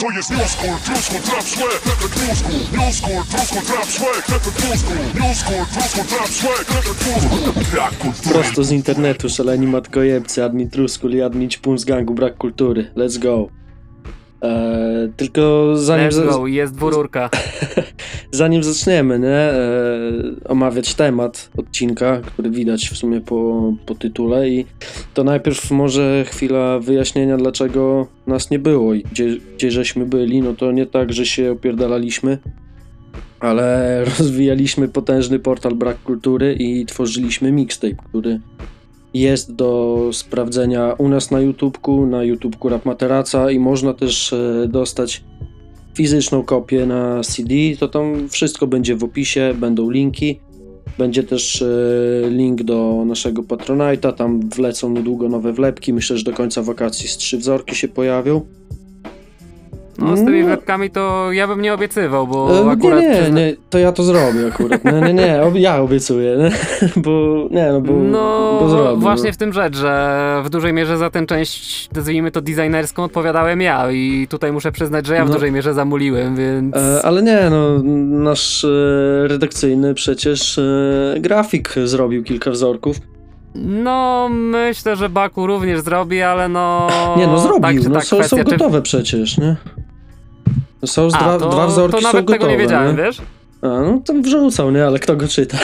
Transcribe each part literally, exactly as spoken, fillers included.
To jest newscore, newscore, trap swag, efekt mózgu. Newscore, newscore, trap swag, efekt mózgu. Newscore, newscore, trap swag, efekt mózgu. Brak kultury. Prosto z internetu, szaleni matkojebcy, admin Truskul i admin Ćpun z gangu Brak Kultury. Let's go. Eee, tylko zanim... Let's go, jest dwururka. Zanim zaczniemy, nie, eee, omawiać temat odcinka, który widać w sumie po, po tytule, i to najpierw może chwila wyjaśnienia, dlaczego nas nie było i gdzie, gdzie żeśmy byli. No to nie tak, że się opierdalaliśmy, ale rozwijaliśmy potężny portal Brak Kultury i tworzyliśmy mixtape, który jest do sprawdzenia u nas na YouTubeku, na YouTubeku Rap Materaca, i można też e, dostać fizyczną kopię na C D. To tam wszystko będzie w opisie, będą linki. Będzie też e, link do naszego Patronite'a, tam wlecą niedługo nowe wlepki. Myślę, że do końca wakacji z trzy wzorki się pojawią. No z tymi wlepkami to ja bym nie obiecywał, bo e, akurat... Nie, nie, przyzna... nie, to ja to zrobię akurat. Nie, nie, nie, ja obiecuję, nie? bo nie, no bo, no, bo zrobię. właśnie bo... w tym rzecz, że w dużej mierze za tę część, nazwijmy to designerską, odpowiadałem ja i tutaj muszę przyznać, że ja w no. dużej mierze zamuliłem, więc... E, ale nie, no, nasz e, redakcyjny przecież e, grafik zrobił kilka wzorków. No, myślę, że Baku również zrobi, ale no... Nie, no zrobił, tak, no tak, są, kwestia, są gotowe czy... przecież, nie? Są z A, dwa, to, dwa wzorki to są nawet gotowe, tego nie wiedziałem, nie? wiesz? A, no tam wrzucał, nie? Ale kto go czyta?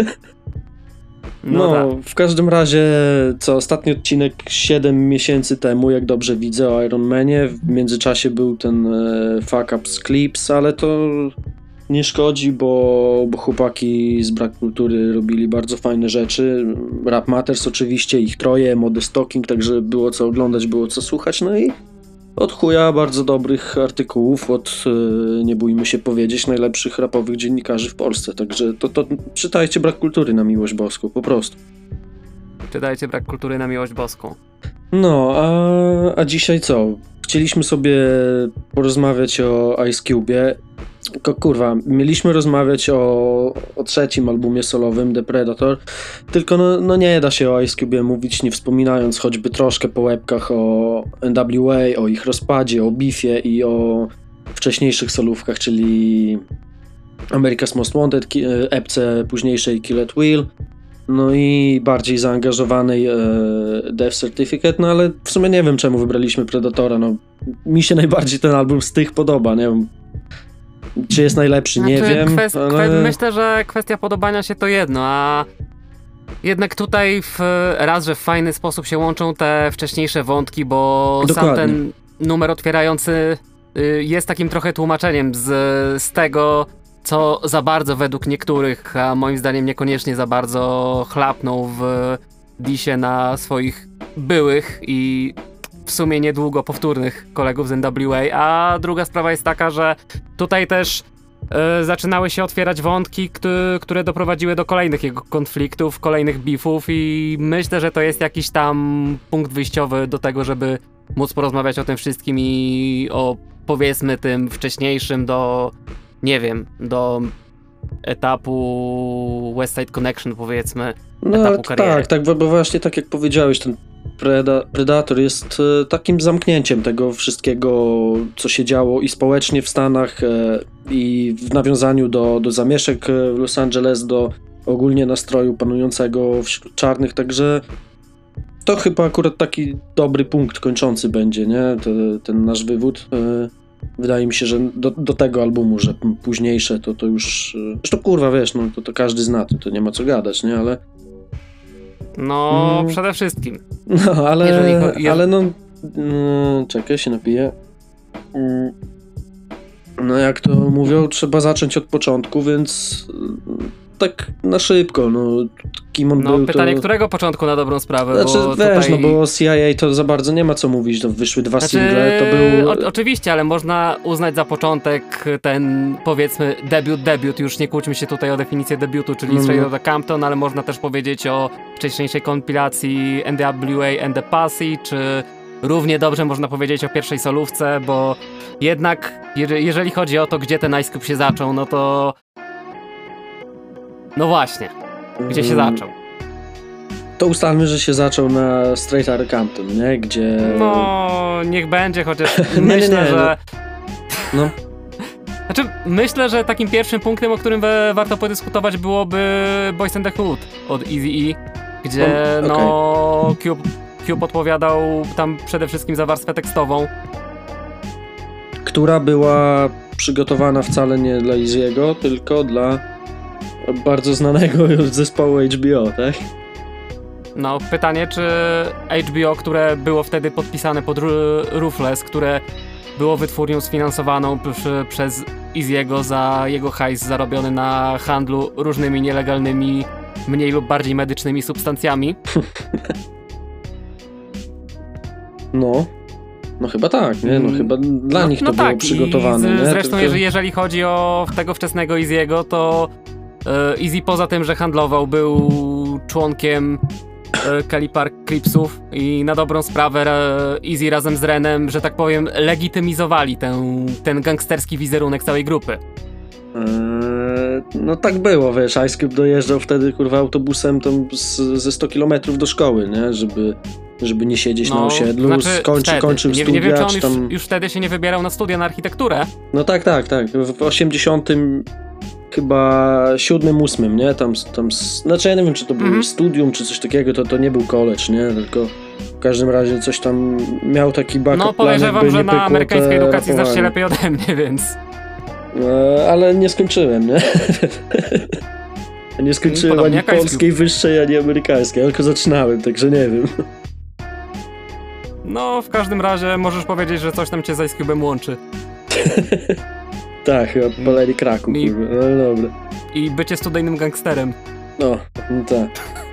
No, no, tak. w każdym razie, co, ostatni odcinek siedem miesięcy temu, jak dobrze widzę, o Iron Manie. W międzyczasie był ten e, fuck up z Clips, ale to nie szkodzi, bo, bo chłopaki z Brak Kultury robili bardzo fajne rzeczy. Rap Matters oczywiście, ich troje, Modest Talking, także było co oglądać, było co słuchać. No i od chuja bardzo dobrych artykułów, od, yy, nie bójmy się powiedzieć, najlepszych rapowych dziennikarzy w Polsce. Także to, to czytajcie Brak Kultury na miłość boską, po prostu. Czytajcie Brak Kultury na miłość boską. No, a, a dzisiaj co? Chcieliśmy sobie porozmawiać o Ice Cube'ie. Tylko kurwa, mieliśmy rozmawiać o, o trzecim albumie solowym, The Predator, tylko no, no nie da się o Ice Cube'ie mówić, nie wspominając choćby troszkę po łebkach o N W A, o ich rozpadzie, o beefie i o wcześniejszych solówkach, czyli America's Most Wanted, ki- epce późniejszej Kill at Will, no i bardziej zaangażowanej e, Death Certificate, no ale w sumie nie wiem, czemu wybraliśmy Predatora, no mi się najbardziej ten album z tych podoba, nie wiem. Czy jest najlepszy, nie znaczy, wiem, kwest- ale... kwe- Myślę, że kwestia podobania się to jedno, a jednak tutaj w, raz, że w fajny sposób się łączą te wcześniejsze wątki, bo Dokładnie. sam ten numer otwierający y, jest takim trochę tłumaczeniem z, z tego, co za bardzo według niektórych, a moim zdaniem niekoniecznie za bardzo chlapnął w disie na swoich byłych i w sumie niedługo powtórnych kolegów z N W A, a druga sprawa jest taka, że tutaj też e, zaczynały się otwierać wątki, k- które doprowadziły do kolejnych jego konfliktów, kolejnych beefów i myślę, że to jest jakiś tam punkt wyjściowy do tego, żeby móc porozmawiać o tym wszystkim i o, powiedzmy, tym wcześniejszym do, nie wiem, do etapu West Side Connection, powiedzmy, No etapu ale kariery. tak, tak, bo bo właśnie tak jak powiedziałeś, ten Preda- Predator jest e, takim zamknięciem tego wszystkiego, co się działo i społecznie w Stanach, e, i w nawiązaniu do, do zamieszek e, w Los Angeles, do ogólnie nastroju panującego wśród czarnych, także to chyba akurat taki dobry punkt kończący będzie, nie? Te, ten nasz wywód. E, wydaje mi się, że do, do tego albumu, że p- późniejsze to, to już... E, zresztą kurwa, wiesz, no to, to każdy zna, to, to nie ma co gadać, nie? Ale... No, Mm. przede wszystkim. No, ale, Jeżeli cho- je- ale no, no, czekaj, się napiję. Mm. No jak to mówią, trzeba zacząć od początku, więc tak na szybko, no, kim on No był, pytanie, to... którego początku na dobrą sprawę, Znaczy, bo wiesz, tutaj... no bo o C I A to za bardzo nie ma co mówić, no, wyszły dwa Znaczy, single, to był... o, oczywiście, ale można uznać za początek ten, powiedzmy, debiut, debiut, już nie kłóćmy się tutaj o definicję debiutu, czyli Mhm. Straight Outta Compton, ale można też powiedzieć o wcześniejszej kompilacji N W A and the Posse, czy równie dobrze można powiedzieć o pierwszej solówce, bo jednak, je, jeżeli chodzi o to, gdzie ten Ice Cube się zaczął, no to... No właśnie, gdzie się Mm, zaczął? To ustalmy, że się zaczął na Straight Outta Compton, nie? Gdzie... No, niech będzie, chociaż Nie, nie, myślę, nie, że No. Znaczy, myślę, że takim pierwszym punktem, o którym we, warto podyskutować, byłoby Boys and the Hood od Eazy-E, gdzie O, okay. no Cube, Cube odpowiadał tam przede wszystkim za warstwę tekstową. Która była przygotowana wcale nie dla Eazy'ego, tylko dla bardzo znanego już zespołu H B O, tak? No, pytanie, czy H B O, które było wtedy podpisane pod Ruthless, które było wytwórnią sfinansowaną przy, przez Eazy'ego za jego hajs zarobiony na handlu różnymi nielegalnymi, mniej lub bardziej medycznymi substancjami. No. No chyba tak, nie? No chyba dla no, nich to no było tak. przygotowane, I z, nie? Zresztą Tylko... jeżeli, jeżeli chodzi o tego wczesnego Eazy'ego, to e, Eazy poza tym, że handlował, był członkiem e, Kelly Park Clipsów i na dobrą sprawę e, Eazy razem z Renem, że tak powiem, legitymizowali ten, ten gangsterski wizerunek całej grupy. Eee, no tak było, wiesz, Ice Cube dojeżdżał wtedy, kurwa, autobusem tam z, ze sto kilometrów do szkoły, nie? Żeby, żeby nie siedzieć no, na osiedlu, znaczy skończy, kończył nie, studia, nie wiem, czy on już, tam... już wtedy się nie wybierał na studia na architekturę. No tak, tak, tak, w osiemdziesiątym chyba siódmym, ósmym, nie? Tam, tam, znaczy ja nie wiem, czy to było mm-hmm. studium, czy coś takiego, to, to nie był college, nie? Tylko w każdym razie coś tam miał taki backup No plan, podejrzewam, że na amerykańskiej edukacji rapowanie. znasz się lepiej ode mnie, więc... E, ale nie skończyłem, nie? Nie skończyłem Podobnie ani polskiej wyższej, ani amerykańskiej, tylko zaczynałem, także nie wiem. No, w każdym razie możesz powiedzieć, że coś tam cię z Ice Cube'em łączy. Tak, chyba paleli kraku, I, kurwa, no dobra. I bycie studyjnym gangsterem. No, no tak.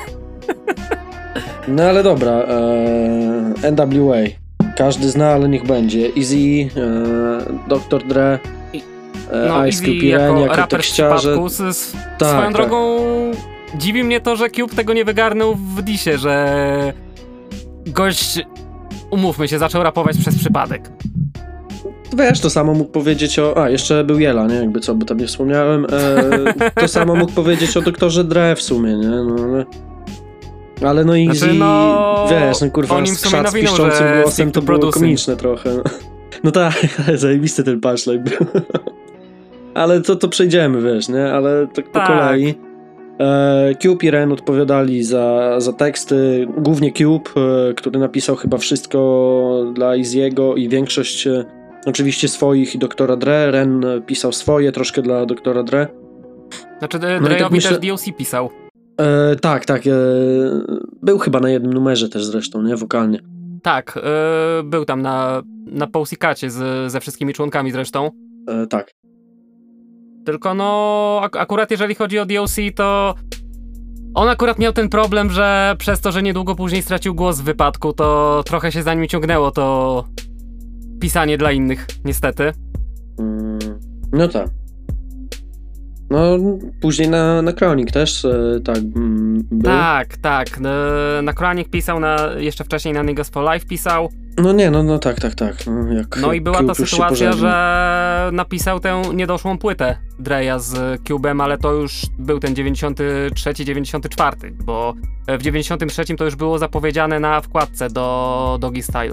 No ale dobra, e, N W A. Każdy zna, ale niech będzie. Eazy, e, doktor Dre, e, no, Ice Eazy Cube i Ren jako jako raper tekściarze. w przypadku, z, z, tak, swoją tak. drogą dziwi mnie to, że Cube tego nie wygarnął w disie, że gość, umówmy się, zaczął rapować przez przypadek. Wiesz, to samo mógł powiedzieć o... A, jeszcze był Jela, nie? Jakby co, bo tam nie wspomniałem. E, to samo mógł powiedzieć o doktorze Dre w sumie, nie? No, ale... Ale no Eazy, znaczy, no, wiesz, no kurwa, z szat z piszczącym głosem to było komiczne trochę. No, no tak, zajebisty ten punchline był. Ale to, to przejdziemy, wiesz, nie? Ale tak po tak. kolei. E, Cube i Ren odpowiadali za, za teksty, głównie Cube, e, który napisał chyba wszystko dla Eazy'ego i większość e, oczywiście swoich i doktora Dre. Ren pisał swoje, troszkę dla doktora Dre. Znaczy, no Dre'owi tak myślę... też D L C pisał. E, tak, tak. E, był chyba na jednym numerze też zresztą, nie? Wokalnie. Tak, e, był tam na, na Pussycacie z, ze wszystkimi członkami zresztą. E, tak. Tylko no, ak- akurat jeżeli chodzi o D L C, to on akurat miał ten problem, że przez to, że niedługo później stracił głos w wypadku, to trochę się za nim ciągnęło to pisanie dla innych, niestety. Mm, no tak. No, później na, na Chronic też e, tak mm, był. Tak, tak. Na, na Chronic pisał, na, jeszcze wcześniej na Niggas for Life pisał. No nie, no, no tak, tak, tak. No, jak No i była Cube ta już sytuacja, że napisał tę niedoszłą płytę Dre'a z Cube'em, ale to już był ten dziewięćdziesiąty trzeci dziewięćdziesiąty czwarty, bo w dziewięćdziesiątym trzecim to już było zapowiedziane na wkładce do Doggy Style.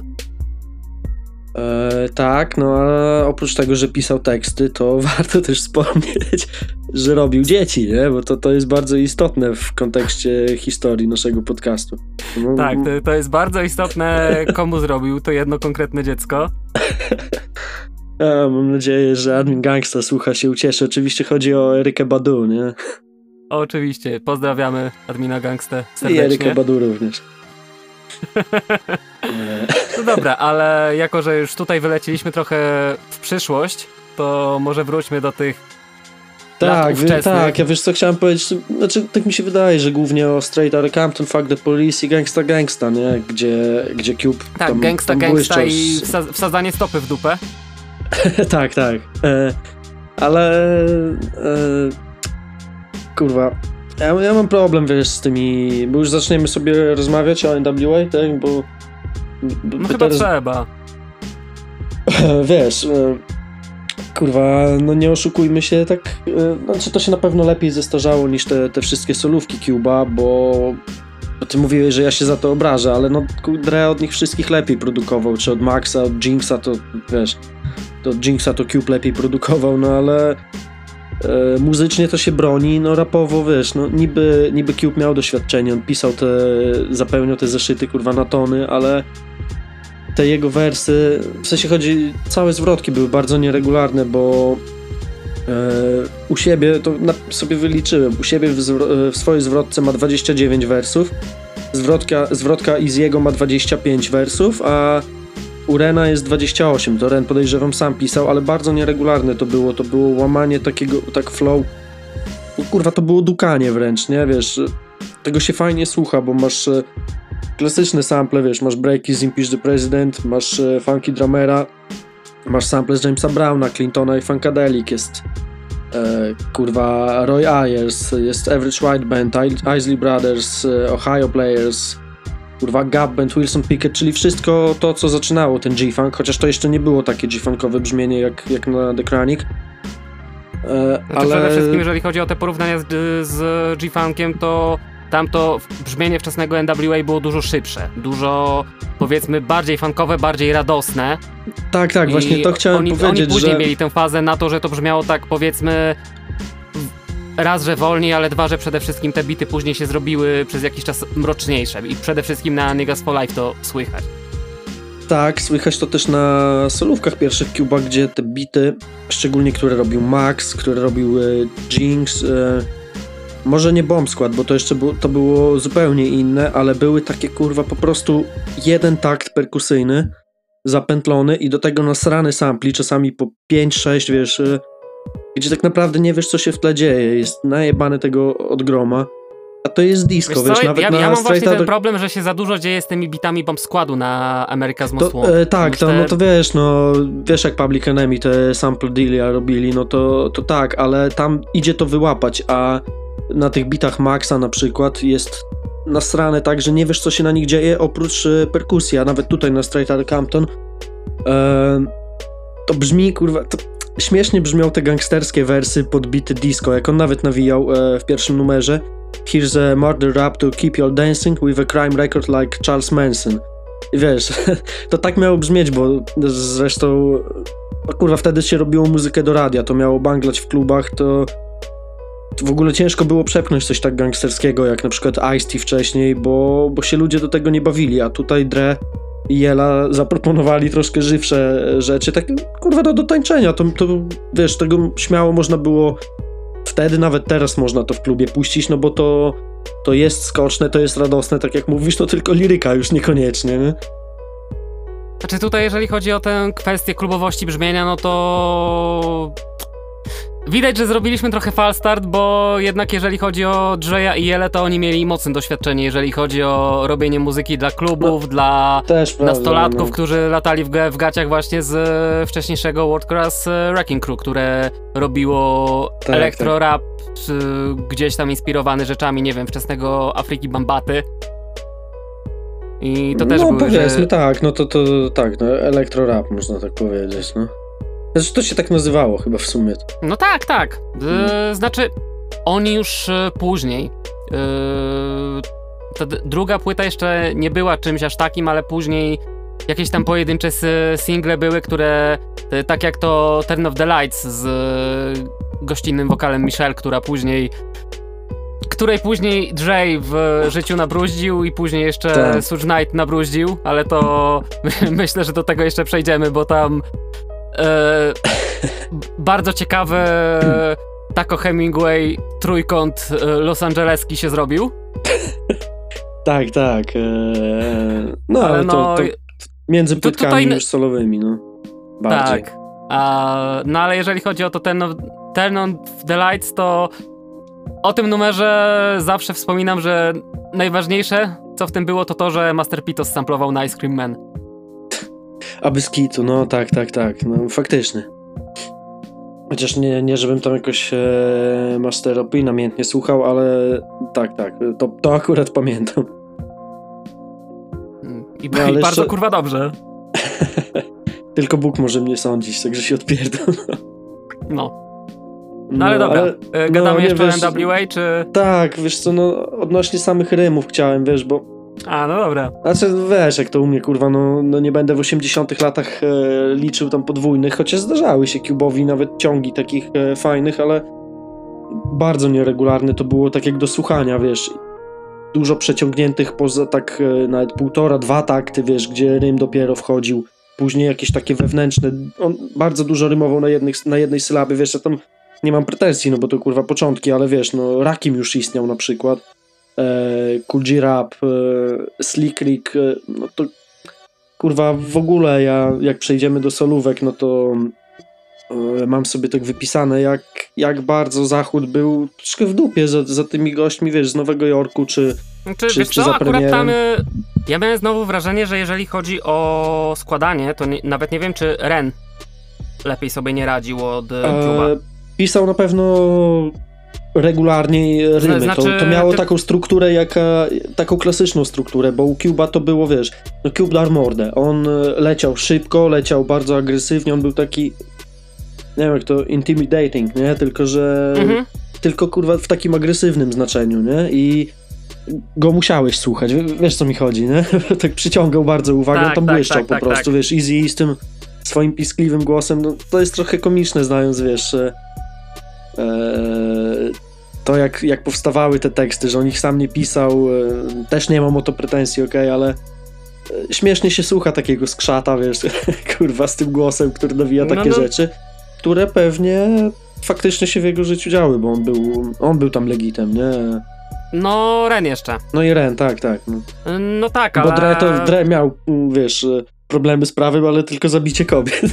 E, tak, no a oprócz tego, że pisał teksty, to warto też wspomnieć, że robił dzieci, nie? Bo to, to jest bardzo istotne w kontekście historii naszego podcastu. No, tak, to, to jest bardzo istotne, komu zrobił to jedno konkretne dziecko. A, mam nadzieję, że Admin Gangsta słucha się ucieszy. Oczywiście chodzi o Erykę Badu, nie? Oczywiście, pozdrawiamy Admina Gangstę serdecznie. I Erykę Badu również. No dobra, ale jako, że już tutaj wyleciliśmy trochę w przyszłość, to może wróćmy do tych tak, lat ówczesnych. Tak, ja wiesz co chciałem powiedzieć, znaczy tak mi się wydaje, że głównie o Straight Outta Compton, Fuck the Police i Gangsta Gangsta, nie? Gdzie, gdzie Cube tak, tam, Gangsta tam Gangsta błyszczał i z... wsa- wsadzanie stopy w dupę. tak, tak. E, ale e, kurwa, ja, ja mam problem, wiesz, z tymi, bo już zaczniemy sobie rozmawiać o N W A, tak? Bo, bo No chyba teraz, trzeba. wiesz, e, kurwa, no nie oszukujmy się, tak, e, znaczy to się na pewno lepiej zestarzało niż te, te wszystkie solówki Cube'a, bo ty mówiłeś, że ja się za to obrażę, ale no Dre od nich wszystkich lepiej produkował, czy od Maxa, od Jinxa, to wiesz, to Jinxa to Cube lepiej produkował, no ale e, muzycznie to się broni, no rapowo, wiesz, no niby, niby Cube miał doświadczenie, on pisał te, zapełniał te zeszyty, kurwa, na tony, ale te jego wersy, w sensie chodzi, całe zwrotki były bardzo nieregularne, bo e, u siebie, to na, sobie wyliczyłem, u siebie w, zwro- w swojej zwrotce ma dwadzieścia dziewięć wersów, zwrotka, zwrotka Easy'ego ma dwadzieścia pięć wersów, a u Rena jest dwadzieścia osiem, to Ren podejrzewam sam pisał, ale bardzo nieregularne to było, to było łamanie takiego, tak flow, no, kurwa, to było dukanie wręcz, nie, wiesz, tego się fajnie słucha, bo masz e, klasyczne sample, wiesz, masz breaki z Impeach the President, masz e, funky drummera, masz sample z Jamesa Browna, Clintona i Funkadelic, jest e, kurwa Roy Ayers, jest Average White Band, I- Isley Brothers, e, Ohio Players, kurwa Gap Band, Wilson Pickett, czyli wszystko to, co zaczynało ten G-Funk, chociaż to jeszcze nie było takie G-Funkowe brzmienie jak, jak na The Chronic. E, Znaczy, ale... Przede wszystkim, jeżeli chodzi o te porównania z, z G-Funkiem, to tamto brzmienie wczesnego N W A było dużo szybsze, dużo, powiedzmy, bardziej funkowe, bardziej radosne. Tak, tak, I właśnie to chciałem oni, powiedzieć, Oni później że... mieli tę fazę na to, że to brzmiało tak, powiedzmy, raz, że wolniej, ale dwa, że przede wszystkim te bity później się zrobiły przez jakiś czas mroczniejsze i przede wszystkim na Niggas for Life to słychać. Tak, słychać to też na solówkach pierwszych Cube'a, gdzie te bity, szczególnie które robił Max, które robił e, Jinx, e, może nie Bomb Squad, bo to jeszcze było, to było zupełnie inne, ale były takie, kurwa, po prostu jeden takt perkusyjny, zapętlony i do tego nasrany sampli, czasami po pięć sześć, wiesz, e, gdzie tak naprawdę nie wiesz, co się w tle dzieje, jest najebane tego od groma. A to jest disco, wiesz, wiesz co, nawet ja, na ja mam właśnie ten Outta... problem, że się za dużo dzieje z tymi bitami Bomb Squadu na America's Most To, Wanted. e, tak, to, te... no to wiesz, no wiesz jak Public Enemy te sample dealia robili, no to, to tak, ale tam idzie to wyłapać, a na tych bitach Maxa na przykład jest nasrane tak, że nie wiesz, co się na nich dzieje, oprócz e, perkusji, a nawet tutaj na Straight Outta Compton e, to brzmi, kurwa, to śmiesznie brzmią te gangsterskie wersy pod bity disco, jak on nawet nawijał e, w pierwszym numerze. Here's a murder rap to keep you dancing with a crime record like Charles Manson. I wiesz, to tak miało brzmieć, bo zresztą no kurwa, wtedy się robiło muzykę do radia, to miało banglać w klubach, to, to w ogóle ciężko było przepchnąć coś tak gangsterskiego, jak na przykład Ice-T wcześniej, bo, bo się ludzie do tego nie bawili, a tutaj Dre i Jela zaproponowali troszkę żywsze rzeczy, tak kurwa do, do tańczenia, to, to wiesz, tego śmiało można było wtedy, nawet teraz można to w klubie puścić, no bo to, to jest skoczne, to jest radosne, tak jak mówisz, to tylko liryka już niekoniecznie, nie? Znaczy tutaj, jeżeli chodzi o tę kwestię klubowości brzmienia, no to... Widać, że zrobiliśmy trochę fal start, bo jednak jeżeli chodzi o Dre'a i Jelę, to oni mieli mocne doświadczenie, jeżeli chodzi o robienie muzyki dla klubów, no, dla też nastolatków, prawda, no. którzy latali w, g- w gaciach właśnie z wcześniejszego World Class Wrecking Crew, które robiło tak, elektro-rap, tak. Gdzieś tam inspirowany rzeczami, nie wiem, wczesnego Afryki Bambaty. I to też no, były, powiedzmy, że... tak, no to, to tak, no elektro-rap można tak powiedzieć, no. Znaczy to się tak nazywało chyba w sumie. No tak, tak. Hmm. Znaczy, oni już później. Yy, ta d- druga płyta jeszcze nie była czymś aż takim, ale później jakieś tam pojedyncze single były, które y, tak jak to Turn of the Lights z y, gościnnym wokalem Michelle, która później której później Dre w życiu nabruździł i później jeszcze tak. Suge Knight nabruździł, ale to myślę, że do tego jeszcze przejdziemy, bo tam e, bardzo ciekawy Taco Hemingway trójkąt Los Angeleski się zrobił. Tak, tak. Eee, no ale, ale no, to, to między płytkami tutaj... już solowymi, no. Bardziej. Tak. A, no ale jeżeli chodzi o to Turn, of, Turn on the Lights, to o tym numerze zawsze wspominam, że najważniejsze, co w tym było, to to, że Master P to samplował na Ice Cream Man. A bez kitu, no tak, tak, tak, no faktycznie. Chociaż nie, nie żebym tam jakoś e, Master P namiętnie słuchał, ale tak, tak, to, to akurat pamiętam. I, no, i bardzo jeszcze... kurwa dobrze. Tylko Bóg może mnie sądzić, także się odpierdam. No. No ale no, dobra, ale, gadamy no, jeszcze wiesz, o N W A, czy... Tak, wiesz co, no odnośnie samych rymów chciałem, wiesz, bo A, no dobra. Znaczy, wiesz, jak to u mnie, kurwa, no, no nie będę w osiemdziesiątych latach e, liczył tam podwójnych, chociaż zdarzały się Cube'owi nawet ciągi takich e, fajnych, ale bardzo nieregularne to było, tak jak do słuchania, wiesz, dużo przeciągniętych poza tak e, nawet półtora, dwa takty, wiesz, gdzie rym dopiero wchodził, później jakieś takie wewnętrzne, on bardzo dużo rymował na, jednych, na jednej sylabie, wiesz, ja tam nie mam pretensji, no bo to kurwa początki, ale wiesz, no Rakim już istniał na przykład, e, Kool G Rap, e, Slick Rick, e, no to kurwa w ogóle ja, jak przejdziemy do solówek, no to e, mam sobie tak wypisane, jak, jak bardzo Zachód był troszkę w dupie za, za tymi gośćmi, wiesz, z Nowego Jorku, czy Znaczy, czy, wiesz czy co, za akurat premierem. tam y, ja miałem znowu wrażenie, że jeżeli chodzi o składanie, to nie, nawet nie wiem, czy Ren lepiej sobie nie radził od e, Cube'a. E, pisał na pewno regularnie rymy. Znaczy, to, to miało ty- taką strukturę, jaka, taką klasyczną strukturę, bo u Cube'a to było, wiesz, no Cube dar mordę. On e, leciał szybko, leciał bardzo agresywnie, on był taki, nie wiem jak to, intimidating, nie? Tylko, że Mhm. tylko kurwa w takim agresywnym znaczeniu, nie? I go musiałeś słuchać, w- wiesz co mi chodzi, nie? Tak przyciągał bardzo uwagę, Tak, on tam tak, błyszczał tak, po tak, prostu, tak. wiesz, Easy E z tym swoim piskliwym głosem, no to jest trochę komiczne, znając, wiesz, e, e, to jak, jak powstawały te teksty, że on ich sam nie pisał, e, też nie mam o to pretensji, okej, ale e, śmiesznie się słucha takiego skrzata, wiesz, kurwa, z tym głosem, który nawija No, takie no. rzeczy, które pewnie faktycznie się w jego życiu działy, bo on był, on był tam legitem, nie? No, Ren jeszcze. No i Ren, tak, tak. No. No tak, ale... Bo Dre, to, Dre miał, mm, wiesz, e, problemy z prawem, ale tylko zabicie kobiet.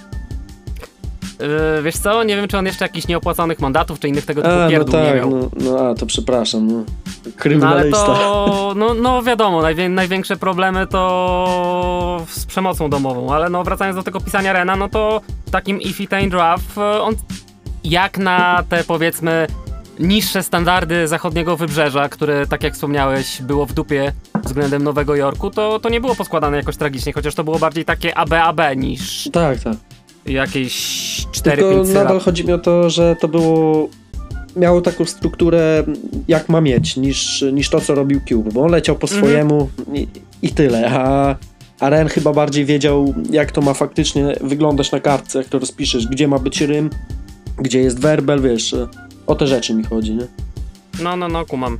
y, wiesz co, nie wiem, czy on jeszcze jakichś nieopłaconych mandatów, czy innych tego typu A, no pierdół nie tak, miał. no, no a, to przepraszam, no. No ale Kryminalista. to, no, no wiadomo, najwię, największe problemy to z przemocą domową, ale no wracając do tego pisania Rena, no to w takim If It Ain't Rough, on jak na te powiedzmy niższe standardy zachodniego wybrzeża, które tak jak wspomniałeś było w dupie względem Nowego Jorku, to, to nie było poskładane jakoś tragicznie, chociaż to było bardziej takie A B A B niż Tak, tak. jakieś cztery Tylko pięć nadal sylab. chodzi mi o to, że to było... Miało taką strukturę, jak ma mieć, niż, niż to, co robił Cube, bo on leciał po Mhm. swojemu i, i tyle, a, a Ren chyba bardziej wiedział, jak to ma faktycznie wyglądać na kartce, jak to rozpiszesz, gdzie ma być rym, gdzie jest werbel, wiesz, o te rzeczy mi chodzi, nie? No, no, no, kumam.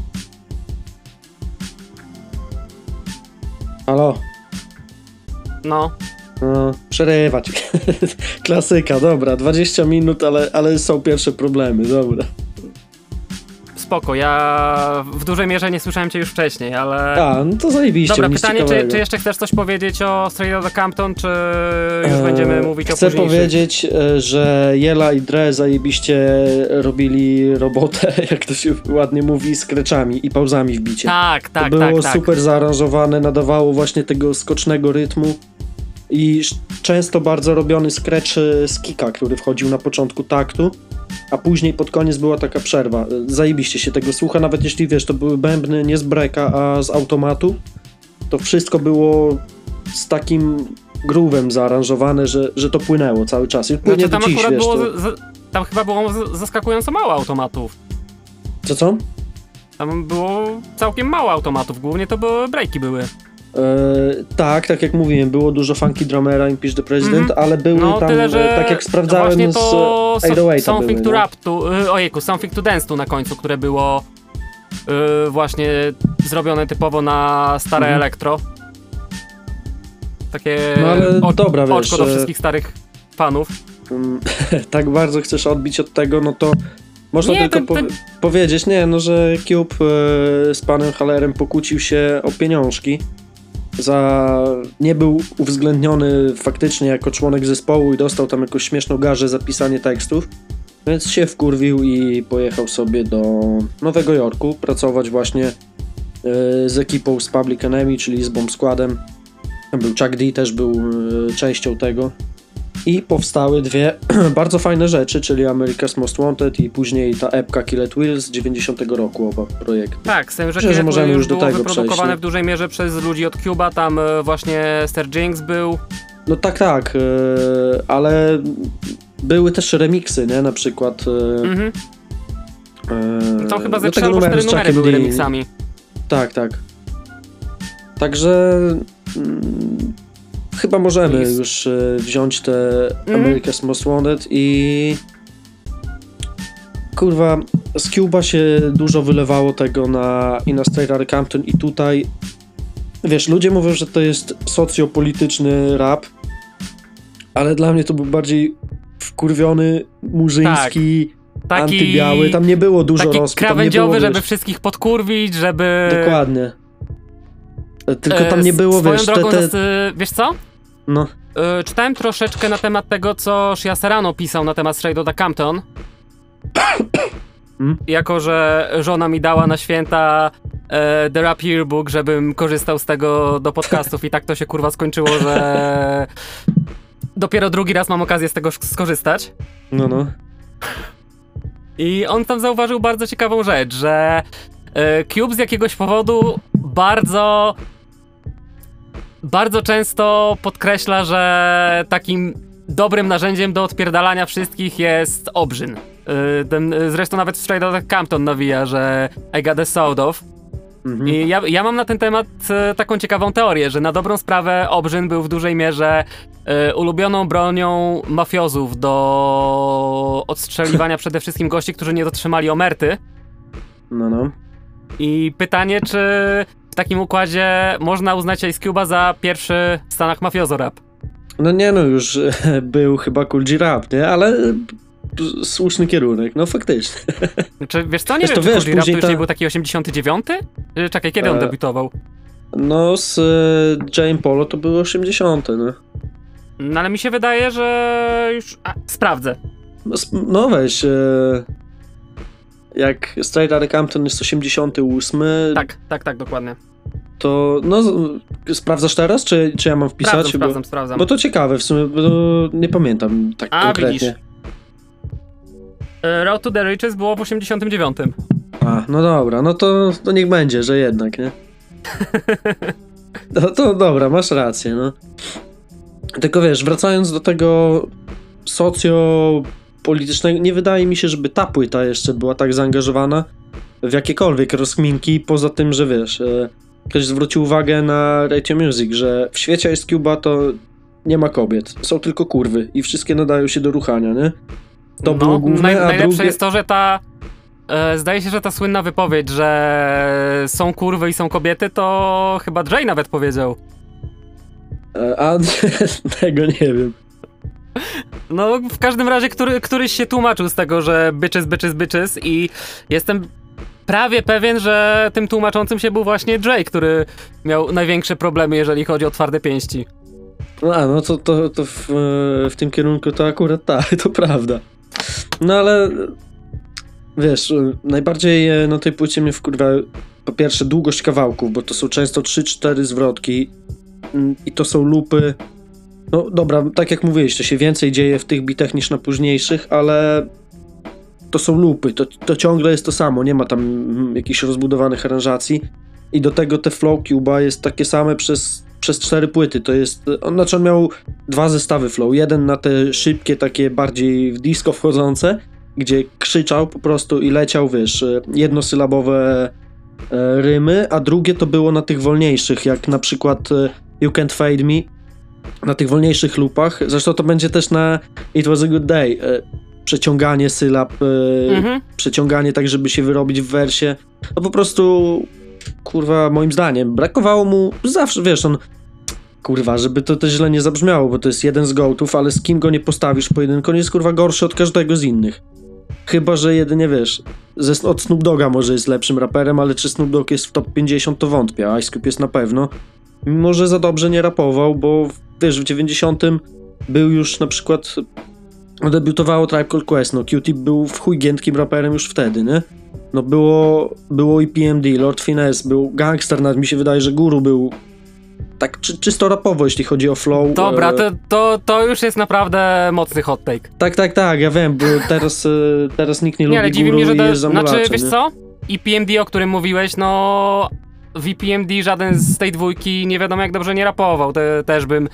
Halo? No. No, przerywać. Klasyka, dobra, dwadzieścia minut, ale, ale są pierwsze problemy, dobra. Spoko, ja w dużej mierze nie słyszałem cię już wcześniej, ale... A, no to zajebiście, Dobra, nic pytanie, czy, ciekawego. czy jeszcze chcesz coś powiedzieć o Straight Outta Compton, czy już Eee, będziemy mówić o Chcę późniejszych? powiedzieć, e, że Jela i Dre zajebiście robili robotę, jak to się ładnie mówi, z kreczami i pauzami w bicie. Tak, tak, to było tak, tak. super zaaranżowane, nadawało właśnie tego skocznego rytmu i sz- często bardzo robiony scratch e, z kicka, który wchodził na początku taktu, a później pod koniec była taka przerwa. E, Zajebiście się tego słucha, nawet jeśli wiesz, to były bębny nie z breaka, a z automatu, to wszystko było z takim groove'em zaaranżowane, że, że to płynęło cały czas. I płynie Znaczy, tam do dziś, akurat wiesz, było, to... z, z, tam chyba było z, zaskakująco mało automatów. Co, co? Tam było całkiem mało automatów, głównie to były breaki były. E, tak, tak jak mówiłem, było dużo funky drummera, Impeach the President, Mhm. ale były No tam, tyle, że e, tak jak sprawdzałem właśnie z to e, so, osiem osiem Something były, to nie? Rap tu, y, ojejku, Something to Dance tu na końcu, które było y, właśnie zrobione typowo na stare Mhm. elektro. Takie No ale o, dobra, wiesz, oczko do e, wszystkich starych fanów. Mm, tak bardzo chcesz odbić od tego, no to można Nie, tylko to- to- powie- powiedzieć, nie, no, że Cube e, z panem Hallerem pokłócił się o pieniążki. Za... Nie był uwzględniony faktycznie jako członek zespołu i dostał tam jakąś śmieszną garzę za pisanie tekstów, więc się wkurwił i pojechał sobie do Nowego Jorku pracować właśnie e, z ekipą z Public Enemy, czyli z Bomb Squadem. Tam był Chuck D, też był e, częścią tego. I powstały dwie bardzo fajne rzeczy, czyli America's Most Wanted i później ta epka Kill at Will z dziewięćdziesiątego roku, oba projekty. Tak, z tym, że Myślę, że Kill możemy Bill już do było tego wyprodukowane przejść, nie? w dużej mierze przez ludzi od Cube'a, tam e, właśnie Sir Jinx był. No tak, tak, e, ale były też remiksy, nie? Na przykład... E, Mhm. e, Tam chyba ze do trzy tego albo numeru cztery z numery Chuckiem były D. remixami. Tak, tak. Także mm, chyba możemy Jest. już y, wziąć te Mhm. America's Most Wanted i kurwa, z Cuba się dużo wylewało tego na, i na Straight Outta Compton i tutaj wiesz, ludzie mówią, że to jest socjopolityczny rap, ale dla mnie to był bardziej wkurwiony, murzyński, Taki, antybiały, tam nie było dużo taki rozkmin, tam nie krawędziowy, było, żeby wiesz, wszystkich podkurwić, żeby... dokładnie. Tylko tam E, nie było, swoją wiesz, te, drogą, te... zas- wiesz co? No, E, czytałem troszeczkę na temat tego, co Shia Serrano pisał na temat Straight Outta Compton. Hmm? Jako, że żona mi dała na święta e, The Rap Yearbook, żebym korzystał z tego do podcastów i tak to się kurwa skończyło, że dopiero drugi raz mam okazję z tego sk- skorzystać. no, no. I on tam zauważył bardzo ciekawą rzecz, że e, Cube z jakiegoś powodu bardzo bardzo często podkreśla, że takim dobrym narzędziem do odpierdalania wszystkich jest obrzyn. E, ten, zresztą nawet w Straight Outta Compton nawija, że I got a sold off. Mhm. I ja, ja mam na ten temat e, taką ciekawą teorię, że na dobrą sprawę obrzyn był w dużej mierze e, ulubioną bronią mafiozów do odstrzeliwania przede wszystkim gości, którzy nie dotrzymali omerty. No, no. I pytanie, czy w takim układzie można uznać Ice Cube'a za pierwszy w Stanach mafiozo rap? No nie no, już e, był chyba Kool G Rap, nie? Ale e, słuszny kierunek, no faktycznie. Czy wiesz co, nie Wiesz, wiem, to czy wiesz, Kool G Rap to później już ta- nie był taki osiemdziesiąty dziewiąty? Czy Czekaj, kiedy on E, debiutował? No z e, Jane Polo to były osiemdziesiąte, no. No ale mi się wydaje, że już... A, sprawdzę. No, sp- no weź, e, jak Straight Outta Compton jest osiemdziesiąty ósmy, Tak, tak, tak, dokładnie. to no z- sprawdzasz teraz, czy, czy ja mam wpisać? Sprawdzam, bo, sprawdzam, sprawdzam. bo to ciekawe w sumie, bo nie pamiętam tak A, konkretnie. widzisz. E, Road to the Riches było w osiemdziesiątym dziewiątym. A, no dobra, no to, to niech będzie, że jednak, nie? No to dobra, masz rację, no. Tylko wiesz, wracając do tego socjopolitycznego, nie wydaje mi się, żeby ta płyta jeszcze była tak zaangażowana w jakiekolwiek rozkminki, poza tym, że wiesz, e, ktoś zwrócił uwagę na Radio Music, że w świecie Ice Cube'a to nie ma kobiet, są tylko kurwy i wszystkie nadają się do ruchania, nie? To było główne, naj, a najlepsze drugie... jest to, że ta... E, zdaje się, że ta słynna wypowiedź, że są kurwy i są kobiety, to chyba Dre nawet powiedział. E, A tego nie wiem. No, w każdym razie który, któryś się tłumaczył z tego, że bitches, bitches, bitches i jestem prawie pewien, że tym tłumaczącym się był właśnie Dre, który miał największe problemy, jeżeli chodzi o twarde pięści. A, no to, to, to w, w tym kierunku to akurat tak, to prawda. No ale wiesz, najbardziej na tej płycie mnie wkurwa po pierwsze długość kawałków, bo to są często trzy cztery zwrotki i to są loopy. No dobra, tak jak mówiłeś, to się więcej dzieje w tych bitach niż na późniejszych, ale to są loopy, to, to ciągle jest to samo, nie ma tam jakichś rozbudowanych aranżacji i do tego te flow Cube'a jest takie same przez, przez cztery płyty, to jest, on, znaczy on miał dwa zestawy flow, jeden na te szybkie, takie bardziej w disco wchodzące, gdzie krzyczał po prostu i leciał, wiesz, jednosylabowe e, rymy, a drugie to było na tych wolniejszych, jak na przykład e, You Can't Fade Me, na tych wolniejszych loopach, zresztą to będzie też na It Was a Good Day, e, przeciąganie sylab, e, Mhm. przeciąganie tak, żeby się wyrobić w wersie, no po prostu kurwa, moim zdaniem, brakowało mu zawsze, wiesz, on kurwa, żeby to też źle nie zabrzmiało, bo to jest jeden z gołtów, ale z kim go nie postawisz pojedynko, on jest kurwa gorszy od każdego z innych. Chyba, że jedynie, wiesz, ze, od Snoop Dogga może jest lepszym raperem, ale czy Snoop Dogg jest w top pięćdziesiąt, to wątpię, a Ice Cube jest na pewno. Mimo, że za dobrze nie rapował, bo wiesz, w dziewięćdziesiątym był już na przykład, debiutowało Tribe Called Quest, no Q-Tip był w chuj giętkim raperem już wtedy, nie? No było, było i P M D, Lord Finesse, był Gangster, nawet mi się wydaje, że Guru był tak czy, czysto rapowo, jeśli chodzi o flow. Dobra, e... to, to, to już jest naprawdę mocny hot take. Tak, tak, tak, ja wiem, bo teraz, e, teraz nikt nie, Nie, lubi ale dziwi Guru mnie, że i to, jest zamulaczem, znaczy, wiesz nie? co? I P M D, o którym mówiłeś, no... W P M D żaden z tej dwójki nie wiadomo jak dobrze nie rapował, te, też bym...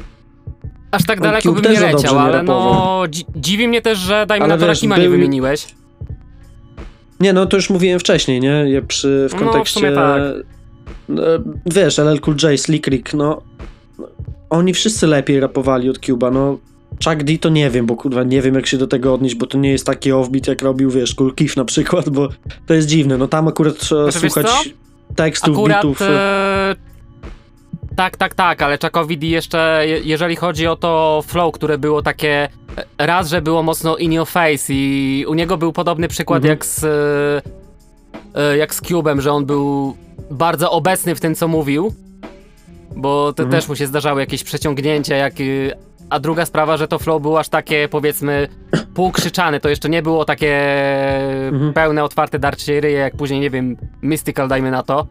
Aż tak On daleko Cube bym nie też za dobrze leciał, nie ale rapował. no... Dzi dziwi mnie też, że dajmy Ale na to wiesz, Rakima nie był- wymieniłeś. Nie, no to już mówiłem wcześniej, nie? Ja przy, w No, w kontekście sumie tak. wiesz, L L Cool J, Slick Rick, no oni wszyscy lepiej rapowali od Cube'a, no Chuck D to nie wiem, bo kurwa nie wiem jak się do tego odnieść, bo to nie jest taki offbeat jak robił, wiesz, Kool Keith na przykład, bo to jest dziwne, no tam akurat trzeba znaczy, słuchać tekstów, akurat, bitów. E... Tak, tak, tak, ale Chuckowi D jeszcze, jeżeli chodzi o to flow, które było takie, raz, że było mocno in your face i u niego był podobny przykład mhm. jak z jak z Cube'em, że on był bardzo obecny w tym, co mówił, bo te mhm. też mu się zdarzały jakieś przeciągnięcia, jak, a druga sprawa, że to flow było aż takie, powiedzmy, półkrzyczane, to jeszcze nie było takie mhm. pełne, otwarte darcie ryje, jak później, nie wiem, Mystical, dajmy na to.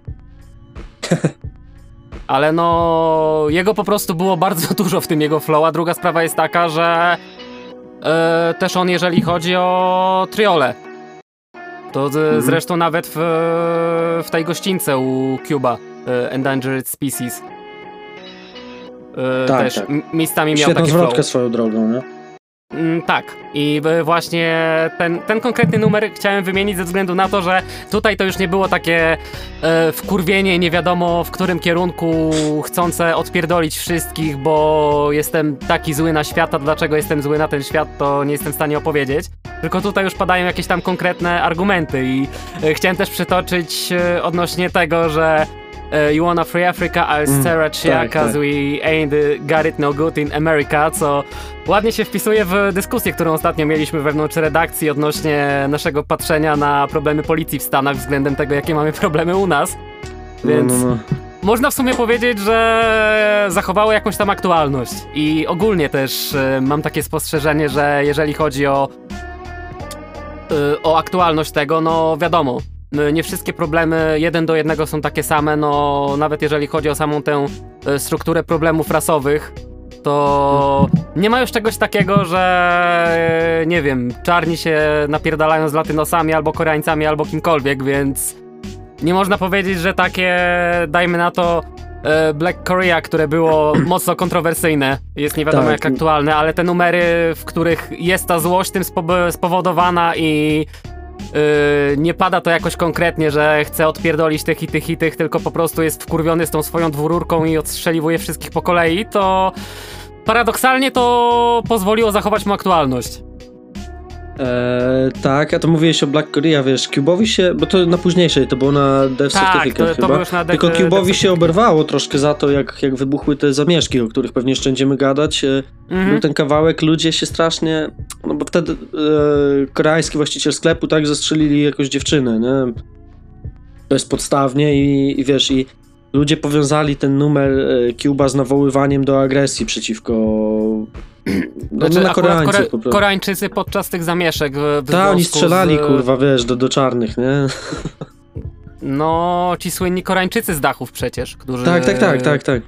Ale no, jego po prostu było bardzo dużo w tym jego flow, a druga sprawa jest taka, że e, też on, jeżeli chodzi o triole, to z, mhm. zresztą nawet w, w tej gościńce u Cube'a, e, Endangered Species, e, tak, też tak. miejscami miał Świetną taki zwrotkę flow. swoją drogą, nie? Mm, tak. I właśnie ten, ten konkretny numer chciałem wymienić ze względu na to, że tutaj to już nie było takie e, wkurwienie, nie wiadomo w którym kierunku, chcące odpierdolić wszystkich, bo jestem taki zły na świat, a dlaczego jestem zły na ten świat, to nie jestem w stanie opowiedzieć. Tylko tutaj już padają jakieś tam konkretne argumenty i e, chciałem też przytoczyć e, odnośnie tego, że You wanna free Africa, I'll stare at you, tak, cause tak. we ain't got it no good in America, co ładnie się wpisuje w dyskusję, którą ostatnio mieliśmy wewnątrz redakcji odnośnie naszego patrzenia na problemy policji w Stanach względem tego, jakie mamy problemy u nas. Więc no, no, no. można w sumie powiedzieć, że zachowało jakąś tam aktualność. I ogólnie też y, mam takie spostrzeżenie, że jeżeli chodzi o, y, o aktualność tego, no wiadomo, nie wszystkie problemy jeden do jednego są takie same, no nawet jeżeli chodzi o samą tę strukturę problemów rasowych, to nie ma już czegoś takiego, że nie wiem, czarni się napierdalają z latynosami, albo Koreańcami, albo kimkolwiek, więc nie można powiedzieć, że takie, dajmy na to, Black Korea, które było mocno kontrowersyjne, jest nie wiadomo tak. jak aktualne, ale te numery, w których jest ta złość tym spo- spowodowana i Yy, nie pada to jakoś konkretnie, że chce odpierdolić tych i tych i tych, tylko po prostu jest wkurwiony z tą swoją dwururką i odstrzeliwuje wszystkich po kolei, to paradoksalnie to pozwoliło zachować mu aktualność. Eee, tak, a to mówiłeś o Black Korea, wiesz, Cube'owi się, bo to na późniejszej, to było na Death tak, Certificate to, to chyba, już na de- tylko Cube'owi de- się oberwało troszkę za to, jak, jak wybuchły te zamieszki, o których pewnie jeszcze będziemy gadać. Mhm. Był ten kawałek, ludzie się strasznie, no bo wtedy e, koreański właściciel sklepu tak zastrzelili jakąś dziewczynę, nie? Bezpodstawnie i, i wiesz, i ludzie powiązali ten numer e, Cube'a z nawoływaniem do agresji przeciwko no, znaczy, na Koreańców Kore- po prostu. Koreańczycy podczas tych zamieszek w, w Tak, oni strzelali, z... kurwa, wiesz, do, do czarnych, nie? No, ci słynni Koreańczycy z dachów przecież, którzy... Tak, tak, tak, tak, tak.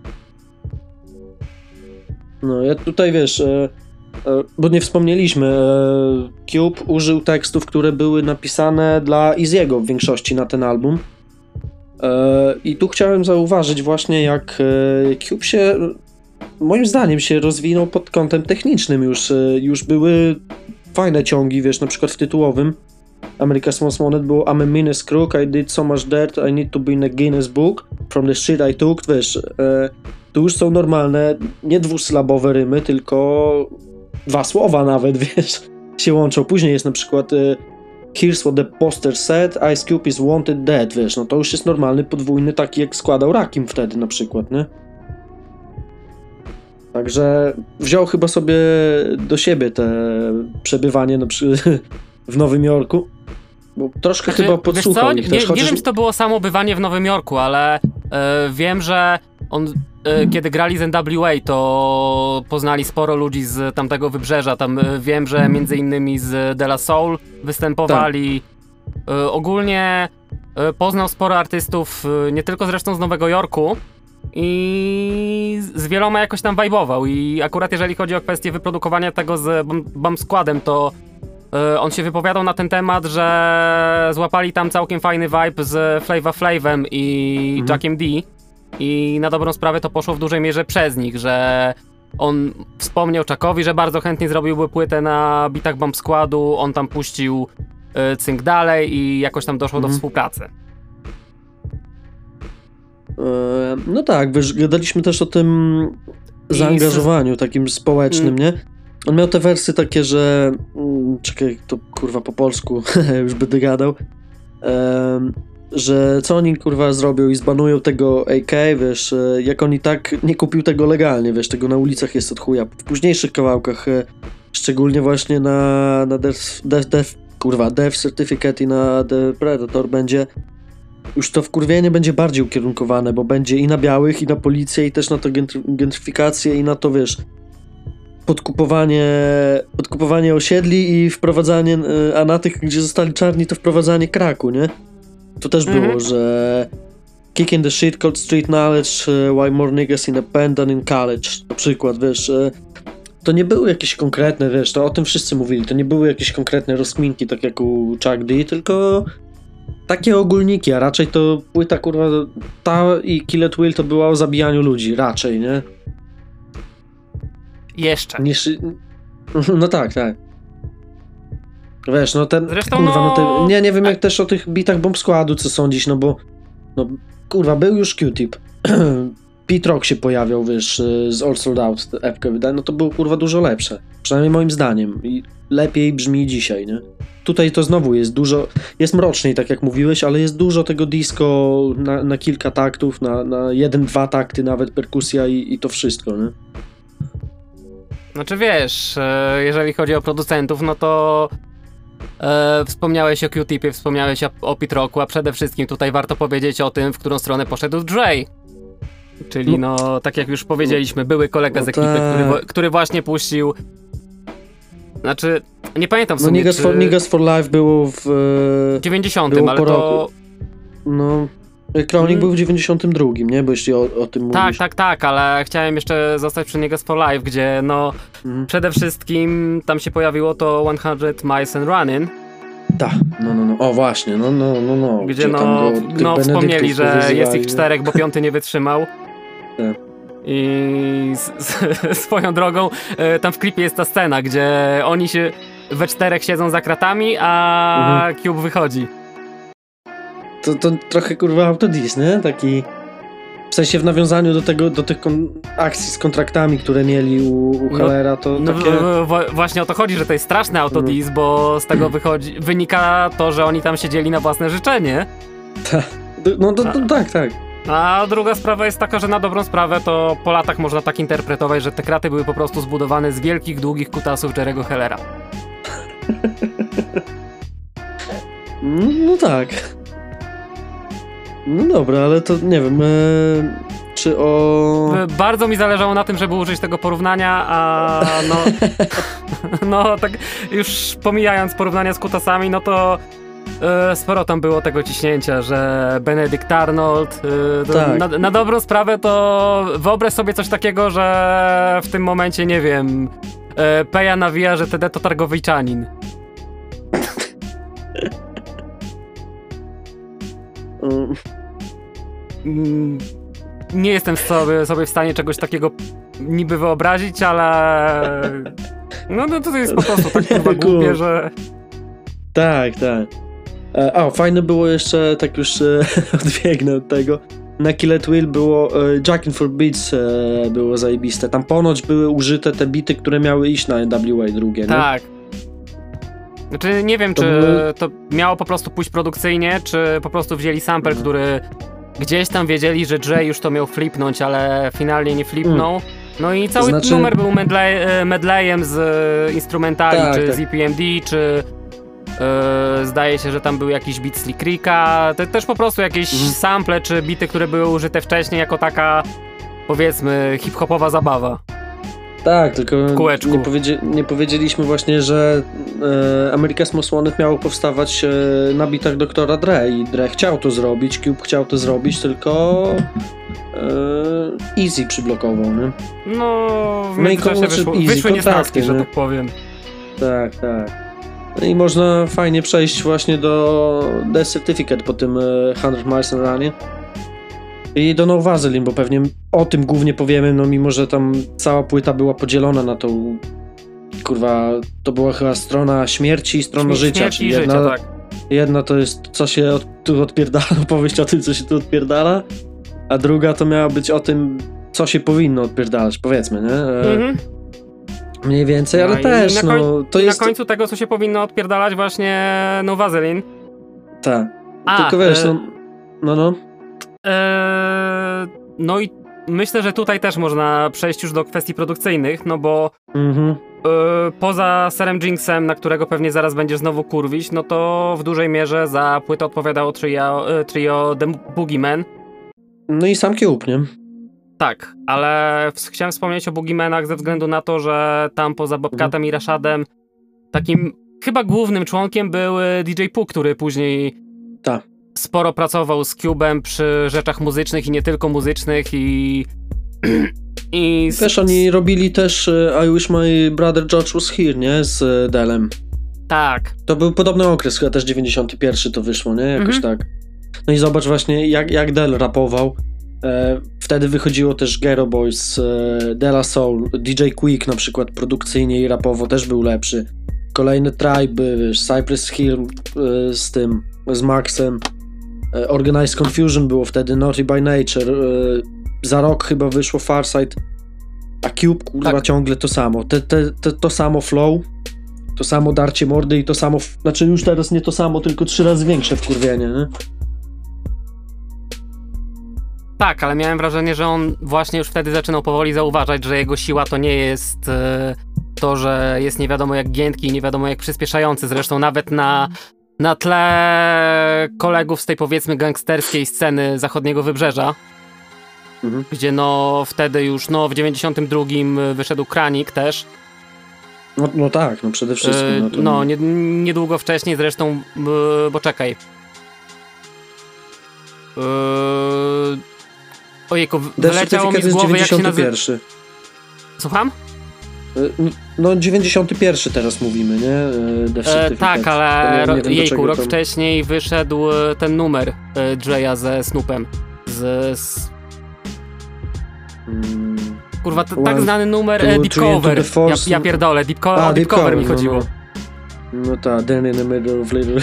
No, ja tutaj, wiesz, e, e, bo nie wspomnieliśmy, e, Cube użył tekstów, które były napisane dla Eazy'ego w większości na ten album. E, I tu chciałem zauważyć właśnie, jak e, Cube się, moim zdaniem, się rozwinął pod kątem technicznym już. E, już były fajne ciągi, wiesz, na przykład w tytułowym America's Most Wanted było I'm a meanest crook, I did so much dirt, I need to be in a Guinness book from the shit I took, wiesz, e, tu już są normalne, nie dwusylabowe rymy, tylko dwa słowa nawet, wiesz, się łączą. Później jest na przykład e, Here's what the poster said, Ice Cube is wanted dead, wiesz, no to już jest normalny, podwójny, taki jak składał Rakim wtedy na przykład, nie? Także wziął chyba sobie do siebie te przebywanie na przykład w Nowym Jorku, bo troszkę znaczy, chyba podsłuchał ich nie, też. nie, Chociaż... nie wiem, czy to było samo bywanie w Nowym Jorku, ale e, wiem, że on, e, kiedy grali z N W A, to poznali sporo ludzi z tamtego wybrzeża. Tam e, wiem, że między innymi z De La Soul występowali. Tak. E, ogólnie e, poznał sporo artystów, e, nie tylko zresztą z Nowego Jorku, i z wieloma jakoś tam vibe'ował. I akurat jeżeli chodzi o kwestię wyprodukowania tego z Bomb Squadem, to on się wypowiadał na ten temat, że złapali tam całkiem fajny vibe z Flava Flavem i mhm. Jackiem D. I na dobrą sprawę to poszło w dużej mierze przez nich, że on wspomniał Chuckowi, że bardzo chętnie zrobiłby płytę na bitach Bomb Squadu, on tam puścił y, cynk dalej i jakoś tam doszło mhm. do współpracy. E, no tak, wiesz, gadaliśmy też o tym zaangażowaniu takim społecznym, Mm. nie? On miał te wersy takie, że... mm, Czekaj, to kurwa po polsku już będę gadał. Em, że co oni kurwa zrobią i zbanują tego A K, wiesz, e, jak on i tak nie kupił tego legalnie, wiesz, tego na ulicach jest od chuja. W późniejszych kawałkach, e, szczególnie właśnie na, na death, death, death, kurwa, Death Certificate i na The Predator będzie już to wkurwienie będzie bardziej ukierunkowane, bo będzie i na białych, i na policję, i też na to gentry- gentryfikację, i na to, wiesz, podkupowanie, podkupowanie osiedli i wprowadzanie, e, a na tych, gdzie zostali czarni, to wprowadzanie kraku, nie? To też było, Mhm. że kick in the shit called street knowledge, uh, why more niggas in a pen than in college, na przykład, wiesz, e, to nie były jakieś konkretne, wiesz, to o tym wszyscy mówili, to nie były jakieś konkretne rozkminki, tak jak u Chuck D, tylko takie ogólniki, a raczej to płyta, kurwa, ta i Kill at Will to była o zabijaniu ludzi, raczej, nie? Jeszcze. Niż... No tak, tak. Wiesz, no ten, Zresztą, kurwa, no no- te, nie, nie wiem jak też o tych bitach Bomb Squadu, co sądzisz, no bo, no, kurwa, był już Q-Tip, Pete Rock się pojawiał, wiesz, z All Sold Out, epkę wydaje, no to było, kurwa, dużo lepsze, przynajmniej moim zdaniem, i lepiej brzmi dzisiaj, nie? Tutaj to znowu jest dużo, jest mroczniej, tak jak mówiłeś, ale jest dużo tego disco na, na kilka taktów, na, na jeden, dwa takty, nawet perkusja i, i to wszystko, nie? Znaczy wiesz, e, jeżeli chodzi o producentów, no to e, wspomniałeś o Q-Tipie, wspomniałeś o, o Pete Rocku, a przede wszystkim tutaj warto powiedzieć o tym, w którą stronę poszedł Dre. Czyli no, no tak jak już powiedzieliśmy, były kolega no z ekipy, tak. który, wo- który właśnie puścił... Znaczy, nie pamiętam w No sumie, Niggas, czy... for, Niggas for Life było w... w dziewięćdziesiątym, było ale po to... roku. No... Kronik Mm. był w dziewięćdziesiątym drugim, nie? Bo jeśli o, o tym Tak, mówisz. tak, tak, ale chciałem jeszcze zostać przy Niggas for Life, gdzie no Mhm. przede wszystkim tam się pojawiło to sto Miles and Running, Tak, no, no, no. O właśnie, no, no, no, no. gdzie tam no, go, tych no wspomnieli, Benedyktów że powyzywali, jest ich nie? czterech, bo piąty nie wytrzymał. Tak. I s- s- swoją drogą e, tam w klipie jest ta scena, gdzie oni się we czterech siedzą za kratami, a Mhm. Cube wychodzi. To, to trochę kurwa autodis, nie? Taki... W sensie w nawiązaniu do tego, do tych kon- akcji z kontraktami, które mieli u, u No, Hellera, to No takie... w- w- właśnie o to chodzi, że to jest straszny autodis, bo z tego wychodzi, wynika to, że oni tam siedzieli na własne życzenie. No to, to, tak, tak. A druga sprawa jest taka, że na dobrą sprawę to po latach można tak interpretować, że te kraty były po prostu zbudowane z wielkich, długich kutasów Jerry'ego Hellera. No tak. No dobra, ale to nie wiem, e, czy o... Bardzo mi zależało na tym, żeby użyć tego porównania, a no... no tak już pomijając porównania z kutasami, no to e, sporo tam było tego ciśnięcia, że Benedict Arnold... E, to Tak. na, na dobrą sprawę to wyobraź sobie coś takiego, że w tym momencie, nie wiem, e, Peja nawija, że T D to targowieczanin. Mm, Mm, Nie jestem sobie, sobie w stanie czegoś takiego niby wyobrazić, ale no, no to jest po prostu tak kurwa głupie, że... tak, tak. E, o, fajne było jeszcze, tak już e, odbiegnę od tego, na Kill at Will było e, Jackin' for Beats e, było zajebiste. Tam ponoć były użyte te bity, które miały iść na N W A drugie, nie? Tak. Znaczy nie wiem, To czy były- to miało po prostu pójść produkcyjnie, czy po prostu wzięli sample, Mhm. który gdzieś tam wiedzieli, że Dre już to miał flipnąć, ale finalnie nie flipnął. No i cały znaczy- numer był medley, e, medleyem z e, instrumentali, Tak, czy tak. z E P M D, czy e, zdaje się, że tam był jakiś beat Slick Ricka, te, też po prostu jakieś Mhm. sample, czy bity, które były użyte wcześniej jako taka, powiedzmy, hip-hopowa zabawa. Tak, tylko kółeczku. nie, powiedzie- nie powiedzieliśmy właśnie, że e, America's Most Wanted miało powstawać e, na bitach doktora Dre i Dre chciał to zrobić, Cube chciał to zrobić, tylko e, Easy przyblokował, nie? No, w No i międzyczasie koło- wyszło, easy wyszły kontrakty, niesnaski, że nie? tak powiem. Tak, tak. No i można fajnie przejść właśnie do Death Certificate po tym e, sto Miles and Running. I do No Vaseline, bo pewnie o tym głównie powiemy, no mimo, że tam cała płyta była podzielona na tą, kurwa, to była chyba strona śmierci i strona Śmie- życia, śmierci czyli i jedna, życia, tak. jedna to jest co się od, tu odpierdala, opowieść o tym, co się tu odpierdala, a druga to miała być o tym, co się powinno odpierdalać, powiedzmy, nie? E, Mhm. Mniej więcej, ale No i też, na koń- no, to I jest... na końcu tego, co się powinno odpierdalać właśnie, no Vaseline. Tak, A, tylko wiesz, e, no, no, no. Eee, no i myślę, że tutaj też można przejść już do kwestii produkcyjnych, no bo Mhm. e, poza Serem Jinxem, na którego pewnie zaraz będziesz znowu kurwić, no to w dużej mierze za płytę odpowiadało trio, e, trio The Boogeyman. No i sam Cube, nie? Tak, ale w, chciałem wspomnieć o Boogeymanach ze względu na to, że tam poza Bobcatem i Rashadem takim chyba głównym członkiem był D J Pooh, który później Tak. sporo pracował z Cube'em przy rzeczach muzycznych i nie tylko muzycznych i... i s- Wiesz, oni robili też e, I Wish My Brother George Was Here, nie? Z e, Delem. Tak. To był podobny okres, chyba też dziewięćdziesiąty pierwszy to wyszło, nie? Jakoś Mhm. tak. No i zobacz właśnie, jak, jak Del rapował. E, wtedy wychodziło też Ghetto Boys, e, De La Soul, D J Quick na przykład produkcyjnie i rapowo też był lepszy. Kolejne Tribe, wiesz, Cypress Hill e, z tym, z Maxem. E, Organized Confusion było wtedy, Naughty by Nature. E, za rok chyba wyszło Farsight. A Cube, kurwa, Tak. ciągle to samo. Te, te, te, to samo flow, to samo darcie mordy i to samo, w... znaczy już teraz nie to samo, tylko trzy razy większe wkurwienie, nie? Tak, ale miałem wrażenie, że on właśnie już wtedy zaczynał powoli zauważać, że jego siła to nie jest e, to, że jest nie wiadomo jak giętki i nie wiadomo jak przyspieszający. Zresztą nawet na, na tle kolegów z tej powiedzmy gangsterskiej sceny zachodniego wybrzeża, Mhm. gdzie no wtedy już no w dziewięćdziesiątym drugim wyszedł Kranik też. No, no tak, no przede wszystkim. E, No, to... no nie, niedługo wcześniej zresztą, e, bo czekaj. E, ojejku, w- Death wyleciało mi Certificate z jest głowy jak się dziewięćdziesiąty nazywa... pierwszy. Słucham? Y, No dziewięćdziesiąty pierwszy teraz mówimy, nie? Y, Death E, Certificate. tak, To ale nie- ro, nie wiem, do jejku, czego rok tam- wcześniej wyszedł e, ten numer e, Dreya ze Snoopem. Z, z Mm, kurwa, t- One, tak znany numer two, e, Deep three into Cover. the Ja, force. ja pierdolę, Deep, co- A, o Deep Cover mi no, chodziło. No, no tak, then in the middle of little...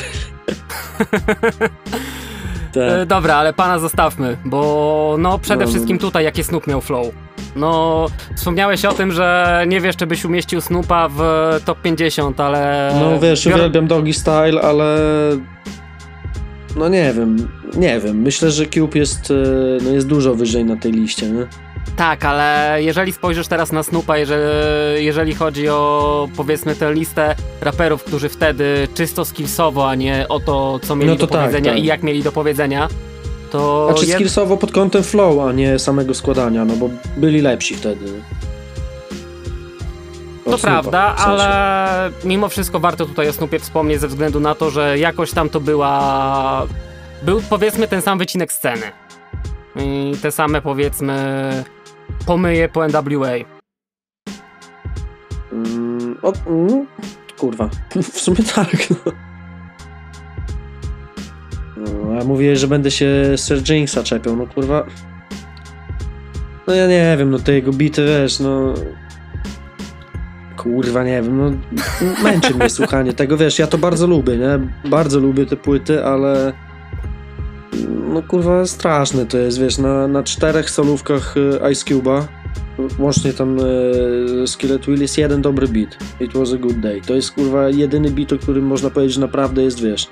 E, tak. dobra, ale pana zostawmy, bo no przede No, no, wszystkim no. tutaj jaki Snoop miał flow. No, wspomniałeś o tym, że nie wiesz, czy byś umieścił Snoopa w top pięćdziesiąt, ale... No wiesz, bior- uwielbiam Doggy Style, ale... No nie wiem, nie wiem. Myślę, że Cube jest, y, no jest dużo wyżej na tej liście, nie? Tak, ale jeżeli spojrzysz teraz na Snoopa, jeżeli, jeżeli chodzi o powiedzmy tę listę raperów, którzy wtedy czysto skillsowo, a nie o to, co mieli No to do tak, powiedzenia tak. i jak mieli do powiedzenia, to... Znaczy jed- skillsowo pod kątem flow, a nie samego składania, no bo byli lepsi wtedy. Od To Snoopa, prawda, w sensie. ale mimo wszystko warto tutaj o Snoopie wspomnieć ze względu na to, że jakoś tam to była... Był powiedzmy ten sam wycinek sceny. I te same powiedzmy pomyje po N W A. Mm, o, mm, kurwa, w sumie tak, no. No, a mówię, że będę się Sir Jinxa czepiał, no kurwa. No ja nie wiem, no te jego bity, wiesz, no... Kurwa, nie wiem, no męczy mnie słuchanie tego, wiesz, ja to bardzo lubię, nie? Bardzo lubię te płyty, ale... No kurwa, straszne to jest, wiesz, na, na czterech solówkach y, Ice Cube'a, łącznie tam y, Skillet Will jest jeden dobry beat. It was a good day. To jest kurwa jedyny beat, o którym można powiedzieć, że naprawdę jest, wiesz.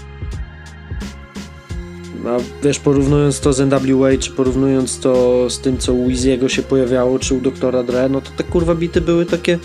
A wiesz, porównując to z N W A, czy porównując to z tym, co u Weezy'ego się pojawiało, czy u doktora Dre, no to te kurwa bity były takie...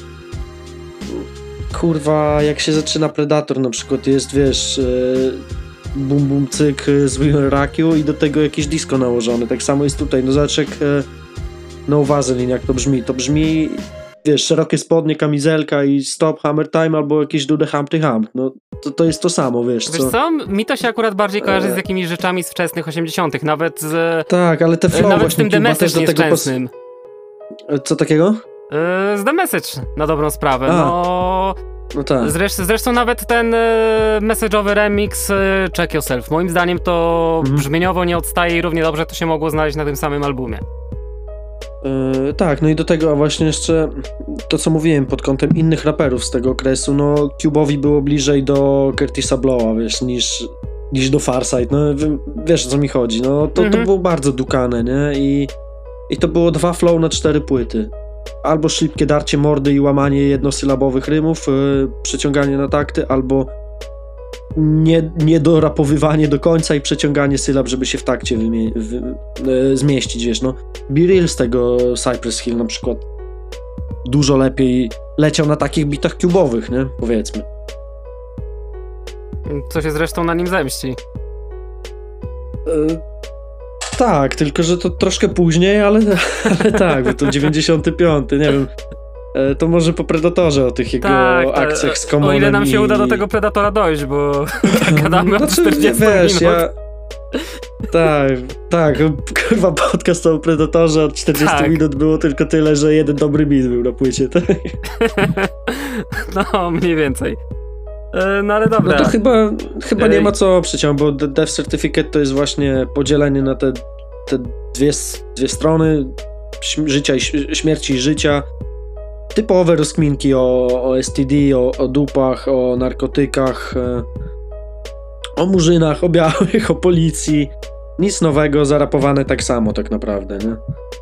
Kurwa, jak się zaczyna Predator na przykład, jest, wiesz... Y, bum bum cyk z Will Rakiu i do tego jakieś disco nałożone. Tak samo jest tutaj. No zobacz jak e, No Vaseline, jak to brzmi. To brzmi, wiesz, szerokie spodnie, kamizelka i Stop Hammer Time albo jakieś Do the Humpty Hump. No to, to jest to samo, wiesz Wiesz co. co? Mi to się akurat bardziej kojarzy E. z jakimiś rzeczami z wczesnych osiemdziesiątych, nawet z... Tak, ale te flow nawet z właśnie tym The Cuba też Message do tego pas... nieszczęsnym. Co takiego? Yy, z The Message, na dobrą sprawę. A. No... No tak. Zresztą, zresztą nawet ten e, message'owy remix e, Check Yourself, moim zdaniem to Mhm. brzmieniowo nie odstaje i równie dobrze to się mogło znaleźć na tym samym albumie. Yy, tak, no i do tego, a właśnie jeszcze to, co mówiłem pod kątem innych raperów z tego okresu, no Cube'owi było bliżej do Curtisa Blowa, wiesz, niż niż do Farsight, no wiesz o co mi chodzi, no to, mhm. to było bardzo dukane, nie, i, i to było dwa flow na cztery płyty. Albo szybkie darcie mordy i łamanie jednosylabowych rymów, yy, przeciąganie na takty, albo nie, niedorapowywanie do końca i przeciąganie sylab, żeby się w takcie wymie- wy- yy, zmieścić, wiesz, no. Be Real z tego Cypress Hill na przykład dużo lepiej leciał na takich bitach cube'owych, nie, powiedzmy. Co się zresztą na nim zemści. Yy, tak, tylko że to troszkę później, ale, ale tak, bo to dziewięćdziesiąty piąty, nie wiem. To może po Predatorze o tych jego tak, akcjach z Commonem. O ile nam się i... uda do tego Predatora dojść, bo gadamy o czterdziestu wiesz, minut. Ja... Tak, tak, kurwa podcast o Predatorze od czterdziestu tak. minut było tylko tyle, że jeden dobry beat był na płycie, tak? No, mniej więcej. No ale dobra. No to chyba, chyba Ej. nie ma co przeciąć, bo Death Certificate to jest właśnie podzielenie na te, te dwie, dwie strony życia i śmierci i życia. Typowe rozkminki o, o S T D, o, o dupach, o narkotykach, o murzynach, o białych, o policji. Nic nowego, zarapowane tak samo tak naprawdę, nie?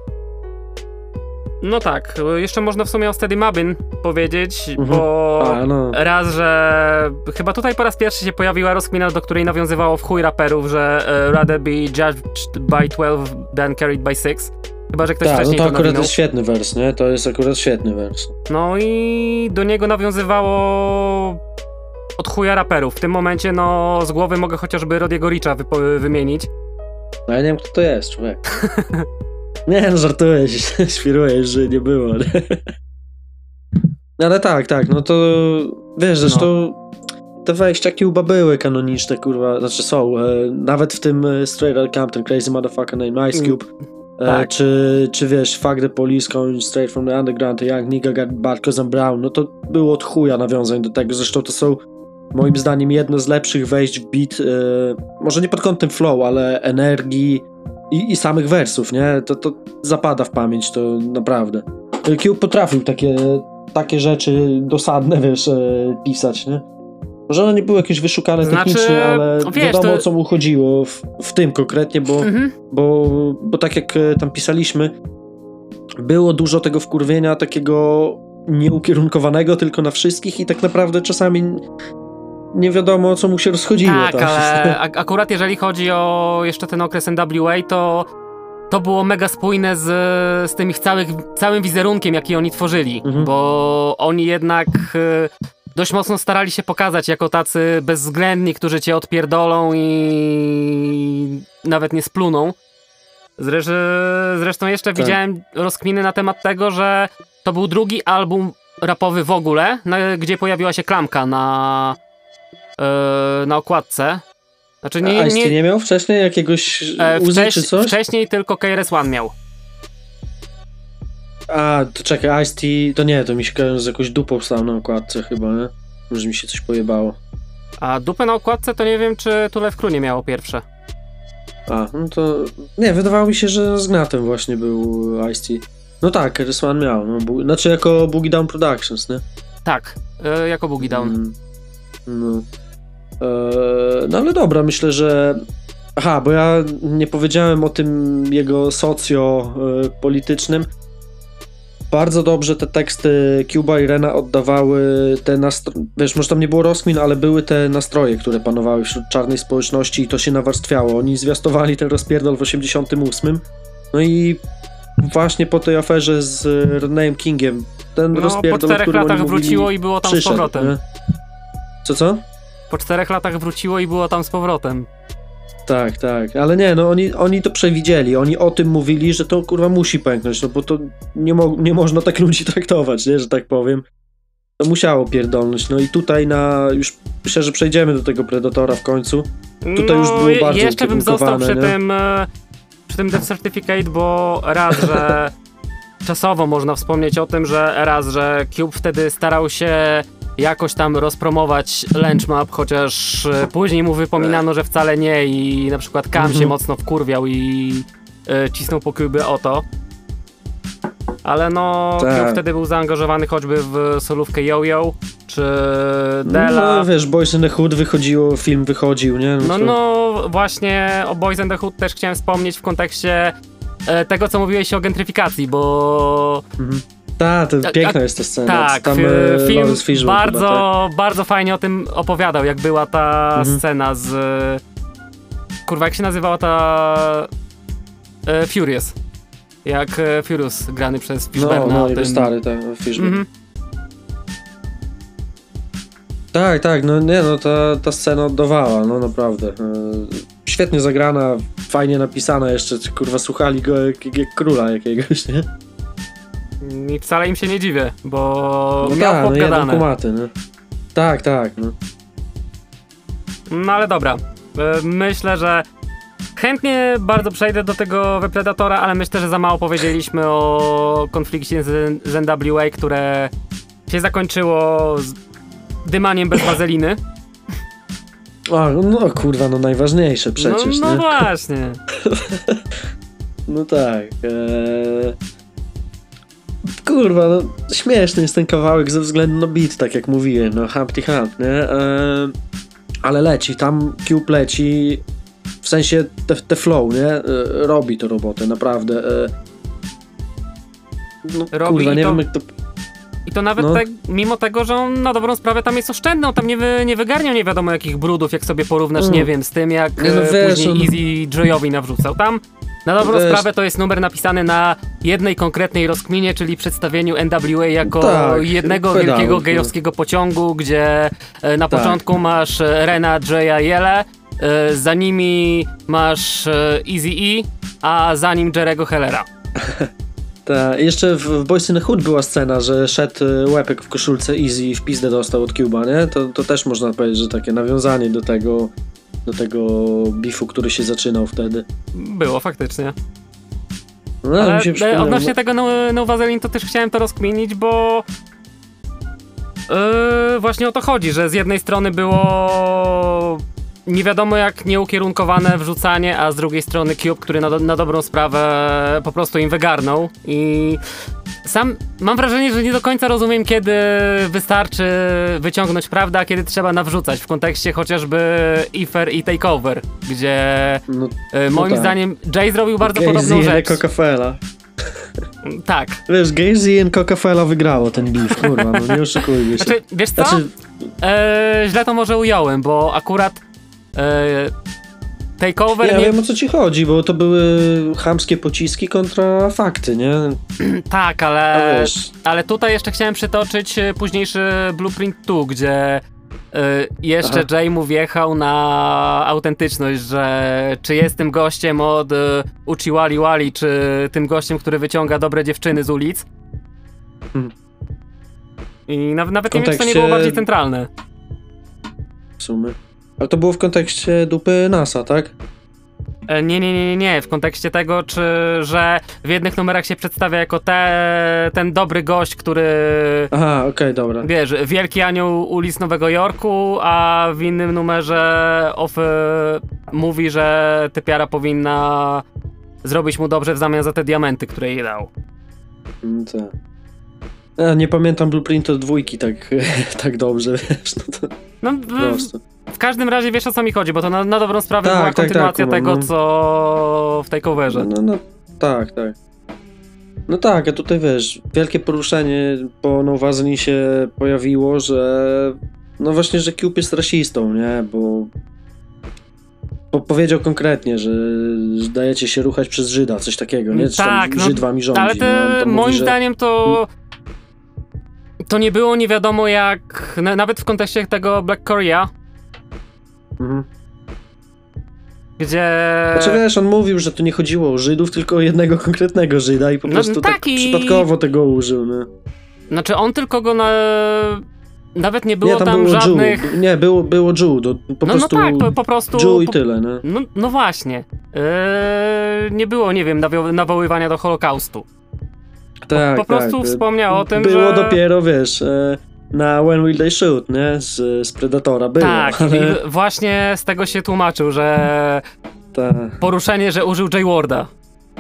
No tak, jeszcze można w sumie o Steady Mabin powiedzieć, Mhm. bo A, no. raz, że chyba tutaj po raz pierwszy się pojawiła rozkmina, do której nawiązywało w chuj raperów, że uh, rather be judged by twelve than carried by six. Chyba, że ktoś Tak, no wcześniej to to akurat nawinął. jest świetny wers, nie? To jest akurat świetny wers. No i do niego nawiązywało od chuja raperów. W tym momencie, no, z głowy mogę chociażby Rodiego Richa wypo- wymienić. No ja nie wiem, kto to jest, człowiek. Nie, no żartuję, świrujesz, że nie było, nie? Ale tak, tak, no to wiesz, zresztą no. Te wejścia Cube'a były kanoniczne, kurwa, znaczy są, e, nawet w tym e, Straight Outta Compton, Crazy Motherfucker Named Ice Cube, e, tak. czy, czy wiesz, Fuck the Police, Coming Straight from the Underground, The Young Nigga Got Bad Cause I'm Brown, no to było od chuja nawiązań do tego, zresztą to są moim zdaniem jedno z lepszych wejść w beat, e, może nie pod kątem flow, ale energii i, i samych wersów, nie? To, to zapada w pamięć, to naprawdę. Cube potrafił takie, takie rzeczy dosadne, wiesz, e, pisać, nie? Może one nie były jakieś wyszukane znaczy, technicznie, ale wiesz, wiadomo to... o co mu chodziło w, w tym konkretnie, bo, mhm. bo, bo tak jak tam pisaliśmy, było dużo tego wkurwienia takiego nieukierunkowanego tylko na wszystkich i tak naprawdę czasami nie wiadomo o co mu się rozchodziło. Tak, tak. ale ak- akurat jeżeli chodzi o jeszcze ten okres N W A, to to było mega spójne z, z tym ich całych, całym wizerunkiem, jaki oni tworzyli, mhm. bo oni jednak dość mocno starali się pokazać jako tacy bezwzględni, którzy cię odpierdolą i nawet nie spluną. Zresztą, zresztą jeszcze tak. widziałem rozkminy na temat tego, że to był drugi album rapowy w ogóle, na, gdzie pojawiła się klamka na, yy, na okładce. Znaczy nie, A Ice-T nie miał wcześniej jakiegoś e, Uzi wcześ, czy coś? Wcześniej tylko K R S One miał. A, to czekaj, Ice-T, to nie, to mi się kojarzy z jakąś dupą stał na okładce chyba, nie? Może mi się coś pojebało. A dupę na okładce to nie wiem, czy Tule w Crew nie miało pierwsze. A, no to... Nie, wydawało mi się, że z Gnatem właśnie był Ice-T. No tak, K R S One miał, no, bu... znaczy jako Boogie Down Productions, nie? Tak, yy, jako Boogie Down. Mm, no. Eee, no ale dobra, myślę, że... Aha, bo ja nie powiedziałem o tym jego socjo-politycznym. Bardzo dobrze te teksty Cuba i Rena oddawały te nastroje, wiesz, może tam nie było rozkmin, ale były te nastroje, które panowały wśród czarnej społeczności i to się nawarstwiało. Oni zwiastowali ten rozpierdol w osiemdziesiątym ósmym, no i właśnie po tej aferze z Rodneyem Kingiem ten no, rozpierdol, po czterech latach mówili, wróciło i było tam przyszedł, z powrotem. Nie? Co, co? Po czterech latach wróciło i było tam z powrotem. Tak, tak, ale nie, no oni, oni to przewidzieli, oni o tym mówili, że to kurwa musi pęknąć, no bo to nie, mo- nie można tak ludzi traktować, nie, że tak powiem. To musiało pierdolnąć, no i tutaj na, już myślę, że przejdziemy do tego Predatora w końcu. Tutaj no, już było bardzo jeszcze bym został przy nie? tym, przy tym Death Certificate, bo raz, że czasowo można wspomnieć o tym, że raz, że Cube wtedy starał się jakoś tam rozpromować Lenchmap, chociaż później mu wypominano, że wcale nie i na przykład Cam mhm. się mocno wkurwiał i e, cisnął po Cube o to. ale no Tak. Cube wtedy był zaangażowany choćby w solówkę Yo-Yo, czy Della. No wiesz, Boys in the Hood wychodziło, film wychodził, nie? No, to... no właśnie o Boys in the Hood też chciałem wspomnieć w kontekście e, tego, co mówiłeś o gentryfikacji, bo... Mhm. Tak, to A- piękna a- jest ta scena. Tak, Tam, fi- e, film Lawrence Fishburne bardzo, chyba, tak? bardzo fajnie o tym opowiadał, jak była ta Mhm. scena z... Kurwa, jak się nazywała ta... E, Furious. Jak e, Furious grany przez Fishburna. No, no, o jego tym- stary, tak, Fishburne. Mhm. Tak, tak, no nie, no ta, ta scena oddawała, no naprawdę. E, świetnie zagrana, fajnie napisana jeszcze, kurwa, słuchali go jak, jak króla jakiegoś, nie? I wcale im się nie dziwię, bo No miał tak, no jeden podgadane. kumaty, no. Tak, tak, no. No ale dobra, E, myślę, że chętnie bardzo przejdę do tego Predatora, ale myślę, że za mało powiedzieliśmy o konflikcie z, z N W A, które się zakończyło z dymaniem bez wazeliny. A, no kurwa, no najważniejsze przecież, no, no nie? właśnie. No tak. Eee... Kurwa, no śmieszny jest ten kawałek ze względu na beat, tak jak mówiłem, no Humpty Hump, nie? Eee... Ale leci, tam Cube leci, w sensie te, te flow, nie? Eee, robi to robotę, naprawdę. Eee... No Robi kurwa, i nie to- wiem jak to... I to nawet No. tak, mimo tego, że on na dobrą sprawę tam jest oszczędny, on tam nie, wy, nie wygarniał nie wiadomo jakich brudów, jak sobie porównasz, Mm. nie wiem, z tym jak Nie, no e, wiesz, później on- Easy Joyowi nawrzucał. Tam na dobrą Wiesz- sprawę to jest numer napisany na jednej konkretnej rozkminie, czyli przedstawieniu N W A jako Tak, jednego pedałów, wielkiego no. gejowskiego pociągu, gdzie e, na Tak. początku masz e, Rena, Jaya, Yele, e, za nimi masz e, Easy E, a za nim Jerego Hellera. Ta, jeszcze w, w Boys in the Hood była scena, że szedł y, łepek w koszulce Easy i w pizdę dostał od Cuba, nie? To, to też można powiedzieć, że takie nawiązanie do tego do tego bifu, który się zaczynał wtedy. Było faktycznie. No, Ale mi się e, przypomniało, odnośnie no, tego No, no Vaseline to też chciałem to rozkminić, bo yy, właśnie o to chodzi, że z jednej strony było nie wiadomo jak nieukierunkowane wrzucanie, a z drugiej strony Cube, który na, do, na dobrą sprawę po prostu im wygarnął i sam mam wrażenie, że nie do końca rozumiem, kiedy wystarczy wyciągnąć prawdę, a kiedy trzeba nawrzucać w kontekście chociażby Ifer i Takeover, gdzie no, yy, moim tak. zdaniem Jay zrobił bardzo Gazy podobną i rzecz. Coca-Cola. Tak. Wiesz, Gazy i Coca-Cola wygrało ten beef, kurwa, no nie oszukujmy się. Znaczy, wiesz co? Znaczy, E, źle to może ująłem, bo akurat e, Takeover ja nie... wiem o co ci chodzi, bo to były chamskie pociski kontra fakty, nie? Tak, A ale, wiesz, ale tutaj jeszcze chciałem przytoczyć e, późniejszy Blueprint dwa, gdzie e, jeszcze Aha. Jay mu wjechał na autentyczność, że czy jest tym gościem od e, Uchi Wali Wali, czy tym gościem, który wyciąga dobre dziewczyny z ulic. Hmm. I naw- nawet nie wiem, czy to nie kontekście- było bardziej centralne. w sumie. Ale to było w kontekście dupy NASA, tak? E, Nie, nie, nie, nie, nie, w kontekście tego, czy, że w jednych numerach się przedstawia jako te, ten dobry gość, który, Aha, okej, dobra. wiesz, wielki anioł ulic Nowego Jorku, a w innym numerze Off e, mówi, że typiara powinna zrobić mu dobrze w zamian za te diamenty, które jej dał. Mm, tak. Ja nie pamiętam Blueprintu dwójki tak, tak dobrze, wiesz, no to No, po w, prostu. w każdym razie wiesz o co mi chodzi, bo to na, na dobrą sprawę Tak, była tak, tak, kontynuacja kumam, tego, no. co w Takeoverze. No, no, tak, tak. No tak, a tutaj wiesz, wielkie poruszenie po No Vaseline się pojawiło, że no właśnie, że Cube jest rasistą, nie, bo bo powiedział konkretnie, że, że dajecie się ruchać przez Żyda, coś takiego, nie? Czy Tak, tam no, Żyd wami rządzi. Ale to, no, on tam moim mówi, że... zdaniem to to nie było nie wiadomo jak, na, nawet w kontekście tego Black Korea, Mhm. gdzie... Znaczy wiesz, on mówił, że tu nie chodziło o Żydów, tylko o jednego konkretnego Żyda i po No, prostu tak, tak i- przypadkowo tego użył, no. Znaczy on tylko go na... Nawet nie było nie, tam, tam, było żadnych... Jew. Nie, było, było Jew, do, po no, prostu no tak, po, po prostu... Jew i po, tyle, no. no, no właśnie. Eee, nie było, nie wiem, nawo- nawoływania do Holokaustu. Tak, po prostu tak. wspomniał o tym, było że... dopiero, wiesz, e, na When Will They Shoot, nie? Z, z Predatora było, Tak, ale... i właśnie z tego się tłumaczył, że Ta, poruszenie, że użył Jay Warda.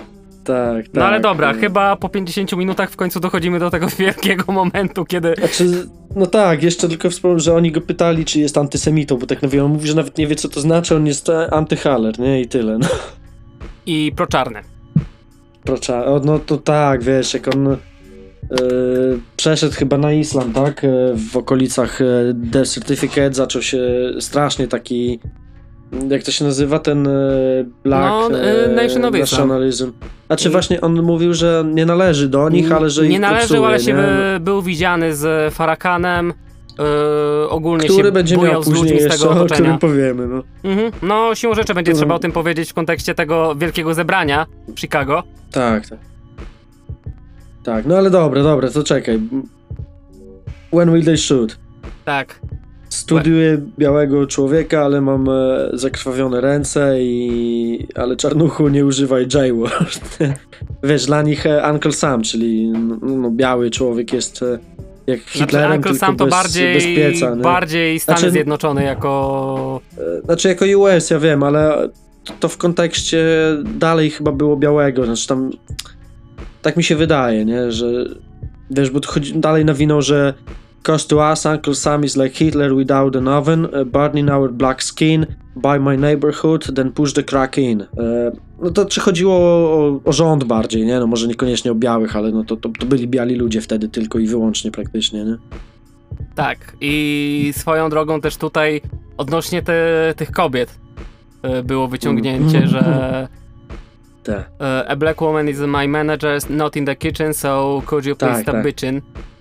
Tak, tak. No ale dobra, chyba po pięćdziesięciu minutach w końcu dochodzimy do tego wielkiego momentu, kiedy... Znaczy, no tak, jeszcze tylko wspomnę, że oni go pytali, czy jest antysemitą, bo tak na on mówi, że nawet nie wie, co to znaczy, on jest antyhaler, nie? I tyle, no. I proczarny. Procza... O, no to tak, wiesz, jak on yy, przeszedł chyba na islam, tak? Yy, w okolicach yy, Death Certificate zaczął się strasznie taki... Jak to się nazywa? Ten yy, black no, yy, Nation of nationalism. Znaczy I... właśnie on mówił, że nie należy do nich, ale że nie ich należył, popsuje, ale się nie? by, był widziany z Farakanem. Yy, ogólnie Który się będzie bujał miał z ludźmi później z jeszcze, tego o otoczenia. którym powiemy, no. Mhm. No, siłą rzeczy będzie Którym... trzeba o tym powiedzieć w kontekście tego wielkiego zebrania w Chicago. Tak, tak. Tak, no ale dobra, dobra, to czekaj. When will they shoot? Tak. Studiuję białego człowieka, ale mam e, zakrwawione ręce i... ale czarnuchu nie używaj jayword. Wiesz, dla nich e, Uncle Sam, czyli no, no, biały człowiek jest e, jak Hitlerem, znaczy, Uncle tylko Sam to bez, bardziej, bez pieca. Nie? bardziej Stany Znaczy- Zjednoczone jako... E, Znaczy jako U S, ja wiem, ale to, to w kontekście dalej chyba było białego, znaczy tam tak mi się wydaje, nie, że wiesz, bo to chodzi dalej nawinął, że "Cause to us, Uncle Sam is like Hitler without an oven, uh, burning our black skin, buy my neighborhood, then push the crack in". E, no to czy chodziło o, o rząd bardziej, nie? No może niekoniecznie o białych, ale no to, to, to byli biali ludzie wtedy tylko i wyłącznie praktycznie, nie? Tak. I swoją drogą też tutaj odnośnie te, tych kobiet y, było wyciągnięcie, Mm. że Tak. y, a black woman is my manager, not in the kitchen, so could you please Tak, stop tak. bitching?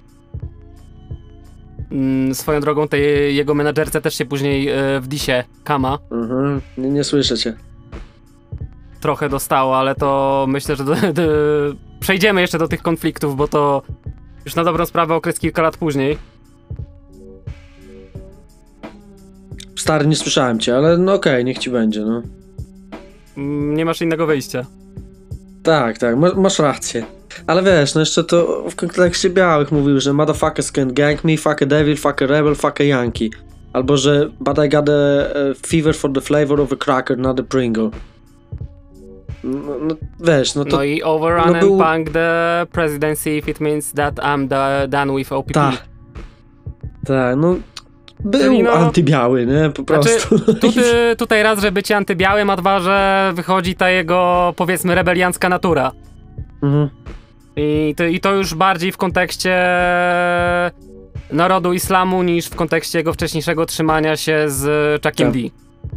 Mm, swoją drogą tej jego menadżerce też się później y, w disie Kama Mhm. Nie, nie słyszę cię. trochę dostało, ale to myślę, że do, do, przejdziemy jeszcze do tych konfliktów, bo to już na dobrą sprawę okres kilka lat później. Stary, nie słyszałem cię, ale no okej, niech ci będzie, no. Mm, nie masz innego wyjścia. Tak, tak, ma, masz rację. Ale wiesz, no jeszcze to w kontekście białych mówił, że motherfuckers can gang me, fuck a devil, fuck a rebel, fuck a yankee. Albo, że but I got a, a fever for the flavor of a cracker, not a Pringle. No, no wiesz, no to... No i overrun no był- and punk the presidency if it means that I'm the, done with O P P. Tak. Tak, no... Był Czyli no- antybiały, nie? Po Znaczy, prostu. Tutaj, tutaj raz, że bycie antybiałym, a dwa, że wychodzi ta jego, powiedzmy, rebeliancka natura. Mhm. I to, I to już bardziej w kontekście narodu islamu niż w kontekście jego wcześniejszego trzymania się z Chuckiem Tak. D.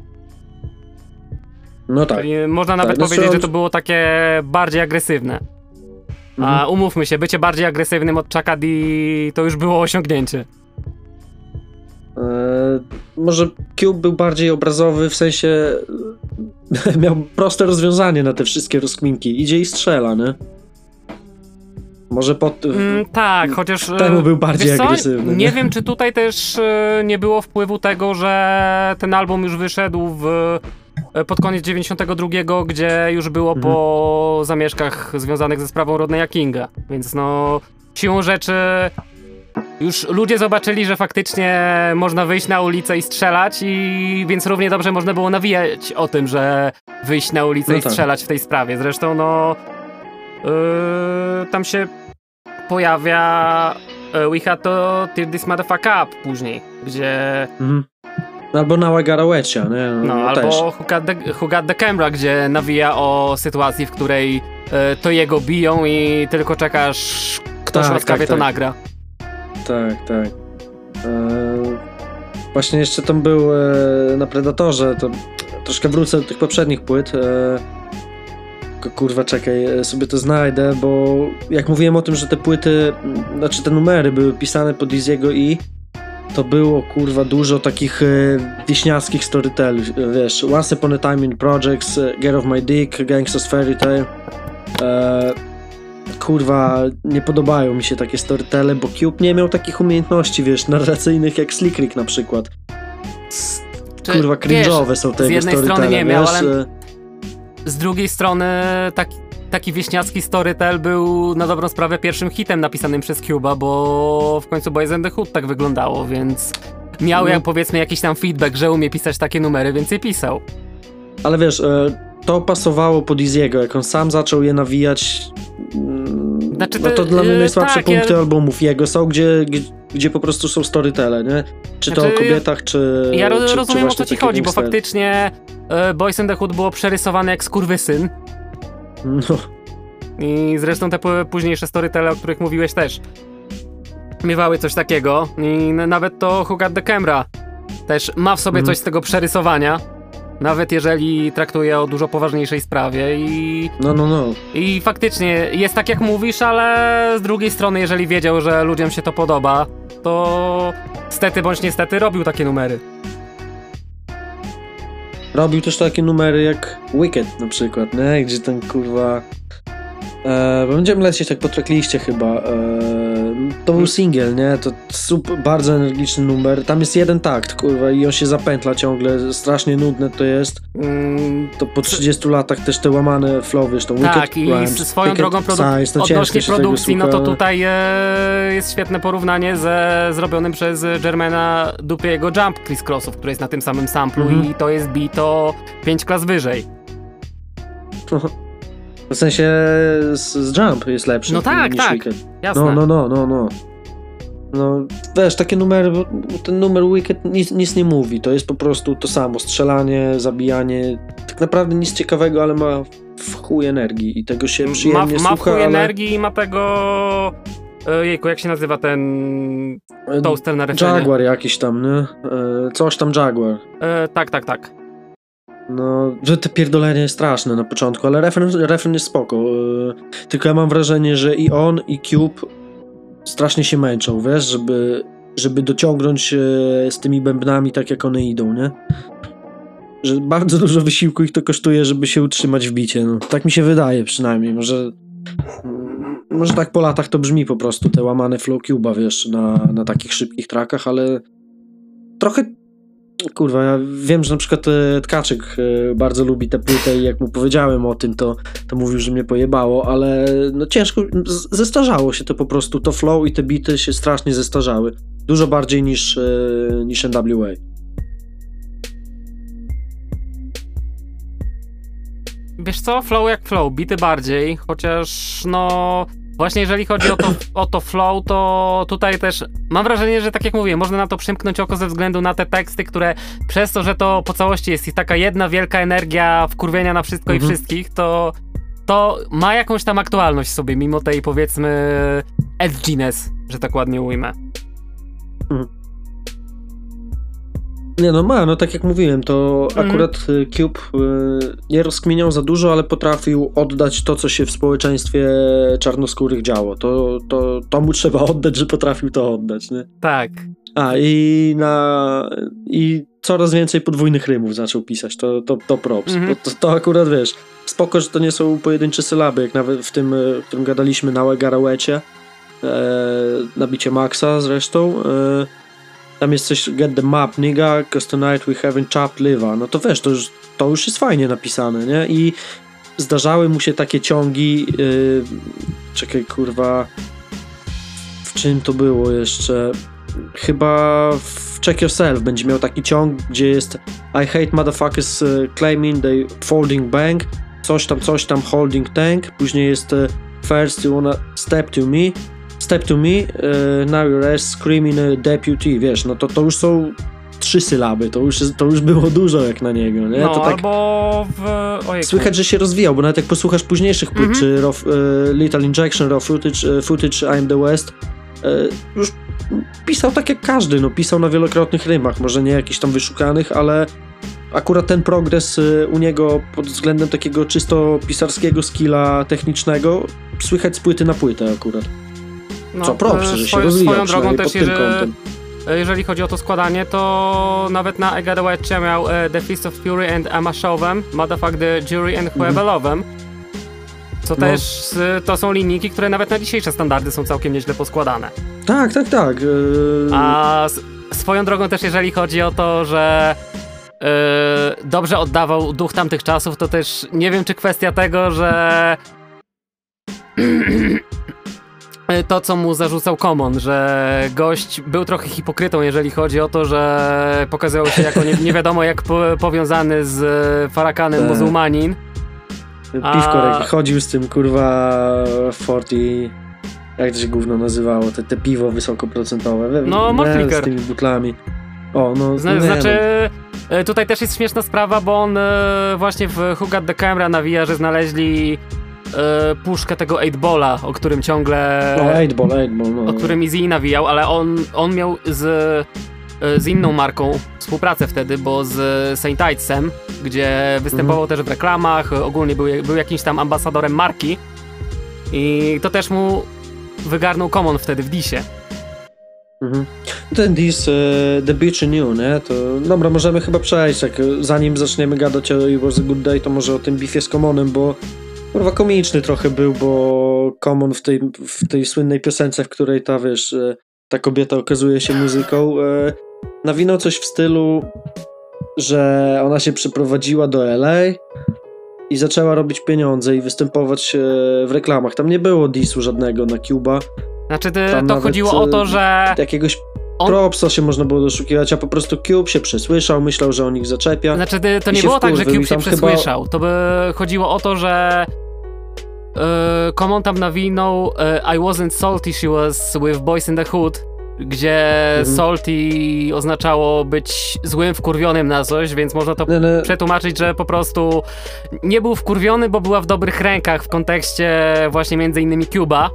No tak. Czyli można nawet no powiedzieć, co- że to było takie bardziej agresywne. A Mhm. umówmy się, bycie bardziej agresywnym od Chucka D to już było osiągnięcie. Eee, może Cube był bardziej obrazowy, w sensie miał proste rozwiązanie na te wszystkie rozkminki. Idzie i strzela, nie? Może pod... Mm, tak, chociaż... Temu e, był bardziej wiesz co? agresywny, Nie nie? wiem, czy tutaj też e, nie było wpływu tego, że ten album już wyszedł w, e, pod koniec dziewięćdziesiątego drugiego, gdzie już było Mhm. po zamieszkach związanych ze sprawą Rodneya Kinga. Więc no, siłą rzeczy już ludzie zobaczyli, że faktycznie można wyjść na ulicę i strzelać, i więc równie dobrze można było nawijać o tym, że wyjść na ulicę No i tak. strzelać w tej sprawie. Zresztą no... Yy, tam się pojawia uh, We Had to Tear This Motherfucker Up później, gdzie Mhm. Albo na Garawecia, nie? no, no albo też. Who got, the, Who Got the Camera, gdzie nawija o sytuacji, w której e, to jego biją i tylko czekasz, ktoś Tak, łaskawie tak, to tak. nagra. Tak, tak. Eee, właśnie jeszcze tam był e, na Predatorze, to troszkę wrócę do tych poprzednich płyt. E, tylko, kurwa, czekaj, e, sobie to znajdę, bo jak mówiłem o tym, że te płyty, m, znaczy te numery były pisane pod Easy'ego i to było, kurwa, dużo takich e, wieśniackich storytelli, e, wiesz, Once Upon a Time in Projects, e, Get Off My Dick, Gangsta's Fairy Tale. E, kurwa, nie podobają mi się takie storytele, bo Cube nie miał takich umiejętności, wiesz, narracyjnych jak Slick Rick na przykład. S- Czy, Kurwa, cringe'owe wiesz, są te z jego jednej strony storytele, nie miał, wiesz? ale- e, Z drugiej strony taki, taki wieśniacki storytell był na dobrą sprawę pierwszym hitem napisanym przez Cube'a, bo w końcu Boys and the Hood tak wyglądało, więc miał No. jak powiedzmy jakiś tam feedback, że umie pisać takie numery, więc je pisał. Ale wiesz, e, to pasowało pod Easy'ego, jak on sam zaczął je nawijać. Znaczy, no to dla mnie najsłabsze tak, punkty ja... albumów jego są, gdzie, gdzie, gdzie po prostu są storytele, nie? Czy to znaczy, o kobietach, czy Ja ro- czy, rozumiem, czy o co ci takie chodzi, bo gangstery. faktycznie y, Boys in the Hood było przerysowane jak skurwysyn. No. I zresztą te p- późniejsze storytele, o których mówiłeś też miewały coś takiego. I n- nawet to Who Got the Camera też ma w sobie Mhm. coś z tego przerysowania. Nawet jeżeli traktuje o dużo poważniejszej sprawie i... No, no, no. I faktycznie jest tak jak mówisz, ale z drugiej strony, jeżeli wiedział, że ludziom się to podoba, to stety bądź niestety robił takie numery. Robił też takie numery jak Wicked na przykład, nie? Gdzie ten kurwa... E, będziemy lecieć tak po trackliście chyba. E, to był singiel, nie? To super, bardzo energiczny numer. Tam jest jeden takt, kurwa, i on się zapętla ciągle. Strasznie nudne to jest. Mm, To po trzydziestu latach też te łamane flow, wiesz, to tak, Wicked i Rhymes, s- swoją Wicked drogą produ- Size, no odnośnie ciężko się tego produkcji, no to słucha. tutaj e, jest świetne porównanie ze zrobionym przez Jermaina Dupriego Jump Criss Crossów, który jest na tym samym samplu Mhm. i to jest beat o pięć klas wyżej. W sensie z, z Jump jest lepszy No tak, niż tak. Wicked. Jasne. No, no, no, no, no. No, wiesz, takie numery, bo ten numer Wicked nic, nic nie mówi, to jest po prostu to samo, strzelanie, zabijanie, tak naprawdę nic ciekawego, ale ma w chuj energii i tego się ma, przyjemnie ma słucha, w chuj ale... energii i ma tego... e, Jejku, jak się nazywa ten toaster na refrenie? Jaguar jakiś tam, nie? E, Coś tam Jaguar. E, tak, tak, tak. No, że te pierdolenie jest straszne na początku, ale refren, refren jest spoko. E, Tylko ja mam wrażenie, że i on, i Cube strasznie się męczą, wiesz, żeby, żeby dociągnąć e, z tymi bębnami tak, jak one idą, nie? Że bardzo dużo wysiłku ich to kosztuje, żeby się utrzymać w bicie, no. Tak mi się wydaje przynajmniej, może... Może tak po latach to brzmi po prostu, te łamane flow Cube'a, wiesz, na, na takich szybkich trackach, ale trochę, kurwa, ja wiem, że na przykład e, Tkaczyk e, bardzo lubi tę płytę i jak mu powiedziałem o tym, to, to mówił, że mnie pojebało, ale no ciężko, z, zestarzało się to po prostu, to flow i te bity się strasznie zestarzały. Dużo bardziej niż, e, niż N W A. Wiesz co, flow jak flow, bity bardziej, chociaż no... Właśnie jeżeli chodzi o to, o to flow, to tutaj też mam wrażenie, że tak jak mówię, można na to przymknąć oko ze względu na te teksty, które przez to, że to po całości jest i taka jedna wielka energia wkurwienia na wszystko Mhm. i wszystkich, to, to ma jakąś tam aktualność w sobie, mimo tej powiedzmy edginess, że tak ładnie ujmę. Mhm. Nie no ma, no tak jak mówiłem, to Mhm. akurat y, Cube y, nie rozkminiał za dużo, ale potrafił oddać to, co się w społeczeństwie czarnoskórych działo. To, to, to mu trzeba oddać, że potrafił to oddać, nie? Tak. A i na i coraz więcej podwójnych rymów zaczął pisać, to, to, to props. Mhm. To, to, to akurat wiesz, spoko, że to nie są pojedyncze sylaby, jak nawet w tym, y, w którym gadaliśmy na Garawecie, e, na bicie Maxa zresztą. E, Tam jest coś, get the map, nigga, cause tonight we haven't chopped liver. No to wiesz, to już, to już jest fajnie napisane, nie? I zdarzały mu się takie ciągi, yy, czekaj, kurwa, w czym to było jeszcze? Chyba w Check Yourself będzie miał taki ciąg, gdzie jest I hate motherfuckers uh, claiming they folding bank, coś tam, coś tam, holding tank, później jest uh, first you wanna step to me, Step to me, uh, now you're ass screaming uh, deputy, wiesz, no to, to już są trzy sylaby, to już, jest, to już było dużo jak na niego, nie? No to tak albo w... Ojejku. słychać, że się rozwijał, bo nawet jak posłuchasz późniejszych płyt, Mhm. czy raw, uh, Lethal Injection, Raw Footage, uh, footage I'm the West, uh, już pisał tak jak każdy, no pisał na wielokrotnych rymach, może nie jakichś tam wyszukanych, ale akurat ten progres uh, u niego pod względem takiego czysto pisarskiego skilla technicznego słychać z płyty na płytę akurat. No, Co props, e, że się swoją- rozwijał Swoją drogą przynajmniej też, pod tym jeżeli, kątem. jeżeli chodzi o to składanie, to nawet na Egadawecie miał e, The Fist of Fury and Emma Chauvin, Motherfuck the Jury and Whoever Lovem. Co No. też e, to są linijki, które nawet na dzisiejsze standardy są całkiem nieźle poskładane. Tak, tak, tak. Yy... A s- swoją drogą też jeżeli chodzi o to, że e, dobrze oddawał duch tamtych czasów, to też nie wiem czy kwestia tego, że to, co mu zarzucał Common, że gość był trochę hipokrytą, jeżeli chodzi o to, że pokazywał się jako nie, nie wiadomo jak po, powiązany z Farakanem Tak. muzułmanin, Piwko A- chodził z tym kurwa czterdzieści... Jak to się gówno nazywało? Te, te piwo wysokoprocentowe. No, malt nie, liquor. z tymi butlami. O, no, Zna, nie, znaczy, no. e, tutaj też jest śmieszna sprawa, bo on e, właśnie w Who Got The Camera nawija, że znaleźli e, puszkę tego eight balla, o którym ciągle... No, eight ball, eight ball, no. o którym Eazy nawijał, ale on, on miał z, e, z inną marką współpracę wtedy, bo z Saint Idesem, gdzie występował Mhm. też w reklamach, ogólnie był, był jakimś tam ambasadorem marki i to też mu wygarnął Common wtedy w disie. Mhm. Ten dis, e, The Beach New, nie? To dobra, możemy chyba przejść, jak, zanim zaczniemy gadać o It Was a Good Day, to może o tym bifie z Commonem, bo kurwa komiczny trochę był, bo Common w tej, w tej słynnej piosence, w której ta, wiesz, e, ta kobieta okazuje się muzyką, e, nawinął coś w stylu, że ona się przeprowadziła do L A i zaczęła robić pieniądze i występować e, w reklamach. Tam nie było disu żadnego na Cuba. Znaczy, ty, Tam to nawet, chodziło o to, e, że... Jakiegoś On- propsa się można było doszukiwać, a po prostu Cube się przesłyszał, myślał, że on ich zaczepia. Znaczy, ty, to I nie się było tak, że wkurwył Cube i się tam chyba- przesłyszał. To by chodziło o to, że yy, Common tam nawinął yy, I wasn't salty, she was with boys in the hood, gdzie Mhm. salty oznaczało być złym, wkurwionym na coś, więc można to Nie, nie. przetłumaczyć, że po prostu nie był wkurwiony, bo była w dobrych rękach w kontekście właśnie między innymi Cuba.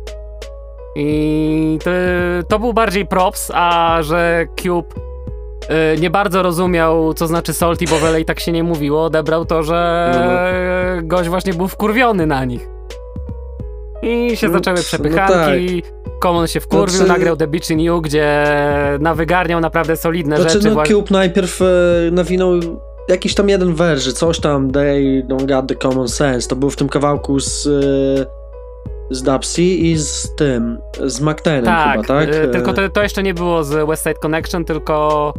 I to, to był bardziej props, a że Cube y, nie bardzo rozumiał, co znaczy salty, bo w L A tak się nie mówiło, odebrał to, że No. gość właśnie był wkurwiony na nich. I się No, zaczęły no przepychanki, Common się wkurwił, Znaczy- nagrał The Beach in You, gdzie nawygarniał naprawdę solidne Znaczy, rzeczy. no właśnie- Cube najpierw e, nawinął jakiś tam jeden wers, że coś tam they don't got the common sense. To był w tym kawałku z, e, z Dubsy i z tym, z McTenem Tak, chyba, tak? y, E, tylko to, to jeszcze nie było z West Side Connection, tylko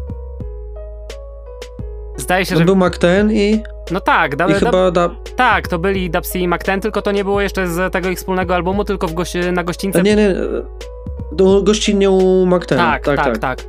zdaje się, no że... był McTen i, No tak, da, i da, chyba da, tak, to byli Dubsy i McTen, tylko to nie było jeszcze z tego ich wspólnego albumu, tylko w gości, na gościńce... a nie, nie, e, do gościnnie u McTen. tak, tak, tak, tak.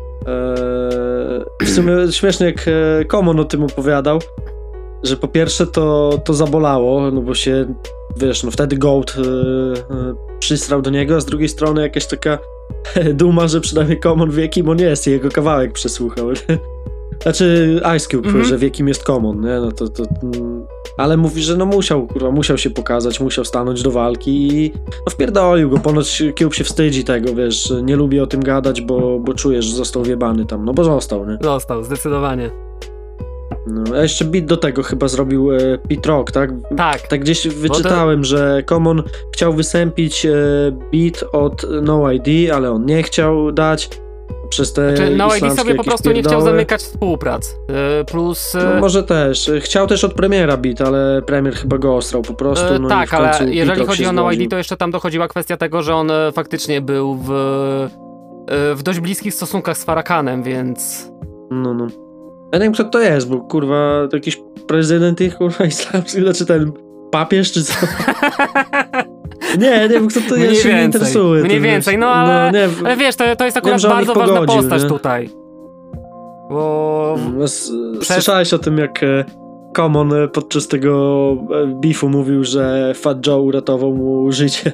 Eee, w sumie śmiesznie jak e, Common o tym opowiadał, że po pierwsze to, to zabolało, no bo się, wiesz, no wtedy Goat e, e, przysrał do niego, a z drugiej strony jakaś taka duma, że przynajmniej Common wie, kim on jest i jego kawałek przesłuchał. Znaczy Ice Cube, Mhm. że wie, kim jest Common, nie? No to, to, mm, ale mówi, że no musiał, kurwa, musiał się pokazać, musiał stanąć do walki i no wpierdolił go, ponoć Cube się wstydzi tego, wiesz, nie lubi o tym gadać, bo, bo czuje, że został wjebany tam, no bo został, nie? Został, zdecydowanie. No, a jeszcze beat do tego chyba zrobił e, Pete Rock, tak? Tak, Tak gdzieś wyczytałem, że Common chciał wysępić e, beat od No I D, ale on nie chciał dać przez te znaczy, no i islamskie sobie po jakieś prostu nie chciał pierdoły. zamykać współprac. Yy, plus... No, może też. Chciał też od premiera beat, ale premier chyba go ostrał po prostu. E, No i tak, w końcu ale Pete jeżeli Rock chodzi się o No I D, zgodził. to jeszcze tam dochodziła kwestia tego, że on e, faktycznie był w, e, w dość bliskich stosunkach z Farakanem, więc... No, no. Ja nie wiem, kto to jest, bo kurwa to jakiś prezydent ich, kurwa, islamski, znaczy ten papież, czy co? Nie, nie wiem, kto to Mniej jest, się nie więcej, interesuje. mniej tym, więcej, wiesz. no ale- nie, Ale wiesz, to, to jest akurat że on bardzo ich ważna pogodził, postać nie? tutaj. Bo... no, s- Przez- Słyszałeś o tym, jak e, Common e, podczas tego e, beefu mówił, że Fat Joe uratował mu życie.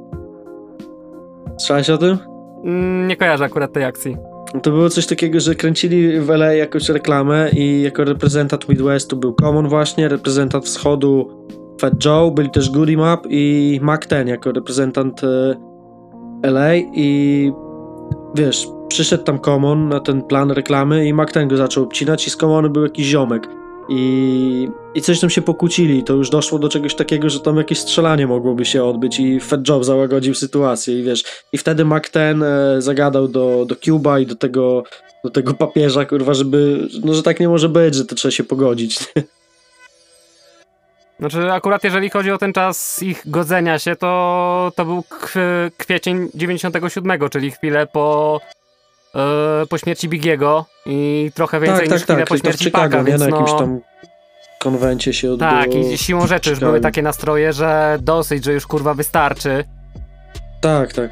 Słyszałeś o tym? Mm, nie kojarzę akurat tej akcji. To było coś takiego, że kręcili w L A jakąś reklamę i jako reprezentant Midwestu był Common właśnie, reprezentant wschodu Fat Joe, byli też Goody Map i Mac ten jako reprezentant e, L A i wiesz, przyszedł tam Common na ten plan reklamy i Mac ten go zaczął obcinać i z Commonem był jakiś ziomek i, i coś tam się pokłócili, to już doszło do czegoś takiego, że tam jakieś strzelanie mogłoby się odbyć i Fat Joe załagodził sytuację i wiesz, i wtedy Mac ten e, zagadał do, do Cuba i do tego, do tego papieża, kurwa, żeby, no że tak nie może być, że to trzeba się pogodzić. Znaczy akurat jeżeli chodzi o ten czas ich godzenia się, to to był k- kwiecień dziewięćdziesiątego siódmego, czyli chwilę po e, po śmierci Bigiego i trochę więcej tak, niż tak, chwilę tak, po to w śmierci Chicago, Paka, nie? więc Na jakimś no, tam konwencie się odbyło. tak, i siłą rzeczy już Chicago. były takie nastroje, że dosyć, że już kurwa wystarczy. Tak, tak.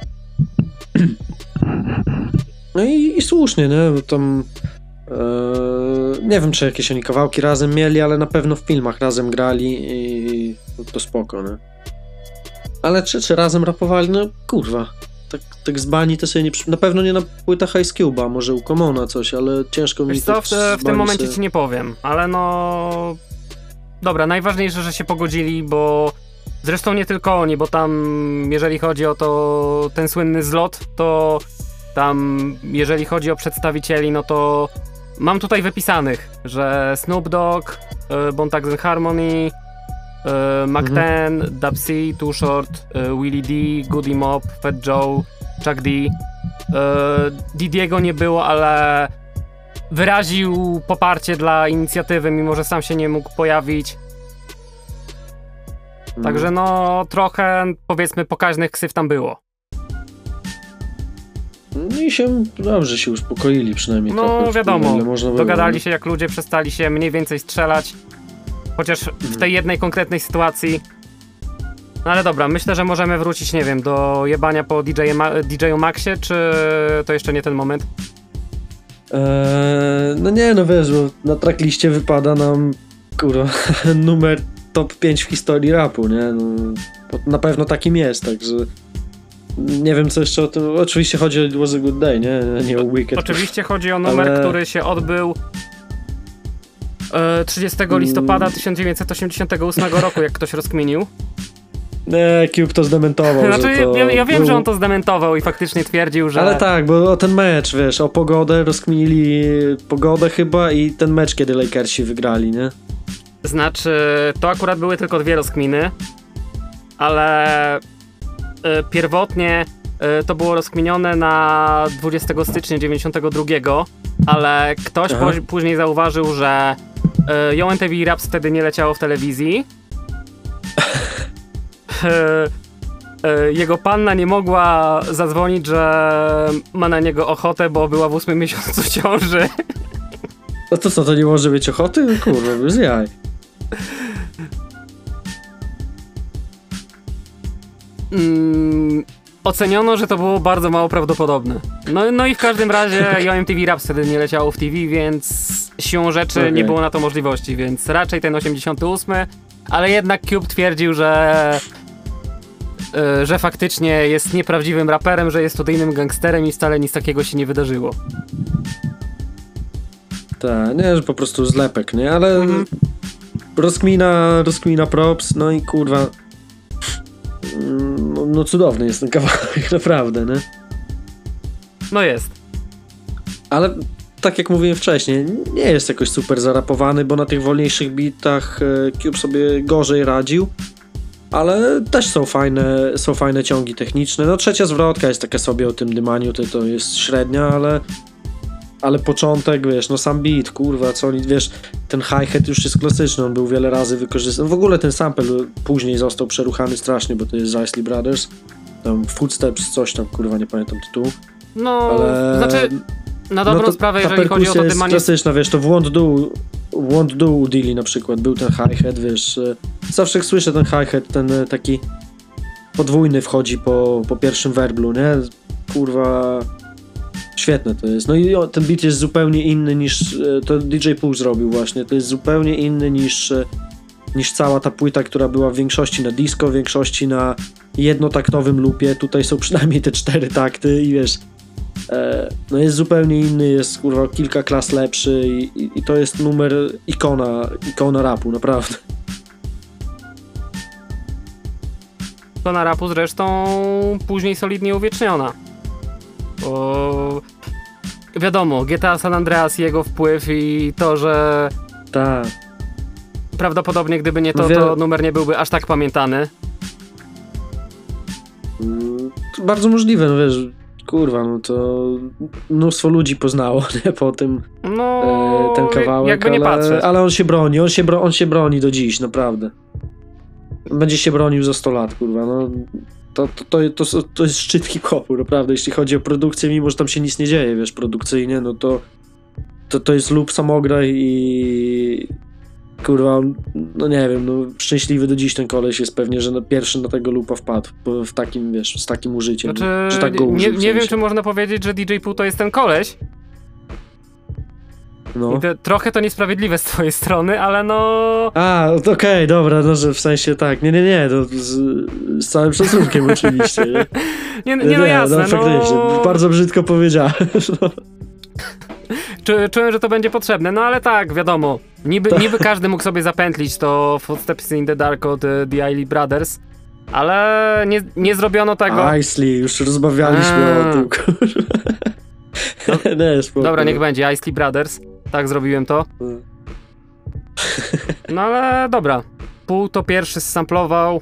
No i, i słusznie, nie? Bo tam e, nie wiem, czy jakieś oni kawałki razem mieli, ale na pewno w filmach razem grali i to, to spoko, nie? Ale czy, czy razem rapowali? No kurwa. Tak, tak z bani to sobie nie... Przy... Na pewno nie na płytach Ice Cube'a, może u Commona coś, ale ciężko mi... Wiesz co, w, te, w tym momencie sobie... ci nie powiem, ale no... Dobra, najważniejsze, że się pogodzili, bo... Zresztą nie tylko oni, bo tam, jeżeli chodzi o to, ten słynny zlot, to tam, jeżeli chodzi o przedstawicieli, no to mam tutaj wypisanych, że Snoop Dogg, y, Bone Thugs and Harmony, y, Mac ten, mhm. Dub C, Too Short, y, Willie D, Goody Mob, Fat Joe, Chuck D. Y, Didiego nie było, ale wyraził poparcie dla inicjatywy, mimo że sam się nie mógł pojawić. Także no trochę, powiedzmy, pokaźnych ksyw tam było. No i się dobrze się uspokoili przynajmniej. No trochę, wiadomo, można dogadali było. się, jak ludzie przestali się mniej więcej strzelać. Chociaż w tej jednej konkretnej sytuacji. No ale dobra, myślę, że możemy wrócić, nie wiem, do jebania po D J-u Maxie, czy to jeszcze nie ten moment? Eee, no nie, no wiesz, bo na trackliście wypada nam, kurwa, numer top pięć w historii rapu, nie? No, na pewno takim jest, także nie wiem co jeszcze o tym, oczywiście chodzi o It Was a Good Day, nie? Nie o Wicked. Oczywiście chodzi o numer, ale... który się odbył e, trzydziestego listopada tysiąc dziewięćset osiemdziesiątego ósmego roku, jak ktoś rozkminił. Nie, Cube to zdementował. Znaczy, że to ja, ja wiem, był... że on to zdementował i faktycznie twierdził, że... Ale tak, bo o ten mecz, wiesz, o pogodę, rozkminili pogodę chyba i ten mecz, kiedy Lakersi wygrali, nie? Znaczy, to akurat były tylko dwie rozkminy, ale y, pierwotnie y, to było rozkminione na dwudziestego stycznia dziewięćdziesiątego drugiego, ale ktoś po, później zauważył, że y, Yo M T V Raps wtedy nie leciało w telewizji. Jego panna nie mogła zadzwonić, że ma na niego ochotę, bo była w ósmym miesiącu ciąży. No to co, to nie może być ochoty? Kurwa, bez jaj. Mm, oceniono, że to było bardzo mało prawdopodobne. No, no i w każdym razie Yo M T V Raps wtedy nie leciało w T V, więc siłą rzeczy okay. nie było na to możliwości, więc raczej ten osiemdziesiąty ósmy, ale jednak Cube twierdził, że yy, że faktycznie jest nieprawdziwym raperem, że jest studyjnym gangsterem i wcale nic takiego się nie wydarzyło. Tak, nie, że po prostu zlepek, nie? Ale mhm. rozkmina, rozkmina props, no i kurwa no, no cudowny jest ten kawałek, naprawdę, nie? No jest. Ale tak jak mówiłem wcześniej, nie jest jakoś super zarapowany, bo na tych wolniejszych bitach Cube sobie gorzej radził, ale też są fajne, są fajne ciągi techniczne. No trzecia zwrotka jest taka sobie o tym dymaniu, to, to jest średnia, ale ale początek, wiesz, no sam beat, kurwa, co oni, wiesz, ten hi-hat już jest klasyczny, on był wiele razy wykorzystany. W ogóle ten sample później został przeruchany strasznie, bo to jest z Isley Brothers, tam Footsteps, coś tam, kurwa, nie pamiętam tytułu. No, ale... znaczy, na dobrą no to, sprawę, jeżeli chodzi o to dymanie... jest klasyczna, wiesz, to w Won't Do, Won't Do u Dilly na przykład, był ten hi-hat, wiesz, zawsze jak słyszę ten hi-hat, ten taki podwójny wchodzi po, po pierwszym werblu, nie? Kurwa... Świetne to jest. No i ten beat jest zupełnie inny niż to D J Pooh zrobił właśnie. To jest zupełnie inny niż, niż cała ta płyta, która była w większości na disco, w większości na jednotaktowym loopie. Tutaj są przynajmniej te cztery takty i wiesz, e, no jest zupełnie inny, jest kurwa kilka klas lepszy i, i, i to jest numer ikona, ikona rapu, naprawdę. Ikona rapu zresztą później solidnie uwieczniona. Bo wiadomo, G T A San Andreas, jego wpływ i to, że tak. Prawdopodobnie gdyby nie to, no wie... to numer nie byłby aż tak pamiętany. Mm, to bardzo możliwe, no wiesz, kurwa, no to mnóstwo ludzi poznało, nie, po tym no, e, ten kawałek, jakby nie ale, patrzeć. ale on się broni, on się, bro, on się broni do dziś, naprawdę. Będzie się bronił za sto lat, kurwa, no. To, to, to, to, to jest szczyt hip-hopu, naprawdę, jeśli chodzi o produkcję, mimo że tam się nic nie dzieje, wiesz, produkcyjnie, no to to, to jest loop samograj i kurwa, no nie wiem, no szczęśliwy do dziś ten koleś jest pewnie, że na pierwszy na tego loopa wpadł w takim, wiesz, z takim użyciem, znaczy, że tak go użył. Nie, nie wiem, czy można powiedzieć, że D J Pooh to jest ten koleś. No. I to, trochę to niesprawiedliwe z twojej strony, ale no... A, okej, okay, dobra, no że w sensie tak, nie, nie, nie, to z, z całym szacunkiem oczywiście, nie? nie, nie, nie, no jasne, no. Faktycznie, no... bardzo brzydko powiedziałem, no. Czułem, że to będzie potrzebne, no ale tak, wiadomo, niby, niby każdy mógł sobie zapętlić to Footsteps in the Dark od The Isley Brothers, ale nie, nie zrobiono tego. Isley, już rozmawialiśmy A. o tym, kurwa. No, nie, spoko. Dobra, niech będzie, Isley Brothers, tak zrobiłem to. No ale dobra, Pół to pierwszy samplował,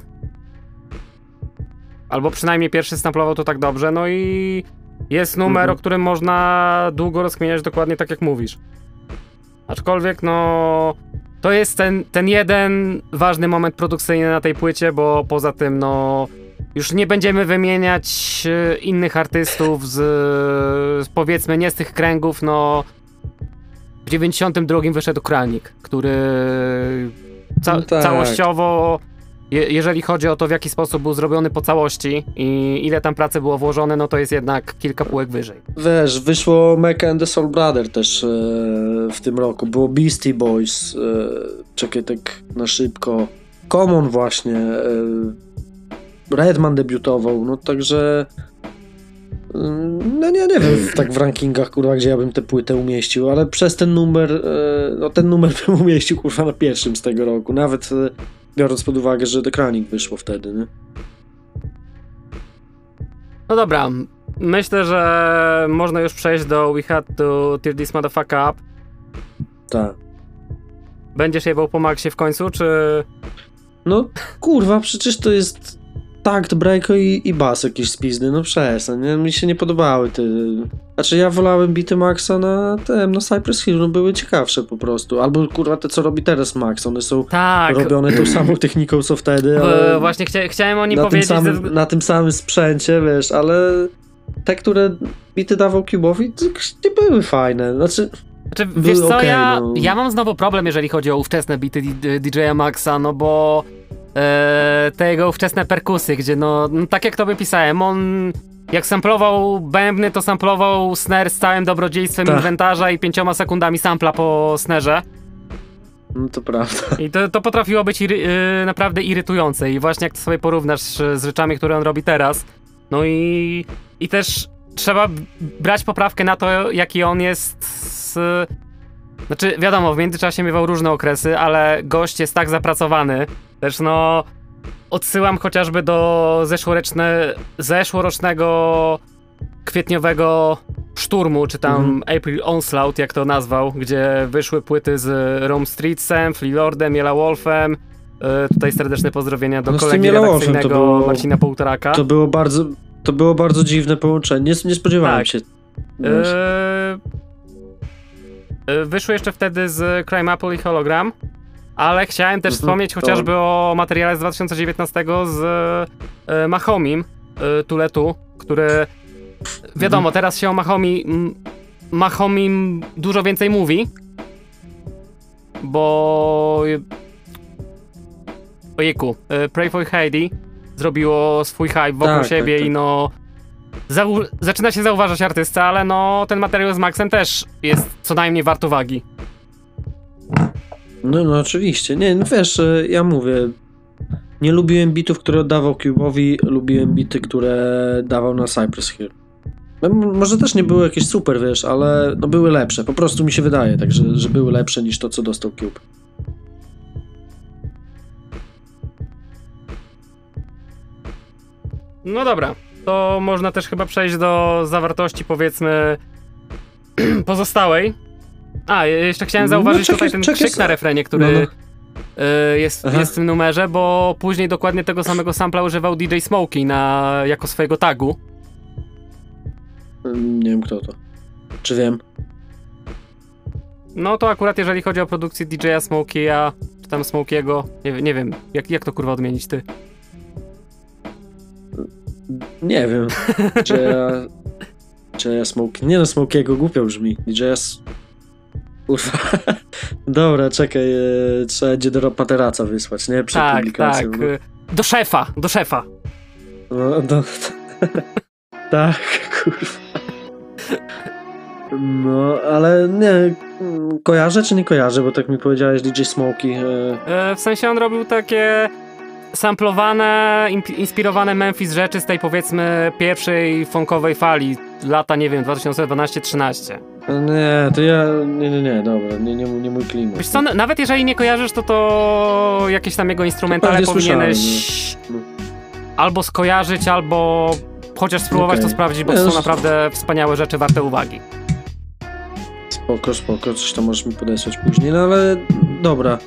albo przynajmniej pierwszy samplował to tak dobrze, no i jest numer, mhm. o którym można długo rozkminiać dokładnie tak jak mówisz. Aczkolwiek no, to jest ten, ten jeden ważny moment produkcyjny na tej płycie, bo poza tym no, już nie będziemy wymieniać innych artystów z, z powiedzmy nie z tych kręgów, no w dziewięćdziesiątym drugim wyszedł Kranik, który ca- no tak. całościowo, je- jeżeli chodzi o to, w jaki sposób był zrobiony po całości i ile tam pracy było włożone, no to jest jednak kilka półek wyżej. Wiesz, wyszło Mecca and the Soul Brother też e, w tym roku, było Beastie Boys, e, czekaj tak na szybko, Common właśnie, e, Redman debiutował, no także no nie, nie wiem tak w rankingach, kurwa, gdzie ja bym tę płytę umieścił, ale przez ten numer, no ten numer bym umieścił, kurwa, na pierwszym z tego roku, nawet biorąc pod uwagę, że The Kranik wyszło wtedy, nie? No dobra, myślę, że można już przejść do We Had to Tear This Motherfucker Up. Tak. Będziesz jebał po maksie w końcu, czy... No kurwa, przecież to jest takt, breako i, i bas jakiś spizny, no przestań, nie? Mi się nie podobały te... Znaczy ja wolałem bity Maxa na tym, na Cypress Hill, no były ciekawsze po prostu, albo kurwa te co robi teraz Max, one są tak. robione tą samą techniką co wtedy, ale... Właśnie chcia, chciałem o nim na powiedzieć. Tym samym, ze... Na tym samym sprzęcie, wiesz, ale te, które bity dawał Cube'owi, nie były fajne, znaczy... Znaczy, wiesz co, okay, ja, no. ja mam znowu problem, jeżeli chodzi o ówczesne bity D J Maxa, no bo e, te jego ówczesne perkusy, gdzie no, no tak jak tobie pisałem, on jak samplował bębny, to samplował snare z całym dobrodziejstwem tak. inwentarza i pięcioma sekundami sampla po snerze. No to prawda. I to, to potrafiło być iry, yy, naprawdę irytujące i właśnie jak to sobie porównasz z rzeczami, które on robi teraz, no i, i też trzeba brać poprawkę na to, jaki on jest z... Znaczy, wiadomo, w międzyczasie miewał różne okresy, ale gość jest tak zapracowany. Też no, odsyłam chociażby do zeszłoroczne, zeszłorocznego kwietniowego szturmu, czy tam mhm. April Onslaught, jak to nazwał, gdzie wyszły płyty z Rome Streetsem, Flea Lordem, Yellow Wolfem. Yy, tutaj serdeczne pozdrowienia do no kolegi redakcyjnego było, Marcina Półtoraka. To było bardzo... To było bardzo dziwne połączenie. Nie, nie spodziewałem tak. się. Yy, yy, wyszły jeszcze wtedy z Crime Apple i Hologram, ale chciałem też mhm, wspomnieć to... chociażby o materiale z dwa tysiące dziewiętnastego z yy, Mahomim, yy, Tuletu, który wiadomo, mhm. teraz się o Mahomi, Mahomim dużo więcej mówi, bo ojejku, yy, Pray for Heidi zrobiło swój hype wokół tak, siebie tak, tak. i no zau- zaczyna się zauważać artystę, ale no ten materiał z Maxem też jest co najmniej wart uwagi. No, no oczywiście. Nie, no wiesz, ja mówię, nie lubiłem bitów, które oddawał Cube'owi, lubiłem bity, które dawał na Cypress Hill. No, może też nie były jakieś super, wiesz, ale no były lepsze. Po prostu mi się wydaje, tak, że, że były lepsze niż to, co dostał Cube. No dobra, to można też chyba przejść do zawartości, powiedzmy, pozostałej. A, jeszcze chciałem zauważyć no, czekaj, tutaj ten czekaj, krzyk na refrenie, który no, no. Y, jest, jest w tym numerze, bo później dokładnie tego samego sampla używał D J Smokey na, jako swojego tagu. Nie wiem kto to. Czy wiem? No to akurat jeżeli chodzi o produkcję D J Smokey'a, czy tam Smokey'ego, nie, nie wiem, jak, jak to kurwa odmienić ty? Nie wiem, czy ja... Czy ja Smokey... Nie no, Smokey'ego głupio brzmi. D J S... Kurwa. Dobra, czekaj, e, trzeba będzie do Pateraca wysłać, nie? Przed tak, publikacją. Tak, no. Do szefa, do szefa. No, do... Tak, kurwa. No, ale nie... kojarzę czy nie kojarzę, bo tak mi powiedziałeś D J Smokey. E... E, w sensie on robił takie samplowane, imp- inspirowane Memphis rzeczy z tej powiedzmy pierwszej funkowej fali lata, nie wiem, dwa tysiące dwanaście trzynaście. Nie, to ja, nie, nie, nie, dobra, nie, nie, nie mój klimat. Wiesz co, n- nawet jeżeli nie kojarzysz, to to jakieś tam jego instrumentale Pewnie powinieneś słyszałem, albo skojarzyć, albo chociaż spróbować Okej. to sprawdzić, bo Nie, to no są s- naprawdę wspaniałe rzeczy warte uwagi. Spoko, spoko, coś tam możesz mi podesłać później, no ale dobra.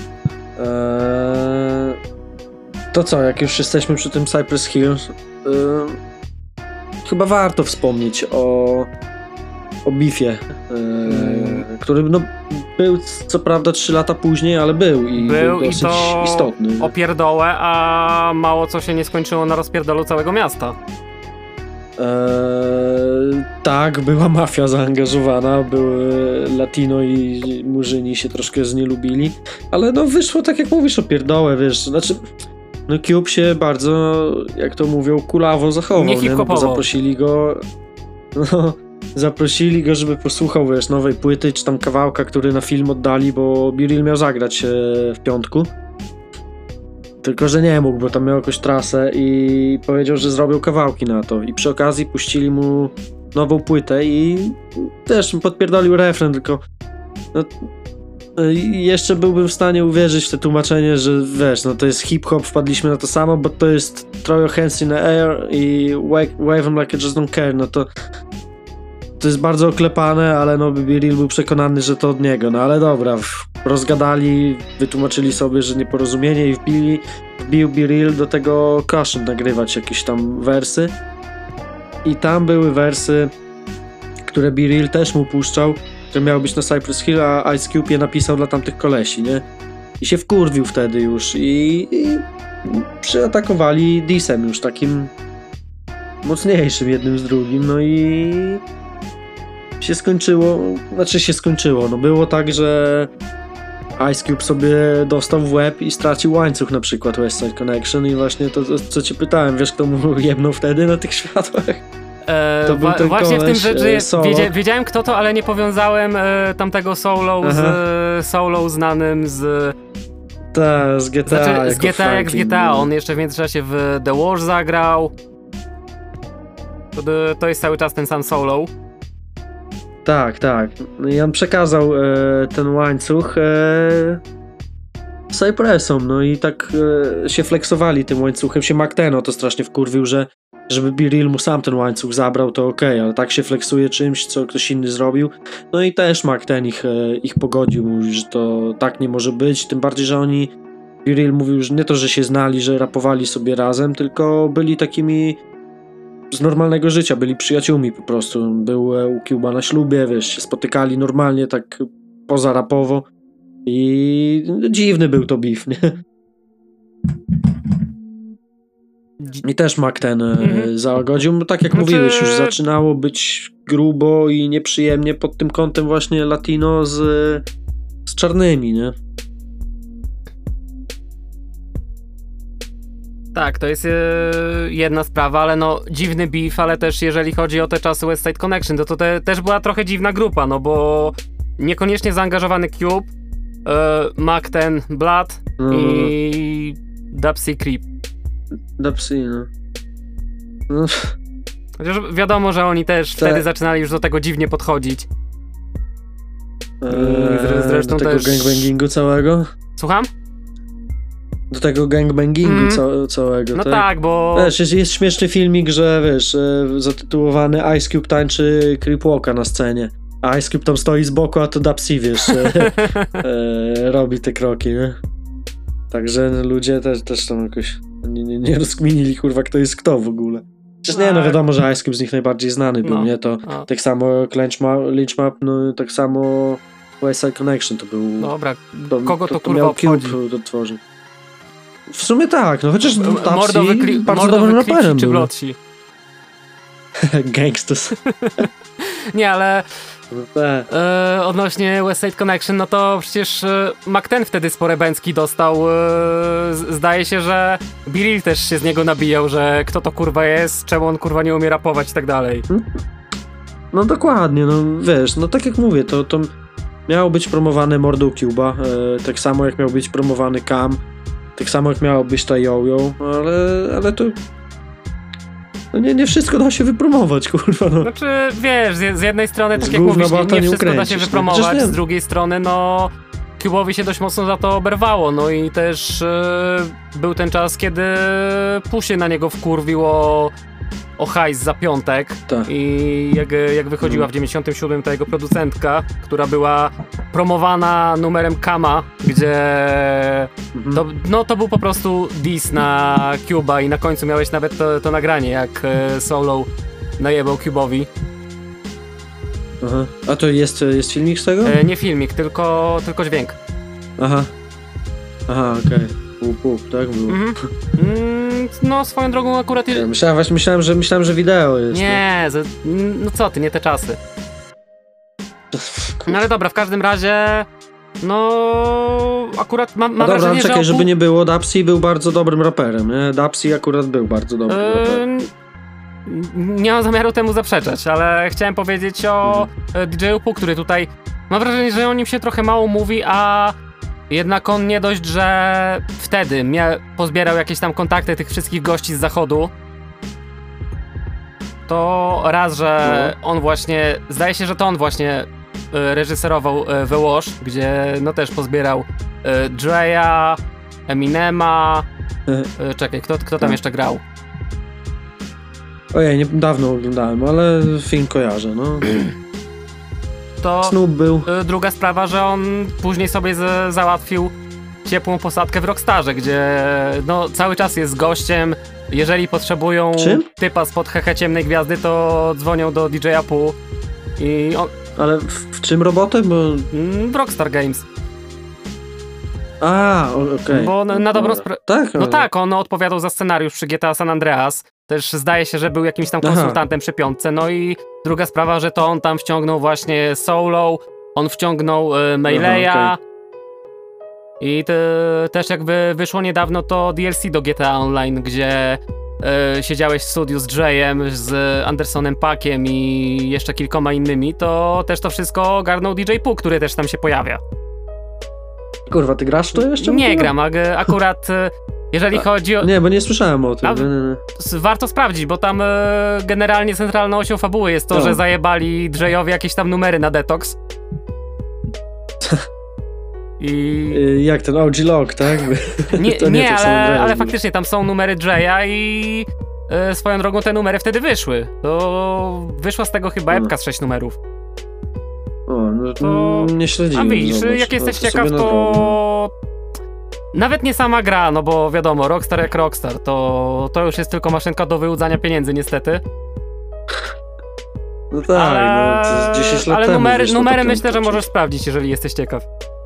Eee, to co, jak już jesteśmy przy tym Cypress Hill, eee, chyba warto wspomnieć o, o beefie, eee, Mm. który no, był co prawda trzy lata później, ale był i był, Był i dosyć to istotny. opierdołę, a mało co się nie skończyło na rozpierdolu całego miasta. Eee, tak, była mafia zaangażowana, były Latino i Murzyni się troszkę znielubili, ale no wyszło tak jak mówisz o pierdołę, wiesz, znaczy no Cube się bardzo, jak to mówią, kulawo zachował, Nie nie? No, bo hip-hopowo. zaprosili go, no, zaprosili go, żeby posłuchał, wiesz, nowej płyty, czy tam kawałka, który na film oddali, bo B-Real miał zagrać e, w piątku. Tylko, że nie mógł, bo tam miał jakąś trasę i powiedział, że zrobił kawałki na to. I przy okazji puścili mu nową płytę i też podpierdolił refren, tylko no, i jeszcze byłbym w stanie uwierzyć w to tłumaczenie, że wiesz, no to jest hip-hop, wpadliśmy na to samo, bo to jest throw your hands in the air i wave, wave them like I just don't care, no to to jest bardzo oklepane, ale no B-Real był przekonany, że to od niego, no ale dobra, w- rozgadali, wytłumaczyli sobie, że nieporozumienie i wbili, wbił B-Real do tego Caution nagrywać jakieś tam wersy i tam były wersy, które B-Real też mu puszczał, które miały być na Cypress Hill, a Ice Cube je napisał dla tamtych kolesi, nie? I się wkurwił wtedy już i, i przyatakowali Disem już takim mocniejszym jednym z drugim, no i się skończyło, znaczy się skończyło, no było tak, że Ice Cube sobie dostał w łeb i stracił łańcuch na przykład West Side Connection i właśnie to, to co ci pytałem, wiesz kto mu jebnął wtedy na tych światłach? E, To był wa- ten właśnie w tym koleś, rzecz, e, że Solo. wiedzia- wiedziałem kto to, ale nie powiązałem e, tamtego solo z e, solo znanym z, Ta, z G T A. znaczy, z jako G T A jak z Franklin, G T A. no. On jeszcze w międzyczasie w The Wars zagrał. To, to jest cały czas ten sam solo. Tak, tak. No i on przekazał e, ten łańcuch e, Cypressom, no i tak e, się flexowali tym łańcuchem, się McTeno to strasznie wkurwił, że żeby B-Real mu sam ten łańcuch zabrał, to okej, okay, ale tak się flexuje czymś, co ktoś inny zrobił. No i też McTen ich, e, ich pogodził, mówi, że to tak nie może być, tym bardziej, że oni, B-Real mówił, że nie to, że się znali, że rapowali sobie razem, tylko byli takimi z normalnego życia, byli przyjaciółmi po prostu. Był e, u Cuba na ślubie, wiesz, się spotykali normalnie, tak poza rapowo i no, dziwny był to beef, nie? I też Mac ten e, Mhm. załagodził, no, tak jak Znaczy- mówiłeś, już zaczynało być grubo i nieprzyjemnie pod tym kątem właśnie Latino z, z czarnymi, nie? Tak, to jest e, jedna sprawa, ale no dziwny beef, ale też jeżeli chodzi o te czasy West Side Connection, to to te, też była trochę dziwna grupa, no bo niekoniecznie zaangażowany Cube, e, Mac ten Blood No, i Dubsy Creep. Dapsy, no. No, Chociaż wiadomo, że oni też Tak. wtedy zaczynali już do tego dziwnie podchodzić. e, zresztą do tego też- gangbangingu całego? Słucham? Do tego gangbangingu Mhm. ca- całego, No tak? tak, bo... Wiesz, jest, jest śmieszny filmik, że wiesz, e, zatytułowany Ice Cube tańczy Creepwalka na scenie. A Ice Cube tam stoi z boku, a to Dapsy, wiesz, e, e, robi te kroki, nie? Także ludzie też, też tam jakoś nie, nie, nie rozkminili, kurwa, kto jest kto w ogóle. Przecież nie, no Tak. wiadomo, że Ice Cube z nich najbardziej znany był, No. nie? To A, tak samo Lynch Map, Lynch Map, no tak samo West Side Connection to był... dobra, to, kogo to, to kurwa miał obchodzi? Cube to tworzył. W sumie tak, no chociaż Dapsy Mordowy kli- bardzo dobrym mordowy raperem klipsi czy był. blotsi? Gangsters. Nie, ale Tak. e, odnośnie West Side Connection, no to przecież e, Mac ten wtedy spore bęcki dostał. E, z- zdaje się, że Billy też się z niego nabijał, że kto to kurwa jest, czemu on kurwa nie umie rapować i tak dalej. No dokładnie, no wiesz, no tak jak mówię, to, to miało być promowane Mordo Cube'a, e, tak samo jak miał być promowany Cam, tak samo jak miało być ta Yo-Yo, ale, ale to no nie, nie wszystko da się wypromować, kurwa. No. Znaczy, wiesz, z, z jednej strony, tak Z jak gówna mówisz, nie, bata nie nie wszystko da się ukręcisz, no. wypromować, Przecież nie. z drugiej strony, no... Cube'owi się dość mocno za to oberwało, no i też e, był ten czas, kiedy Pusie na niego wkurwiło o hajs za piątek. Tak. I jak, jak wychodziła w dziewięćdziesiątym siódmym ta jego producentka, która była promowana numerem Kama, gdzie Mhm. to, no, to był po prostu diss na Cube'a i na końcu miałeś nawet to, to nagranie, jak e, Solo najebał Cube'owi. Aha. A to jest, jest filmik z tego? E, nie filmik, tylko, tylko dźwięk. Aha. Aha, okej. Okay. Łup, łup, tak było. Mhm. Mm, no, swoją drogą akurat... Ja myślałem, właśnie myślałem, że myślałem, że wideo jest. Nie, z- no co ty, nie te czasy. No ale dobra, w każdym razie... No... Akurat mam, No mam dobra, wrażenie, ale czekaj, że... żeby nie było, Dapsy był bardzo dobrym raperem, nie? Dapsy akurat był bardzo dobrym raperem. Yy, nie mam zamiaru temu zaprzeczać, ale chciałem powiedzieć o mhm. D J-u Pu, który tutaj... Mam wrażenie, że o nim się trochę mało mówi, a... Jednak on nie dość, że wtedy mia- pozbierał jakieś tam kontakty tych wszystkich gości z zachodu, to raz, że no. on właśnie, zdaje się, że to on właśnie y, reżyserował y, The Wash, gdzie no też pozbierał y, Dre'a, Eminema, y, czekaj, kto, kto tam tak. jeszcze grał? Ojej, nie, dawno oglądałem, ale film kojarzę, no. To Snoop był. y, druga sprawa, że on później sobie z, załatwił ciepłą posadkę w Rockstarze, gdzie no cały czas jest gościem. Jeżeli potrzebują Czym? typa spod Hehe Ciemnej Gwiazdy, to dzwonią do D J-a Pu i on... Ale w, w czym robotę? Bo... Mm, w Rockstar Games. A, o- okej. Okay. Bo na, na dobrą sprawę... Tak? No ale... tak, on odpowiadał za scenariusz przy G T A San Andreas. Też zdaje się, że był jakimś tam konsultantem Aha. przy piątce. No i druga sprawa, że to on tam wciągnął właśnie Solo, on wciągnął y, Melee'a. Okay. I te, też jakby wyszło niedawno to D L C do G T A Online, gdzie y, siedziałeś w studiu z Jayem, z Andersonem Packiem i jeszcze kilkoma innymi, to też to wszystko ogarnął D J Pu, który też tam się pojawia. Kurwa, ty grasz to jeszcze? Nie gram, a akurat jeżeli chodzi o... Nie, bo nie słyszałem o tym. A, nie, nie, nie. Warto sprawdzić, bo tam e, generalnie centralną osią fabuły jest to, no. że zajebali Jayowi jakieś tam numery na detoks. I... Jak ten O G Log, tak? Nie, to nie, nie to ale, ale faktycznie tam są numery Jaya i e, swoją drogą te numery wtedy wyszły. To wyszła z tego chyba no. epka z sześć numerów. O, no to... nie śledziłem. A widzisz, zobacz, jak jesteś to ciekaw, to... Nawet nie sama gra, no bo wiadomo, Rockstar jak Rockstar, to, to już jest tylko maszynka do wyłudzania pieniędzy niestety. No tak, ale, no, to jest dziesięć lat ale temu numery, wyszło, numery to myślę, że to, możesz sprawdzić, jeżeli jesteś ciekaw.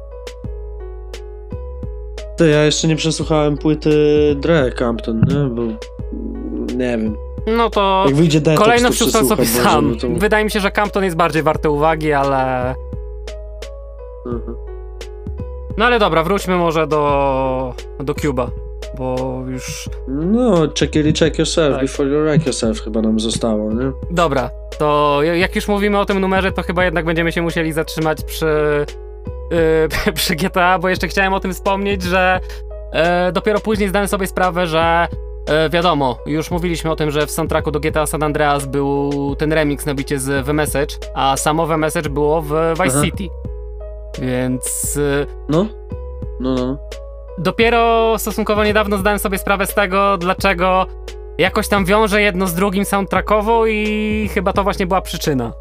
Ty, ja jeszcze nie przesłuchałem płyty Dre Compton, nie? Bo nie wiem. No to jak wyjdzie Detox, kolejno to wrzucam sobie Boże, sam. no to... Wydaje mi się, że Compton jest bardziej warty uwagi, ale... Mhm. No ale dobra, wróćmy może do, do Cube'a, bo już... No, check it, check yourself tak. before you wreck yourself chyba nam zostało, nie? Dobra, to jak już mówimy o tym numerze, to chyba jednak będziemy się musieli zatrzymać przy, yy, przy G T A, bo jeszcze chciałem o tym wspomnieć, że yy, dopiero później zdałem sobie sprawę, że yy, wiadomo, już mówiliśmy o tym, że w soundtracku do G T A San Andreas był ten remix na bicie z The Message, a samo The Message było w Vice Aha. City. Więc... Yy, no? No, no. Dopiero stosunkowo niedawno zdałem sobie sprawę z tego, dlaczego jakoś tam wiąże jedno z drugim soundtrackowo i chyba to właśnie była przyczyna.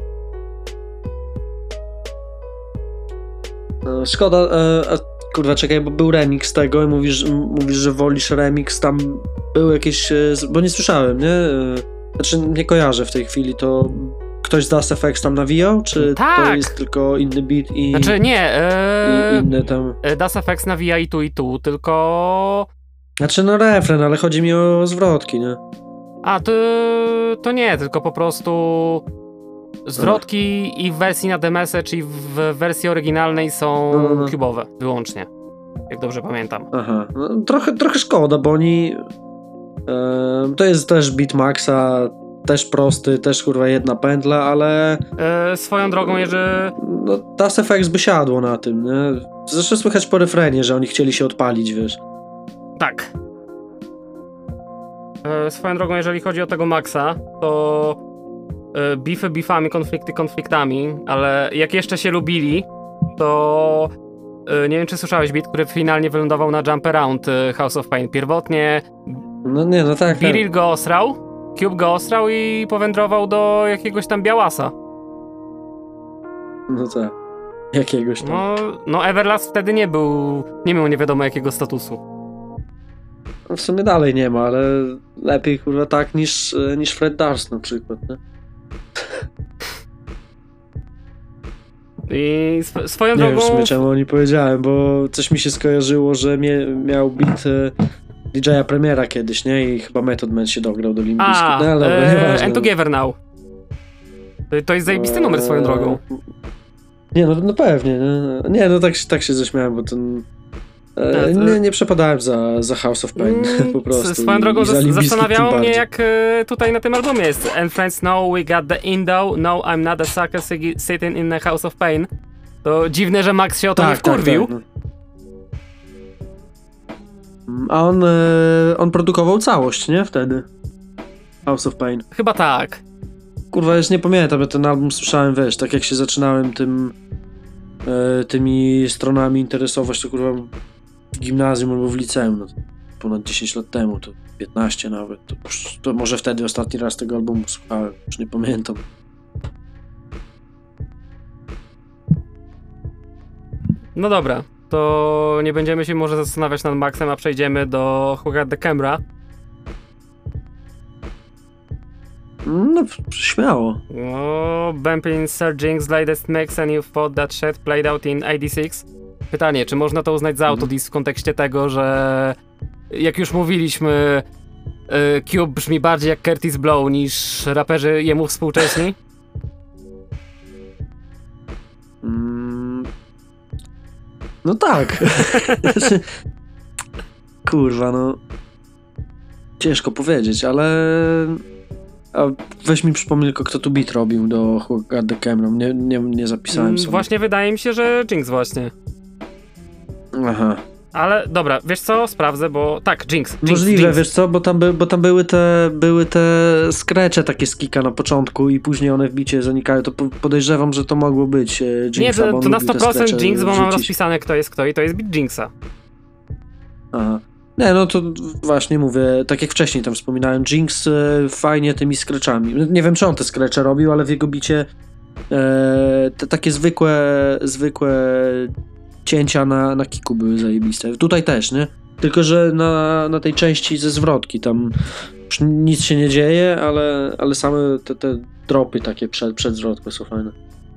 E, szkoda, e, a, kurwa, czekaj, bo był remix tego i mówisz, m- mówisz, że wolisz remix, tam były jakieś, e, bo nie słyszałem, nie? E, znaczy, nie kojarzę w tej chwili, to ktoś z Das F X tam nawijał, czy tak. to jest tylko inny beat i... Znaczy nie, i ee, inne tam... Das F X nawija i tu i tu, tylko... Znaczy no refren, ale chodzi mi o zwrotki, nie? A, to, to nie, tylko po prostu zwrotki i w wersji na The Message i w wersji oryginalnej są No, no, no. cube'owe, wyłącznie. Jak dobrze pamiętam. Aha, no, trochę, trochę szkoda, bo oni... E, to jest też beat Maxa, też prosty, też kurwa jedna pętla, ale E, swoją drogą, jeżeli... no Das F X by siadło na tym, nie? Zresztą słychać po refrenie, że oni chcieli się odpalić, wiesz. Tak. E, swoją drogą, jeżeli chodzi o tego Maxa, to e, beefy beefami, konflikty konfliktami, ale jak jeszcze się lubili, to e, nie wiem, czy słyszałeś beat, który finalnie wylądował na Jump Around e, House of Pain. Pierwotnie No nie, no tak. Viril go osrał, Cube go osrał i powędrował do jakiegoś tam białasa. No tak. Jakiegoś tam. No, no Everlast wtedy nie był, nie miał nie wiadomo jakiego statusu. W sumie dalej nie ma, ale lepiej kurwa tak niż, niż Fred Durst na przykład, nie? I sw swoją Nie drogą... wiem w sumie czemu nie powiedziałem, bo coś mi się skojarzyło, że mie miał beat e, D J a Premiera kiedyś, nie? I chyba Method Man się dograł do Limp Bizkit. A, No ale dobra, e, nieważne. And Together Now. To- To jest zajebisty numer swoją drogą. Nie, no, no pewnie. Nie, nie no tak, tak się zaśmiałem, bo ten... E, Nie, to- nie, nie przepadałem za, za House of Pain, Mm, po prostu. Swoją drogą I za zas Limp Bizkit zastanawiało tym mnie, bardziej. jak e, tutaj na tym albumie jest And friends know we got the indo, no I'm not a sucker sigi- sitting in the House of Pain. To dziwne, że Max się o to nie wkurwił. no. A on, e, on produkował całość, nie? Wtedy. House of Pain. Chyba tak. Kurwa, już nie pamiętam, ja ten album słyszałem, wiesz, tak jak się zaczynałem tym e, tymi stronami interesować, to kurwa w gimnazjum albo w liceum, no, ponad dziesięć lat temu, to piętnaście nawet, to, już, to może wtedy ostatni raz tego albumu słuchałem, już nie pamiętam. No dobra, to nie będziemy się może zastanawiać nad Maxem, a przejdziemy do Who Got The Camera. No, śmiało. Oh, bumping Sir Jinx latest mix and you thought that shit played out in eighty-six? Pytanie, czy można to uznać za autodiss w kontekście tego, że jak już mówiliśmy, y, Cube brzmi bardziej jak Curtis Blow niż raperzy jemu współcześni? Mm. No tak. Kurwa, no. Ciężko powiedzieć, ale... A weź mi przypomnij tylko, kto tu beat robił do Who Got The Camera. Nie, nie, nie zapisałem Mm, sobie. Właśnie wydaje mi się, że Jinx właśnie. Aha. Ale dobra, wiesz co? Sprawdzę, bo tak, Jinx. Jinx Możliwe, Jinx. wiesz co, bo tam, by, bo tam były te były te skrecze takie z kika na początku i później one w bicie zanikają, to po, podejrzewam, że to mogło być e, Jinxa, Nie, to, bo on to na lubił te sto procent skrecze Jinx, bo mam wrzucić. rozpisane kto jest kto i to jest beat Jinxa. Aha. Nie, no to właśnie mówię, tak jak wcześniej tam wspominałem, Jinx e, fajnie tymi skreczami. Nie wiem, czy on te skrecze robił, ale w jego bicie e, te takie zwykłe zwykłe cięcia na, na kiku były zajebiste. Tutaj też, nie? Tylko, że na, na tej części ze zwrotki tam już nic się nie dzieje, ale, ale same te, te dropy takie przed, przed zwrotką są fajne.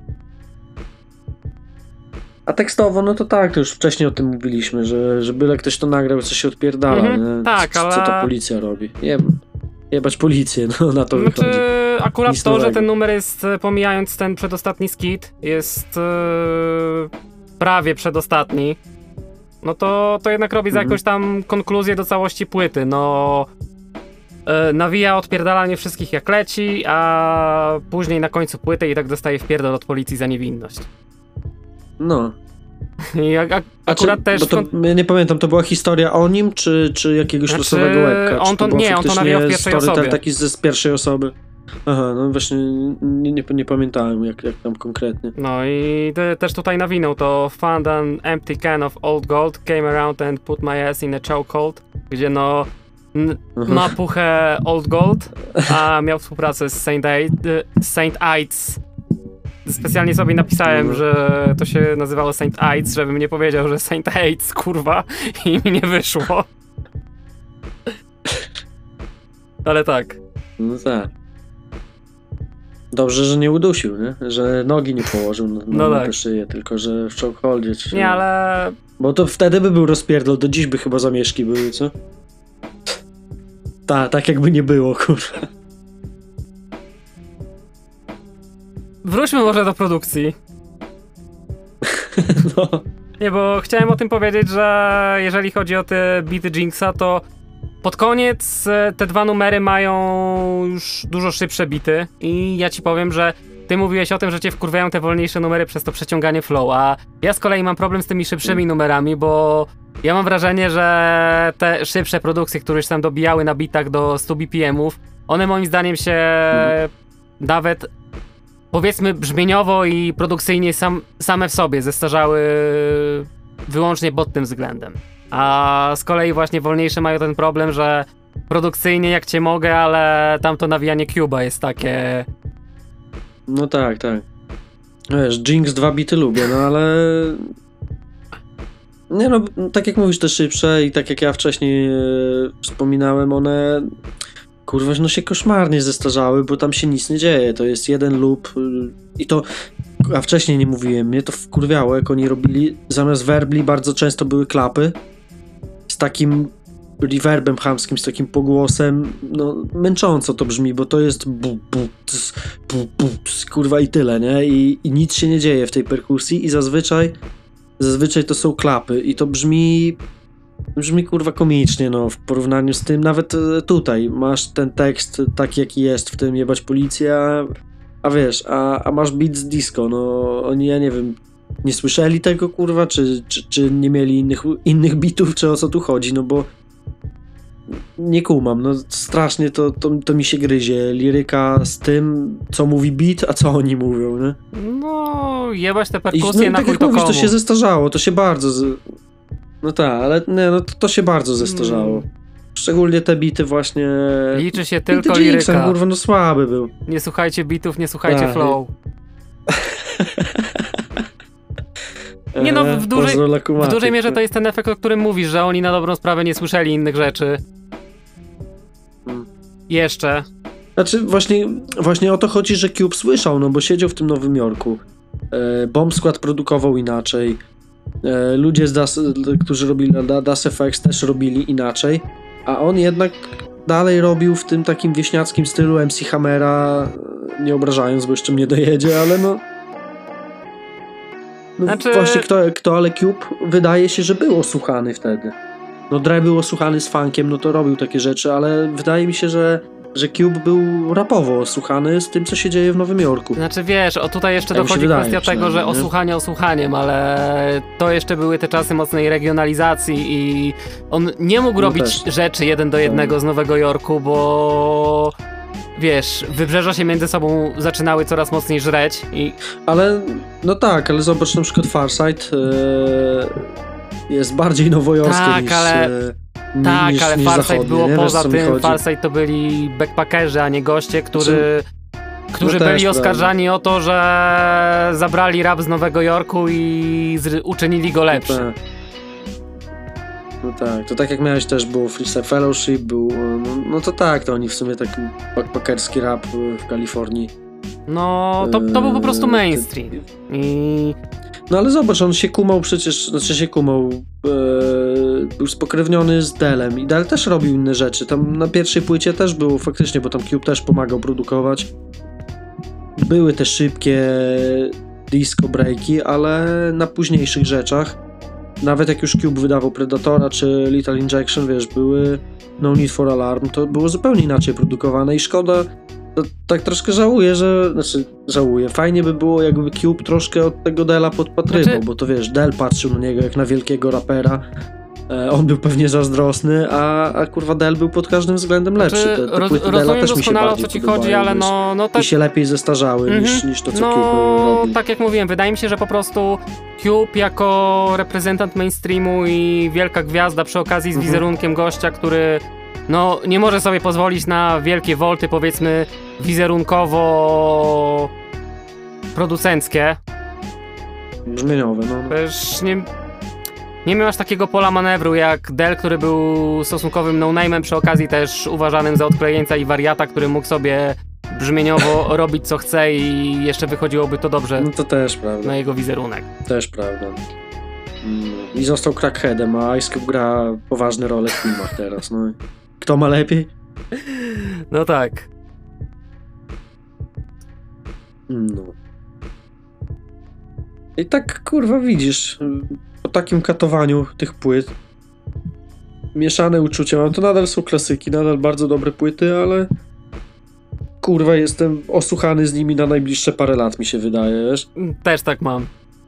A tekstowo, no to tak, to już wcześniej o tym mówiliśmy, że, że byle ktoś to nagrał, co się odpierdala, Mhm, nie? tak, co, ale- co ta policja robi. Jeb, jebać policję, no na to Znaczy, wychodzi. akurat Nic to, że nowego. ten numer jest, e, pomijając ten przedostatni skit, jest e, prawie przedostatni, no to, to jednak robi za Mhm. jakąś tam konkluzję do całości płyty, no... e, Nawija odpierdalanie wszystkich jak leci, a później na końcu płyty i tak dostaje wpierdol od policji za niewinność. No. I ak ak A akurat czy, też... bo to, kon- ja nie pamiętam, to była historia o nim, czy, czy jakiegoś Znaczy, losowego łebka? on Czy to- było nie, on to faktycznie nawijał w pierwszej storytell osobie. taki z, z pierwszej osoby. Aha, no właśnie nie, nie, nie pamiętałem jak, jak tam konkretnie. No i te, też tutaj nawinął to found an empty can of old gold, came around and put my ass in a chokehold, gdzie no n- ma puchę old gold, a miał współpracę z Saint Aid, Saint Aids. Specjalnie sobie napisałem, Mhm. że to się nazywało Saint Aids, żebym nie powiedział, że Saint Aids, kurwa, i mi nie wyszło. Ale tak. No tak. Dobrze, że nie udusił, nie? Że nogi nie położył na, No na, tak. na szyję, tylko że w chokeholdzie. Czy... Nie, ale Bo to wtedy by był rozpierdol, do dziś by chyba zamieszki były, co? Tak, tak jakby nie było, kurwa. wróćmy może do produkcji. No. Nie, bo chciałem o tym powiedzieć, że jeżeli chodzi o te bity Jinxa, to pod koniec e, te dwa numery mają już dużo szybsze bity i ja ci powiem, że ty mówiłeś o tym, że cię wkurwiają te wolniejsze numery przez to przeciąganie flow, a ja z kolei mam problem z tymi szybszymi numerami, bo ja mam wrażenie, że te szybsze produkcje, które już tam dobijały na bitach do stu B P M-ów, one moim zdaniem się hmm. nawet powiedzmy brzmieniowo i produkcyjnie sam, same w sobie zestarzały wyłącznie pod tym względem. A z kolei właśnie wolniejsze mają ten problem, że produkcyjnie jak cię mogę, ale tamto nawijanie Cube'a jest takie... No tak, tak. Wiesz, Jinx dwa bity lubię, no ale... Nie no, tak jak mówisz, te szybsze i tak jak ja wcześniej e, wspominałem, one... Kurwa, no się koszmarnie zestarzały, bo tam się nic nie dzieje. To jest jeden loop y, i to... A wcześniej nie mówiłem, mnie to wkurwiało, jak oni robili. Zamiast werbli bardzo często były klapy z takim reverbem chamskim, z takim pogłosem. No, męcząco to brzmi, bo to jest bu, bu, ts, bu, bu, ts, kurwa i tyle, nie? I, I nic się nie dzieje w tej perkusji i zazwyczaj zazwyczaj to są klapy i to brzmi brzmi kurwa komicznie, no, w porównaniu z tym. Nawet tutaj masz ten tekst taki, jaki jest w tym jebać policję, a, a wiesz, a, a masz beat z disco, no oni, ja nie wiem, nie słyszeli tego, kurwa, czy, czy, czy nie mieli innych, innych bitów, czy o co tu chodzi, no bo nie kumam, no strasznie to, to, to mi się gryzie, liryka z tym, co mówi beat, a co oni mówią, nie? No, jebać te perkusje, I, no, na tak chuj jak to mówisz, komu? to się zestarzało, to się bardzo... Z... No tak, ale nie, no to, to się bardzo zestarzało. Szczególnie te bity właśnie... Liczy się tylko bity Jinxa, liryka. kurwa, no słaby był. Nie słuchajcie bitów, nie słuchajcie Tak. flow. Nie no, w dużej, w dużej mierze to jest ten efekt, o którym mówisz, że oni na dobrą sprawę nie słyszeli innych rzeczy. Hmm. Jeszcze. Znaczy właśnie, właśnie o to chodzi, że Cube słyszał, no bo siedział w tym Nowym Jorku. E, Bomb Squad produkował inaczej. E, ludzie, z Das, którzy robili na Das F X też robili inaczej. A on jednak dalej robił w tym takim wieśniackim stylu M C Hammera, nie obrażając, bo jeszcze mnie dojedzie, ale no... No znaczy... Właśnie kto, kto, ale Cube wydaje się, że był osłuchany wtedy. No Dre był osłuchany z funkiem, no to robił takie rzeczy, ale wydaje mi się, że, że Cube był rapowo osłuchany z tym, co się dzieje w Nowym Jorku. Znaczy wiesz, o tutaj jeszcze Tak dochodzi wydaje, kwestia tego, że nie? osłuchanie osłuchaniem, ale to jeszcze były te czasy mocnej regionalizacji i on nie mógł No robić też. rzeczy jeden do jednego Tak. z Nowego Jorku, bo... Wiesz, wybrzeża się między sobą zaczynały coraz mocniej żreć i... Ale, no tak, ale zobacz na przykład Farsight e, jest bardziej nowojorskie Tak, niż, ale- e, ni- Tak, niż, ale niż Farsight zachodnie, było nie? Wiesz, poza co mi tym, chodzi? Farsight to byli backpackerzy, a nie goście, którzy... Którzy No też, byli oskarżani o to, że zabrali rap z Nowego Jorku i z... uczynili go lepszy. Tak. No tak, to tak jak miałeś też, było Freestyle Fellowship, był, no, no to tak, to oni w sumie taki backpackerski rap w Kalifornii. No, to, to był po prostu Eee, mainstream. I... No ale zobacz, on się kumał przecież, znaczy się kumał, e, był spokrewniony z Delem i Del też robił inne rzeczy. Tam na pierwszej płycie też było faktycznie, bo tam Cube też pomagał produkować. Były te szybkie disco breaki, ale na późniejszych rzeczach, nawet jak już Cube wydawał Predatora czy Lethal Injection, wiesz, były No Need for Alarm, to było zupełnie inaczej produkowane i szkoda, to, tak troszkę żałuję, że, znaczy żałuję, fajnie by było jakby Cube troszkę od tego Dela podpatrywał, Znaczy... bo to wiesz, Del patrzył na niego jak na wielkiego rapera, e, on był pewnie zazdrosny, a, a kurwa Del był pod każdym względem lepszy. Znaczy, Te, te roz, płyty Dela rozumiem też mi się doskonale, o bardziej co ci podobają, chodzi, ale wiesz, no, no tak... i się lepiej zestarzały Mhm. niż, niż to, co no, Cube robił. tak jak mówiłem, wydaje mi się, że po prostu Cube jako reprezentant mainstreamu i wielka gwiazda przy okazji z Mhm. wizerunkiem gościa, który no nie może sobie pozwolić na wielkie wolty, powiedzmy wizerunkowo producenckie. Brzmieniowe, no. Też nie, nie miał aż takiego pola manewru jak Del, który był stosunkowym no-name'em, przy okazji też uważanym za odklejeńca i wariata, który mógł sobie brzmieniowo robić co chce i jeszcze wychodziłoby to dobrze No to też prawda, na jego wizerunek. też prawda. Mm, I został crackheadem, a Ice Cube gra poważne role w filmach teraz, no. Kto ma lepiej? No tak. No. I tak, kurwa, widzisz, po takim katowaniu tych płyt mieszane uczucia mam. To nadal są klasyki, nadal bardzo dobre płyty, ale kurwa, jestem osłuchany z nimi na najbliższe parę lat, mi się wydaje, wiesz? Też tak mam.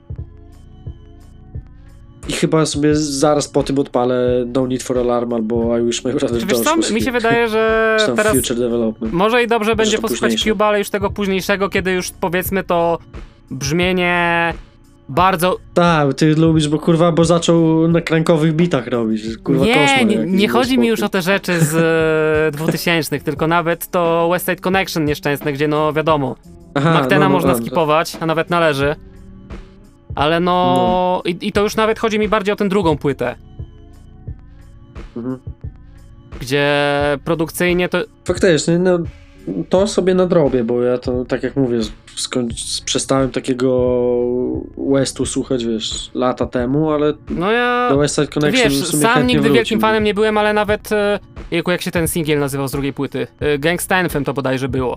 I chyba sobie zaraz po tym odpalę No Need for Alarm albo I Wish My Brother Wiesz co, Josh. mi się wydaje, że Czy tam teraz Future Development. może i dobrze będzie to posłuchać późniejsze. Cube'a, ale już tego późniejszego, kiedy już powiedzmy to brzmienie bardzo... Tak, ty lubisz, bo kurwa, bo zaczął na krankowych bitach robić. Kurwa, Nie, koszmar nie, jakiś, nie no chodzi mi już spokój. o te rzeczy z e, dwutysięcznych, tylko nawet to West Side Connection nieszczęsne, gdzie no wiadomo, Aha, Maktena no, no, można no, skipować, a nawet należy. Ale no, No. I, i to już nawet chodzi mi bardziej o tę drugą płytę, Mhm. gdzie produkcyjnie to... Faktycznie, no to sobie nadrobię, bo ja to, tak jak mówię, skończ, przestałem takiego Westu słuchać, wiesz, lata temu, ale No ja... do West Side Connection Wiesz, w sumie sam chętnie nigdy wrócił. wielkim fanem nie byłem, ale nawet... e, Jejku, jak się ten singiel nazywał z drugiej płyty? E, Gangsta Anthem to bodajże było.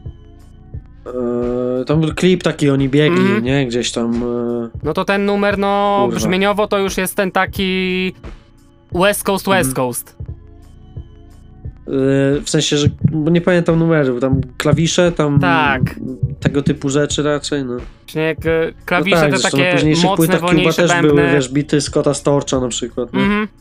Eee, tam był klip taki, oni biegli, Mhm. nie? Gdzieś tam... Eee, No to ten numer, no Kurwa. brzmieniowo to już jest ten taki... West Coast, West Mhm. Coast. eee, w sensie, że... bo nie pamiętam numeru, tam klawisze, tam... Tak. Tego typu rzeczy raczej, no. Właśnie jak e, klawisze no tak, te zresztą takie na późniejszych mocne, płytach Cuba wolniejsze też bębny. były, wiesz, bity Scotta Storcha na przykład, nie? Mhm.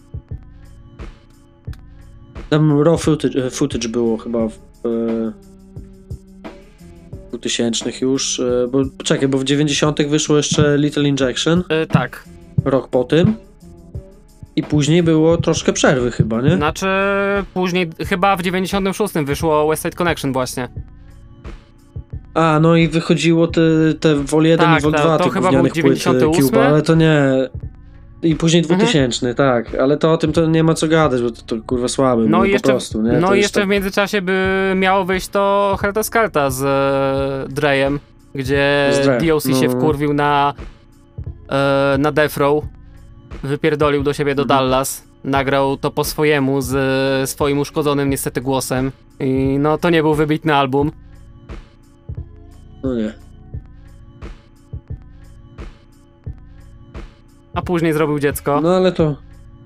Tam raw footage, footage było chyba w e, dwutysięcznych już, e, bo czekaj, bo w dziewięćdziesiątych wyszło jeszcze Little Injection, E, tak. rok po tym i później było troszkę przerwy chyba, nie? Znaczy później, chyba w dziewięćdziesiątym szóstym wyszło West Side Connection właśnie. A, no i wychodziło te, te Vol jeden Tak, i Vol to- dwa to tych chyba był gównianych płyt dziewięćdziesiąty ósmy? Cuba, ale to nie... I później Mhm. dwutysięczny, tak, ale to o tym to nie ma co gadać, bo to, to kurwa słabe No było i po jeszcze, prostu, nie? no To i jest jeszcze tak- w międzyczasie by miało wyjść to Helta Skelta z e, Drejem, gdzie Z Dre, D O C się no. wkurwił na e, na Death Row, wypierdolił do siebie do Mhm. Dallas, nagrał to po swojemu z e, swoim uszkodzonym niestety głosem i no to nie był wybitny album. No nie. A później zrobił dziecko. No ale to...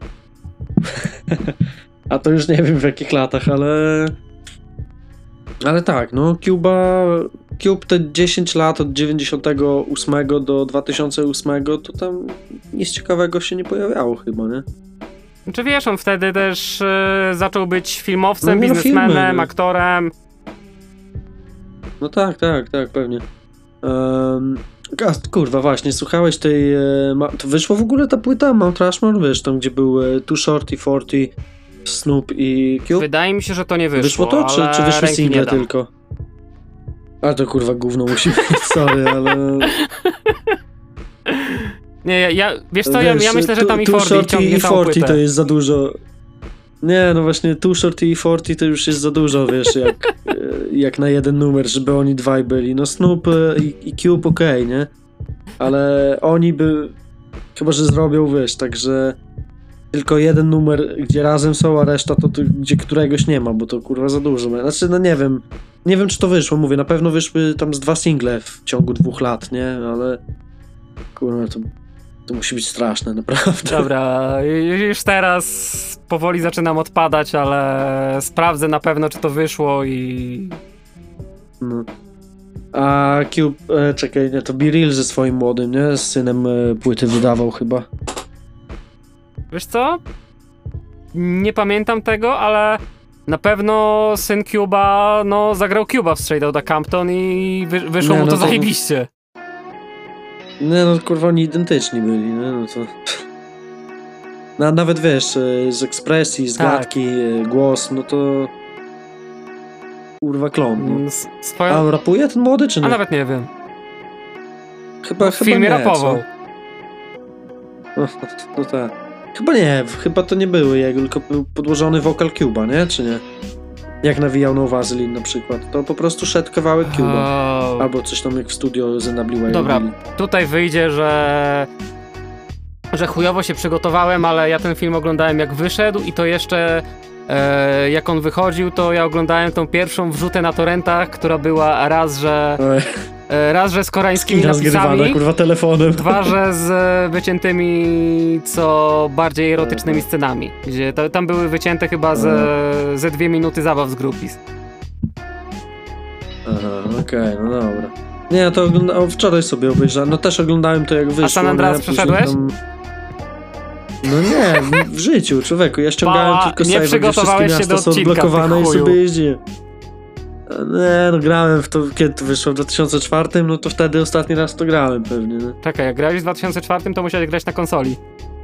A to już nie wiem w jakich latach, ale... Ale tak, no Cuba... Cube te dziesięć lat od dziewięćdziesiątego ósmego do dwa tysiące ósmego to tam nic ciekawego się nie pojawiało chyba, nie? Czy wiesz, on wtedy też e, zaczął być filmowcem, No, no, biznesmenem, filmy. aktorem. No tak, tak, tak, pewnie. Um, kurwa, właśnie, słuchałeś tej... E, ma, to wyszło w ogóle ta płyta Mount Rushmore, wiesz, tam gdzie był e, Too Short i czterdzieści, Snoop i Cube? Wydaje mi się, że to nie wyszło. Wyszło to, czy, ale czy wyszły ręki single nie dam. tylko? Ale to kurwa gówno musi być, sorry, ale... Nie, ja, ja wiesz co, ja, ja myślę, że tam i Too czterdzieści Short ciągnie i całą czterdzieści to płytę. jest za dużo. Nie, no właśnie Too Short i czterdzieści to już jest za dużo, wiesz, jak, e, jak na jeden numer, żeby oni dwaj byli. No Snoop e, i, i Cube okej, nie? Ale oni by... Chyba, że zrobią, wiesz, także... Tylko jeden numer, gdzie razem są, a reszta to, to gdzie któregoś nie ma, bo to kurwa za dużo. Znaczy, no nie wiem. Nie wiem, czy to wyszło, mówię, na pewno wyszły tam z dwa single w ciągu dwóch lat, nie? Ale kurwa, to, to musi być straszne, naprawdę. Dobra, już teraz powoli zaczynam odpadać, ale sprawdzę na pewno, czy to wyszło i... No. A Cube, e, czekaj, nie, to Be Real ze swoim młodym, nie? Z synem e, płyty wydawał chyba. Wiesz co? Nie pamiętam tego, ale na pewno syn Cuba, no zagrał Cuba w Straight Outta Compton i wy, wyszło Nie, mu no to to- zajebiście. Nie no, kurwa, oni identyczni byli, nie? No to... No, nawet wiesz, e, z ekspresji, z Tak. gadki, e, głos, no to... Kurwa klon, no. Mm, s- Swoją... A rapuje ten młody, czy nie? A nawet nie wiem. Chyba, W chyba filmie nie, rapował. co? No, no tak. Chyba nie, chyba to nie były jego, tylko był podłożony wokal Cuba, nie? Czy nie? Jak nawijał No Vaseline na przykład. To po prostu szedł kawałek Cuba. O, Albo coś tam jak w studio z N W A. Dobra, robili. tutaj wyjdzie, że... że chujowo się przygotowałem, ale ja ten film oglądałem jak wyszedł i to jeszcze... E, jak on wychodził, to ja oglądałem tą pierwszą wrzutę na torrentach, która była raz, że Oj, Raz, że z koreańskimi Kina zgrywana, napisami, kurwa, telefonem. dwa, że z wyciętymi co bardziej erotycznymi scenami, gdzie to, tam były wycięte chyba ze, ze dwie minuty zabaw z groupies. Aha, okej, okay, no dobra. Nie, to ogląda... wczoraj sobie obejrzałem, no też oglądałem to jak wyszło. A San Andreas nie? przeszedłeś? Tam... No nie, w, w życiu, człowieku, ja ściągałem Ba, tylko nie save, gdzie wszystkie przygotowałeś się miasta do są odcinka, odblokowane ty i chuju. sobie jeździłem. Nie, no grałem w to, kiedy to wyszło w dwa tysiące czwartym, no to wtedy ostatni raz to grałem pewnie, no. Czekaj, jak grałeś w dwa tysiące czwartym, to musiałeś grać na konsoli.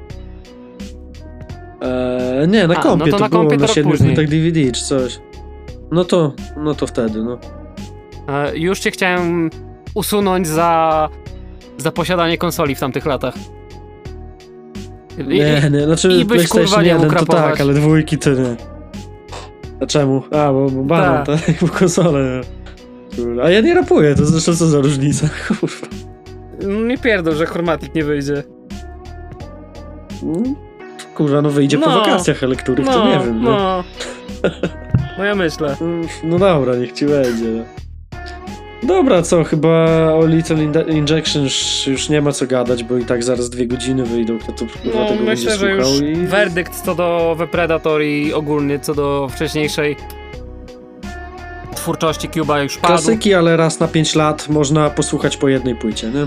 Eee, nie, na A, kompie no to to, na było, kompie to na rok siedmiu później. płytach D V D czy coś. No to, no to wtedy, no. E, już cię chciałem usunąć za, za posiadanie konsoli w tamtych latach. I, Nie, nie, znaczy i byś, kurwa, PlayStation nie jeden mógł to tak, rapować. ale dwójki to nie. A czemu? A, bo, bo banan, Tak. tak, bo konsolę. nie. Kurwa. A ja nie rapuję, to zresztą co za różnica, kurwa. Nie pierdol, że Chromatic nie wyjdzie. Mm, Kurwa, no wyjdzie po No. wakacjach, ale których No, to nie wiem. No. no. No ja myślę. Mm, no dobra, niech ci będzie. no. Dobra, co, chyba o Little Inda- Injection już, już nie ma co gadać, bo i tak zaraz dwie godziny wyjdą, kto to kurwa No tego myślę, będzie że już słuchał i... werdykt co do The Predator i ogólnie co do wcześniejszej twórczości Cuba już padł. Klasyki, ale raz na pięć lat można posłuchać po jednej płycie, nie?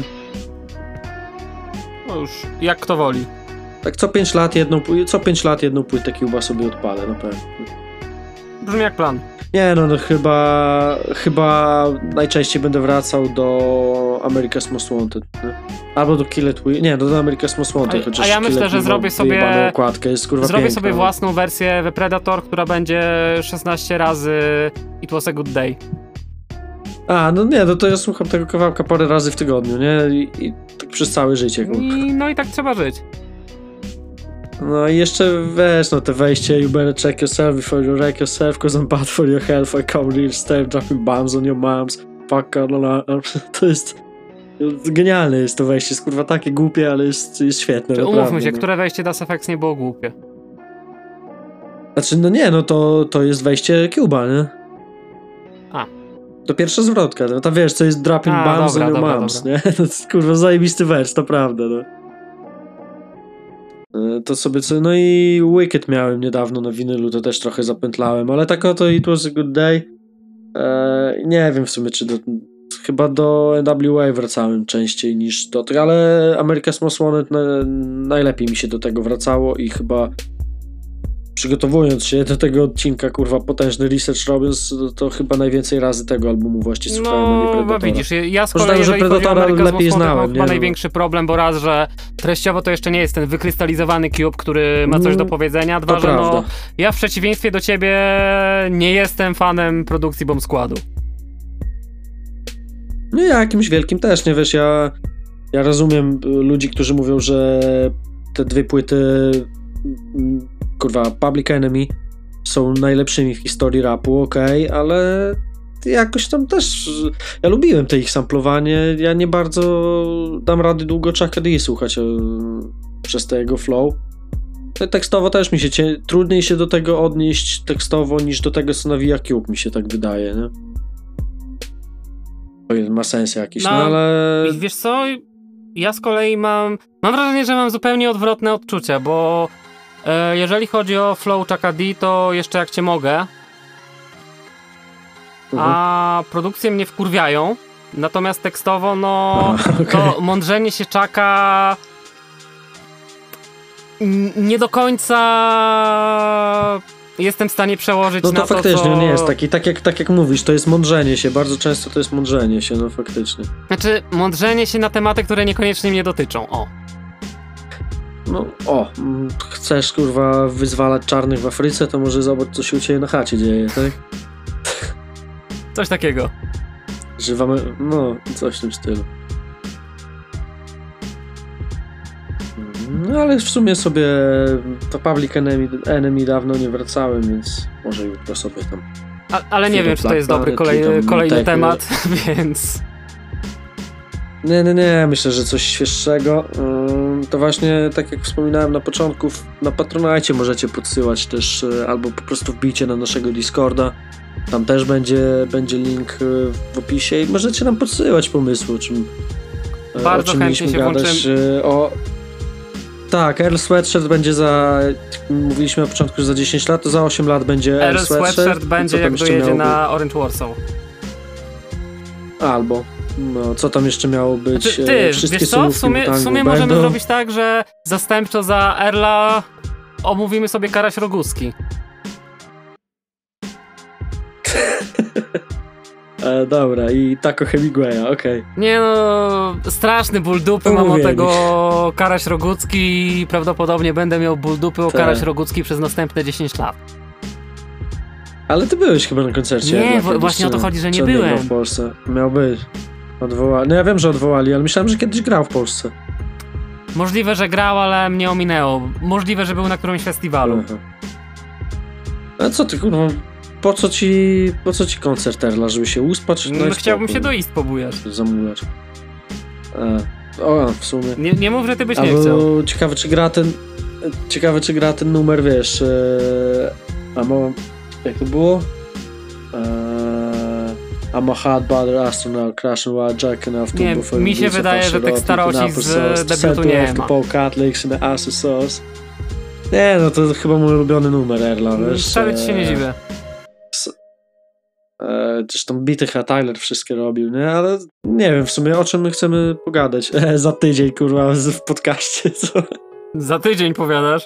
No już jak kto woli. Tak co pięć lat jedną, pły- co pięć lat jedną płytę Cuba sobie odpalę, na pewno. Brzmi jak plan. Nie no, no chyba, chyba najczęściej będę wracał do America's Most Wanted, nie? Albo do Kill It Will, nie, do America's Most Wanted, A- chociaż a ja Kill myślę, It że Will zrobię ma sobie- wyjebaną okładkę, jest kurwa Zrobię piękna. sobie własną wersję The Predator, która będzie szesnaście razy It Was a Good Day. A, no nie, no to ja słucham tego kawałka parę razy w tygodniu, nie? I, i tak przez całe życie. kurwa. I, no i tak trzeba żyć. No i jeszcze wiesz, no te wejście You better check yourself before you wreck yourself cause I'm bad for your health, I come real step, dropping bombs on your moms, fuck, la, la. To jest genialne jest to wejście, jest kurwa takie głupie, ale jest, jest świetne, Czy naprawdę, umówmy się, no. które wejście Das F X nie było głupie. Znaczy, no nie, no to, to jest wejście Cuba, nie? A. To pierwsza zwrotka, no to wiesz, co jest dropping A, bombs dobra, on your dobra, moms, dobra. nie? To jest kurwa zajebisty wers, to prawda, no. E, To sobie co, no i Wicked miałem niedawno na winylu, to też trochę zapętlałem, ale tak oto It Was a Good Day. E, nie wiem w sumie, czy do, chyba do N W A wracałem częściej niż do tego, ale America's Most Wanted na, najlepiej mi się do tego wracało i chyba przygotowując się do tego odcinka, kurwa, potężny research robiąc, to, to chyba najwięcej razy tego albumu właśnie słuchałem, a nie No, bo Predatora. widzisz, ja z kolei, Poznałem, że jeżeli chodzi o Predatora America's lepiej Most Wanted, znałem, mam nie? chyba No. największy problem, bo raz, że treściowo to jeszcze nie jest ten wykrystalizowany Cube, który ma coś Mm, do powiedzenia, dwa, to że no, prawda. ja w przeciwieństwie do ciebie nie jestem fanem produkcji Bomb Składu. No ja jakimś wielkim też, nie wiesz, ja, ja rozumiem y, ludzi, którzy mówią, że te dwie płyty mm, kurwa, Public Enemy są najlepszymi w historii rapu, okej, okay, ale jakoś tam też ja lubiłem te ich samplowanie, ja nie bardzo dam rady długo Chucka D słuchać y, przez te jego flow. Tekstowo też mi się cie... trudniej się do tego odnieść tekstowo niż do tego, co nawija Cube, mi się tak wydaje, nie? To ma sens jakiś, no, No, ale... I wiesz co, ja z kolei mam, mam wrażenie, że mam zupełnie odwrotne odczucia, bo e, jeżeli chodzi o flow Chucka D, to jeszcze jak cię mogę, Mhm. a produkcje mnie wkurwiają, natomiast tekstowo, no, A, okej. to mądrzenie się Chucka n- nie do końca jestem w stanie przełożyć No na to to, faktycznie co... nie jest taki, tak jak, tak jak mówisz, to jest mądrzenie się, bardzo często to jest mądrzenie się, no faktycznie. Znaczy, mądrzenie się na tematy, które niekoniecznie mnie dotyczą, o. No, o, mm, chcesz kurwa wyzwalać czarnych w Afryce, to może zobacz, co się u ciebie na chacie dzieje, tak? Coś takiego. Żywamy, no, coś w tym stylu. No ale w sumie sobie to Public Enemy, Enemy dawno nie wracałem, więc może jutro sobie tam... A, ale nie Chwilę wiem, czy to jest Black dobry Planet, kolej, czy tam kolejny Techy. temat, więc... Nie, nie, nie, myślę, że coś świeższego. Ym, to właśnie, tak jak wspominałem na początku, na Patronite możecie podsyłać też, albo po prostu wbijcie na naszego Discorda. Tam też będzie, będzie link w opisie i możecie nam podsyłać pomysły, o czym, Bardzo o czym chętnie się gadać. włączymy. O... Tak, Earl Sweatshirt będzie za, mówiliśmy na początku, że za dziesięć lat, to za osiem lat będzie Earl Earl Sweatshirt. Sweatshirt będzie, jak dojedzie na Orange Warsaw. Albo, no, co tam jeszcze miało być? Znaczy, ty, Wszystkie wiesz co, w sumie, w sumie możemy będą. zrobić tak, że zastępczo za Erla omówimy sobie Karaś Roguski. E, dobra, i Taco Hemingwaya, okej. Okay. Nie no, straszny ból dupy mam o tego Karaś Rogucki i prawdopodobnie będę miał ból dupy o Karaś Rogucki przez następne dziesięć lat. Ale ty byłeś chyba na koncercie. Nie, w, właśnie o to chodzi, że nie byłem. W Polsce. Miał być. Odwołali. No ja wiem, że odwołali, ale myślałem, że kiedyś grał w Polsce. Możliwe, że grał, ale mnie ominęło. Możliwe, że był na którymś festiwalu. Aha. A co ty, kurwa, po co ci, po co ci koncert Erla, żeby się uspać? No, no chciałbym się do East pobujać. Zamulać. A, o, w sumie. Nie, nie mów, że ty byś Albo nie chciał. Ciekawe, czy gra ten, ciekawe, czy gra ten numer, wiesz, e, a mo, jak to było? E, I'm a hot butter astronaut crashing while jacking off Nie, mi się wydaje, że tekst staroci z debiutu nie ma. Nie, no to chyba mój ulubiony numer Erla, wiesz. Wcale ci się nie dziwię. E, zresztą bity chyba Tyler wszystkie robił, nie? Ale nie wiem w sumie, o czym my chcemy pogadać. E, za tydzień, kurwa, w podcaście, co? Za tydzień powiadasz?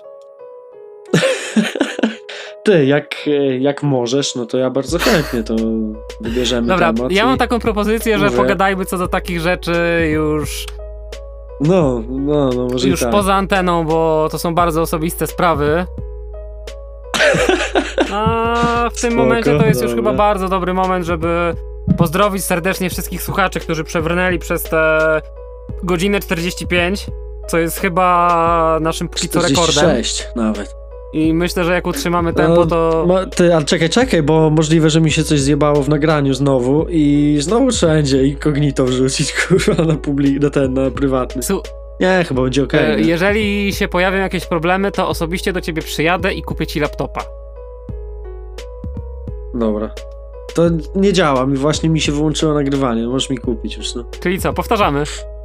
Ty, jak, jak możesz, no to ja bardzo chętnie to wybierzemy. Dobra, temat ja i... mam taką propozycję, że Mówię. pogadajmy co do takich rzeczy już... No, no, no może Już i tak. poza anteną, bo to są bardzo osobiste sprawy. A w tym Spoko, momencie to jest już dobra. chyba bardzo dobry moment, żeby pozdrowić serdecznie wszystkich słuchaczy, którzy przebrnęli przez te godzinę czterdzieści pięć, co jest chyba naszym póki co rekordem. czterdzieści sześć nawet. I myślę, że jak utrzymamy tempo, to... No, ty, ale czekaj, czekaj, bo możliwe, że mi się coś zjebało w nagraniu znowu i znowu trzeba będzie incognito wrzucić, kurwa, na publik, na ten, na prywatny. Su- Nie, chyba będzie okej. e, Okay, jeżeli się pojawią jakieś problemy, to osobiście do ciebie przyjadę i kupię ci laptopa. Dobra. To nie działa, mi właśnie mi się wyłączyło nagrywanie, możesz mi kupić już, no. Czyli co, powtarzamy?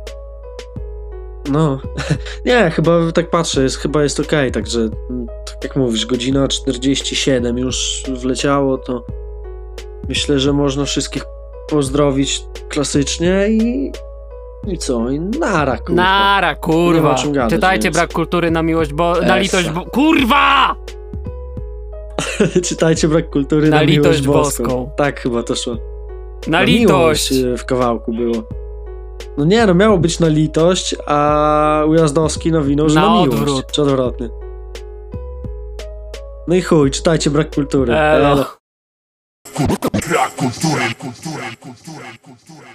No, nie, chyba tak patrzę, jest, chyba jest okej, okay, także tak jak mówisz, godzina czterdzieści siedem już wleciało, to myślę, że można wszystkich pozdrowić klasycznie i i co? I nara, kurwa. Nara, kurwa. Nie ma o czym gadać, Czytajcie więc... Brak Kultury na miłość, bo... na Essa. litość, bo... Kurwa! Czytajcie Brak Kultury na, na, litość, miłość boską. boską. Tak chyba to szło. Na, na litość! miłość w kawałku było. No nie, no miało być na litość, a Ujazdowski nawinął, że Na na miłość. odwrót. Czy odwrotnie. No i chuj, czytajcie Brak Kultury. Elo. Elo. Brak kultury, kultury, kultury, kultury.